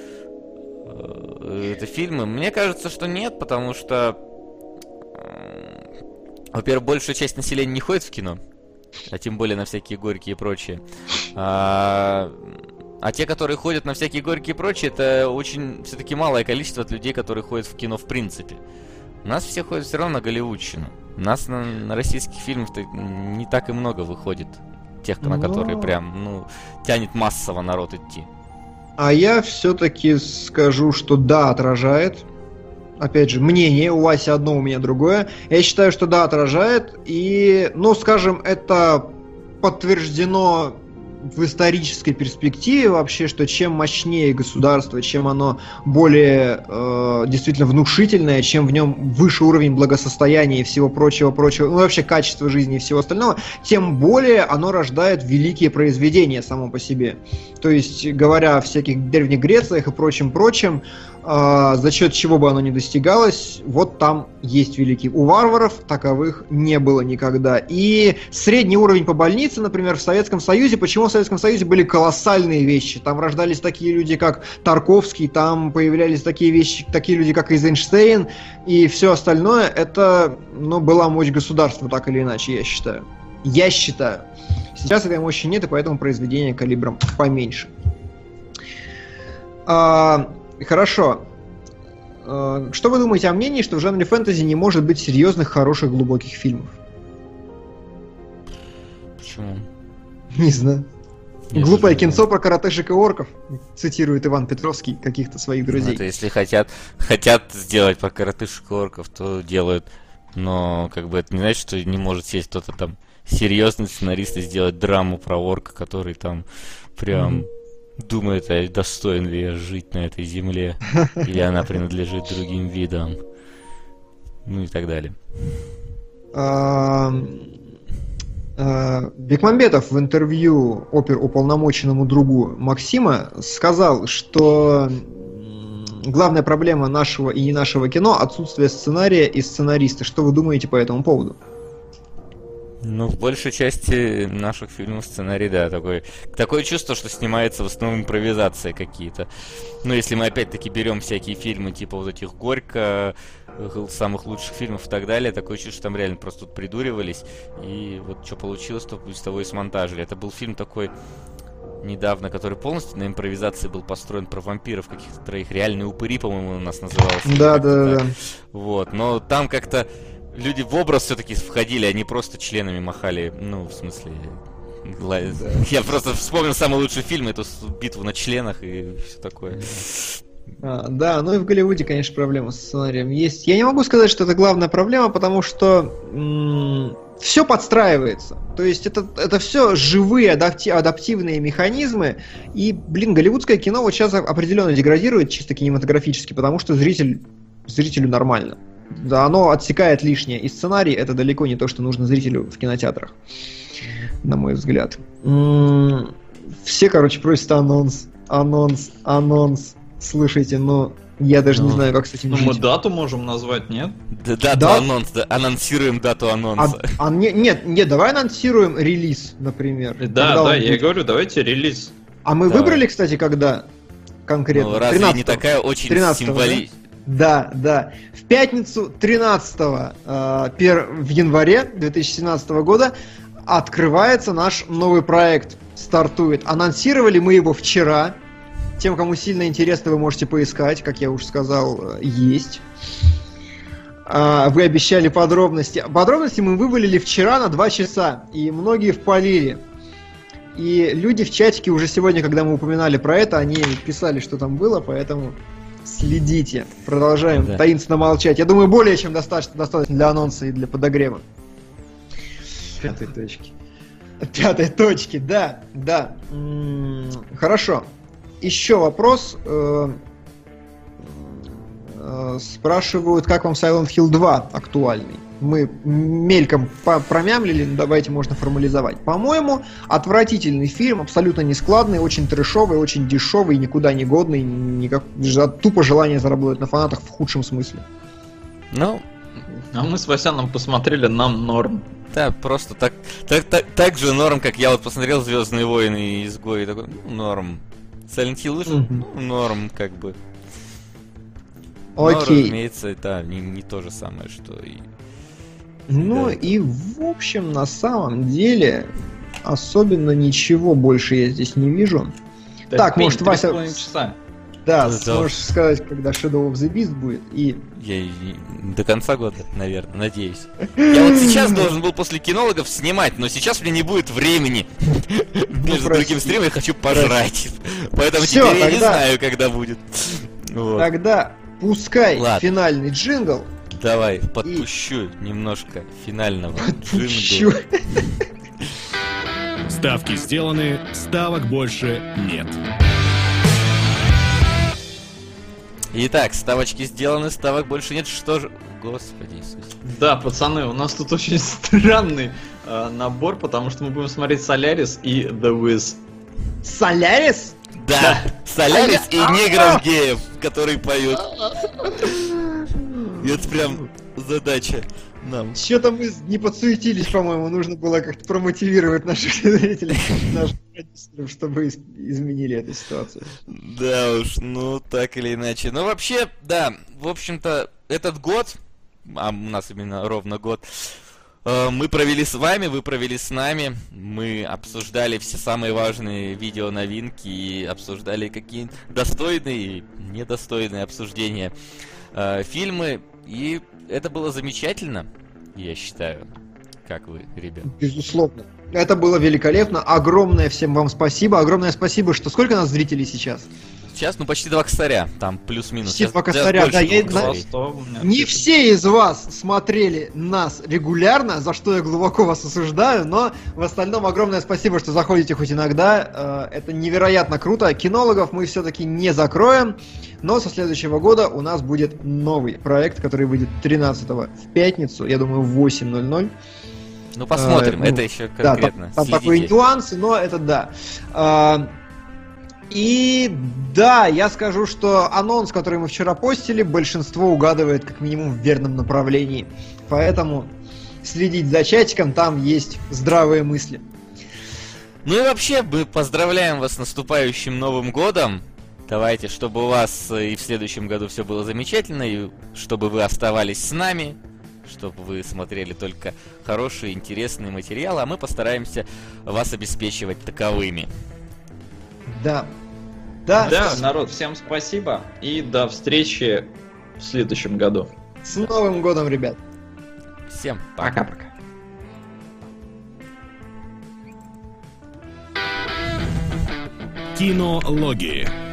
э... это фильмы. Мне кажется, что нет, потому что, э... во-первых, большая часть населения не ходит в кино, а тем более на всякие горькие и прочее. А... А те, которые ходят на всякие горькие и прочее, это очень все-таки малое количество от людей, которые ходят в кино в принципе. У нас все ходят все равно на голливудщину. У нас на, на российских фильмах-то не так и много выходит. Тех, на Но... которые прям, ну, тянет массово народ идти. А я все-таки скажу, что да, отражает. опять же, мнение, у Васи одно, у меня другое. Я считаю, что да, отражает, и, ну, скажем, это подтверждено в исторической перспективе вообще, что чем мощнее государство, чем оно более э, действительно внушительное, чем в нем выше уровень благосостояния и всего прочего-прочего, ну вообще качество жизни и всего остального, тем более оно рождает великие произведения само по себе. То есть, говоря о всяких древних Грециях и прочем-прочем, э, за счет чего бы оно ни достигалось, вот там есть великие. У варваров таковых не было никогда. И средний уровень по больнице, например, в Советском Союзе, почему в Советском Союзе были колоссальные вещи. Там рождались такие люди, как Тарковский, там появлялись такие вещи, такие люди, как Эйзенштейн, и все остальное, это, ну, была мощь государства, так или иначе, я считаю. Я считаю. Сейчас этой мощи нет, и поэтому произведение калибром поменьше. А, хорошо. А, что вы думаете о мнении, что в жанре фэнтези не может быть серьезных, хороших, глубоких фильмов? Почему? Не знаю. Я Глупое даже... кинцо про каратешек и орков, цитирует Иван Петровский каких-то своих друзей. Ну, это если хотят, хотят сделать про каратышек и орков, то делают. Но как бы это не значит, что не может сесть кто-то там серьезный сценарист и сделать драму про орка, который там прям mm-hmm. думает, а достоин ли я жить на этой земле, или она принадлежит другим видам. Ну и так далее. Бекмамбетов в интервью оперуполномоченному другу Максима сказал, что главная проблема нашего и не нашего кино — отсутствие сценария и сценариста. Что вы думаете по этому поводу? Ну, в большей части наших фильмов сценарий, да, такой, такое чувство, что снимается в основном импровизации какие-то. Ну, если мы опять-таки берем всякие фильмы, типа вот этих «Горько», самых лучших фильмов и так далее, такое чувство, что там реально просто тут придуривались, и вот что получилось, то из того и смонтажили. Это был фильм такой недавно, который полностью на импровизации был построен, про вампиров каких-то троих, «Реальные упыри», по-моему, у нас назывался. Да, да, да. Вот, но там как-то люди в образ все-таки входили, они просто членами махали, ну, в смысле... Да. Я просто вспомнил самый лучший фильм, эту битву на членах и все такое. А, да, ну и в Голливуде, конечно, проблема с сценарием есть. Я не могу сказать, что это главная проблема, потому что м- все подстраивается. То есть это, это все живые адапти- адаптивные механизмы. И, блин, голливудское кино вот сейчас определенно деградирует чисто кинематографически, потому что зритель, зрителю нормально. Да, оно отсекает лишнее. И сценарий — это далеко не то, что нужно зрителю в кинотеатрах, на мой взгляд. М- все, короче, просят анонс, анонс, анонс. Слушайте, ну, я даже ну, не знаю, как с этим ну, жить. Мы дату можем назвать, нет? Да, дату да? анонс, да, анонсируем дату анонса. А, а, не, нет, нет, давай анонсируем релиз, например. Да, да, я и говорю, давайте релиз. А мы давай. выбрали, кстати, когда конкретно? Ну, разве тринадцатого не такая очень символичная? Да, да. В пятницу тринадцатого э, пер, в январе две тысячи семнадцатого года открывается наш новый проект, стартует. Анонсировали мы его вчера. Тем, кому сильно интересно, вы можете поискать, как я уже сказал, есть. Вы обещали подробности. Подробности мы вывалили вчера на два часа, и многие впалили. И люди в чатике уже сегодня, когда мы упоминали про это, они писали, что там было, поэтому следите. Продолжаем да. таинственно молчать. Я думаю, более чем достаточно, достаточно для анонса и для подогрева. Пятой точки. Пятой точки, да, да. М-м, хорошо. Еще вопрос. Э, э, спрашивают, как вам Silent Hill два актуальный? Мы мельком промямлили, но давайте можно формализовать. По-моему, отвратительный фильм, абсолютно нескладный, очень трэшовый, очень дешевый, никуда не годный, никак, тупо желание заработать на фанатах в худшем смысле. Ну, а мы с Васяном посмотрели, нам норм. Да, просто так, так, так, так же норм, как я вот посмотрел «Звездные войны» и «Изгой», и такой, ну, норм. Silent Hill вышел, mm-hmm. ну, норм, как бы. Но, окей. разумеется, да, не, не то же самое, что и... Ну, да, и в общем, на самом деле, особенно ничего больше я здесь не вижу. Да, так, пень, может, Вася... часа. Да, ну, сможешь да. сказать, когда Shadow of the Beast будет, и... Я, я до конца года, наверное, надеюсь. Я вот сейчас должен был после кинологов снимать, но сейчас мне не будет времени. Между другим стримом я хочу пожрать. Поэтому теперь я не знаю, когда будет. Тогда Пускай Ладно. финальный джингл. Давай, подпущу и... немножко финального подпущу. джингла. Ставки сделаны, ставок больше нет. Итак, ставочки сделаны, ставок больше нет. Что же... Господи Иисусе. Да, пацаны, у нас тут очень странный э, набор, потому что мы будем смотреть Солярис и The Wiz. Солярис? Да, Солярис и негров геев, которые поют. Это прям задача нам. Что-то мы не подсуетились, по-моему. Нужно было как-то промотивировать наших зрителей, наших продюсеров, чтобы из- изменили эту ситуацию. Да уж, ну так или иначе. Ну вообще, да, в общем-то, этот год, а у нас именно ровно год, э, мы провели с вами, вы провели с нами. Мы обсуждали все самые важные видеоновинки и обсуждали какие достойные и недостойные обсуждения э, фильмы. И это было замечательно, я считаю. Как вы, ребят? Безусловно. Это было великолепно. Огромное всем вам спасибо. Огромное спасибо, что... Сколько нас зрителей сейчас? Сейчас, ну, почти два косаря. Там плюс-минус. Почти Сейчас- два сейчас косаря, больше да, я- двух да. косарей. Не все из вас смотрели нас регулярно, за что я глубоко вас осуждаю, но в остальном огромное спасибо, что заходите хоть иногда. Э, Это невероятно круто. Кинологов мы все-таки не закроем, но со следующего года у нас будет новый проект, который выйдет тринадцатого в пятницу, я думаю, в восемь ноль ноль. Ну, посмотрим, Э, ну, это еще Да, конкретно. там, там Следите. такие нюансы, но это да. А, И да, я скажу, что анонс, который мы вчера постили, большинство угадывает как минимум в верном направлении. Поэтому следить за чатиком, там есть здравые мысли. Ну и вообще, мы поздравляем вас с наступающим Новым годом. Давайте, чтобы у вас э, и в следующем году все было замечательно, и чтобы вы оставались с нами, чтобы вы смотрели только хорошие, интересные материалы, а мы постараемся вас обеспечивать таковыми. Да. Да, Да, народ, всем спасибо и до встречи в следующем году. с Новым годом, ребят. Всем пока. Пока-пока. Кинологии.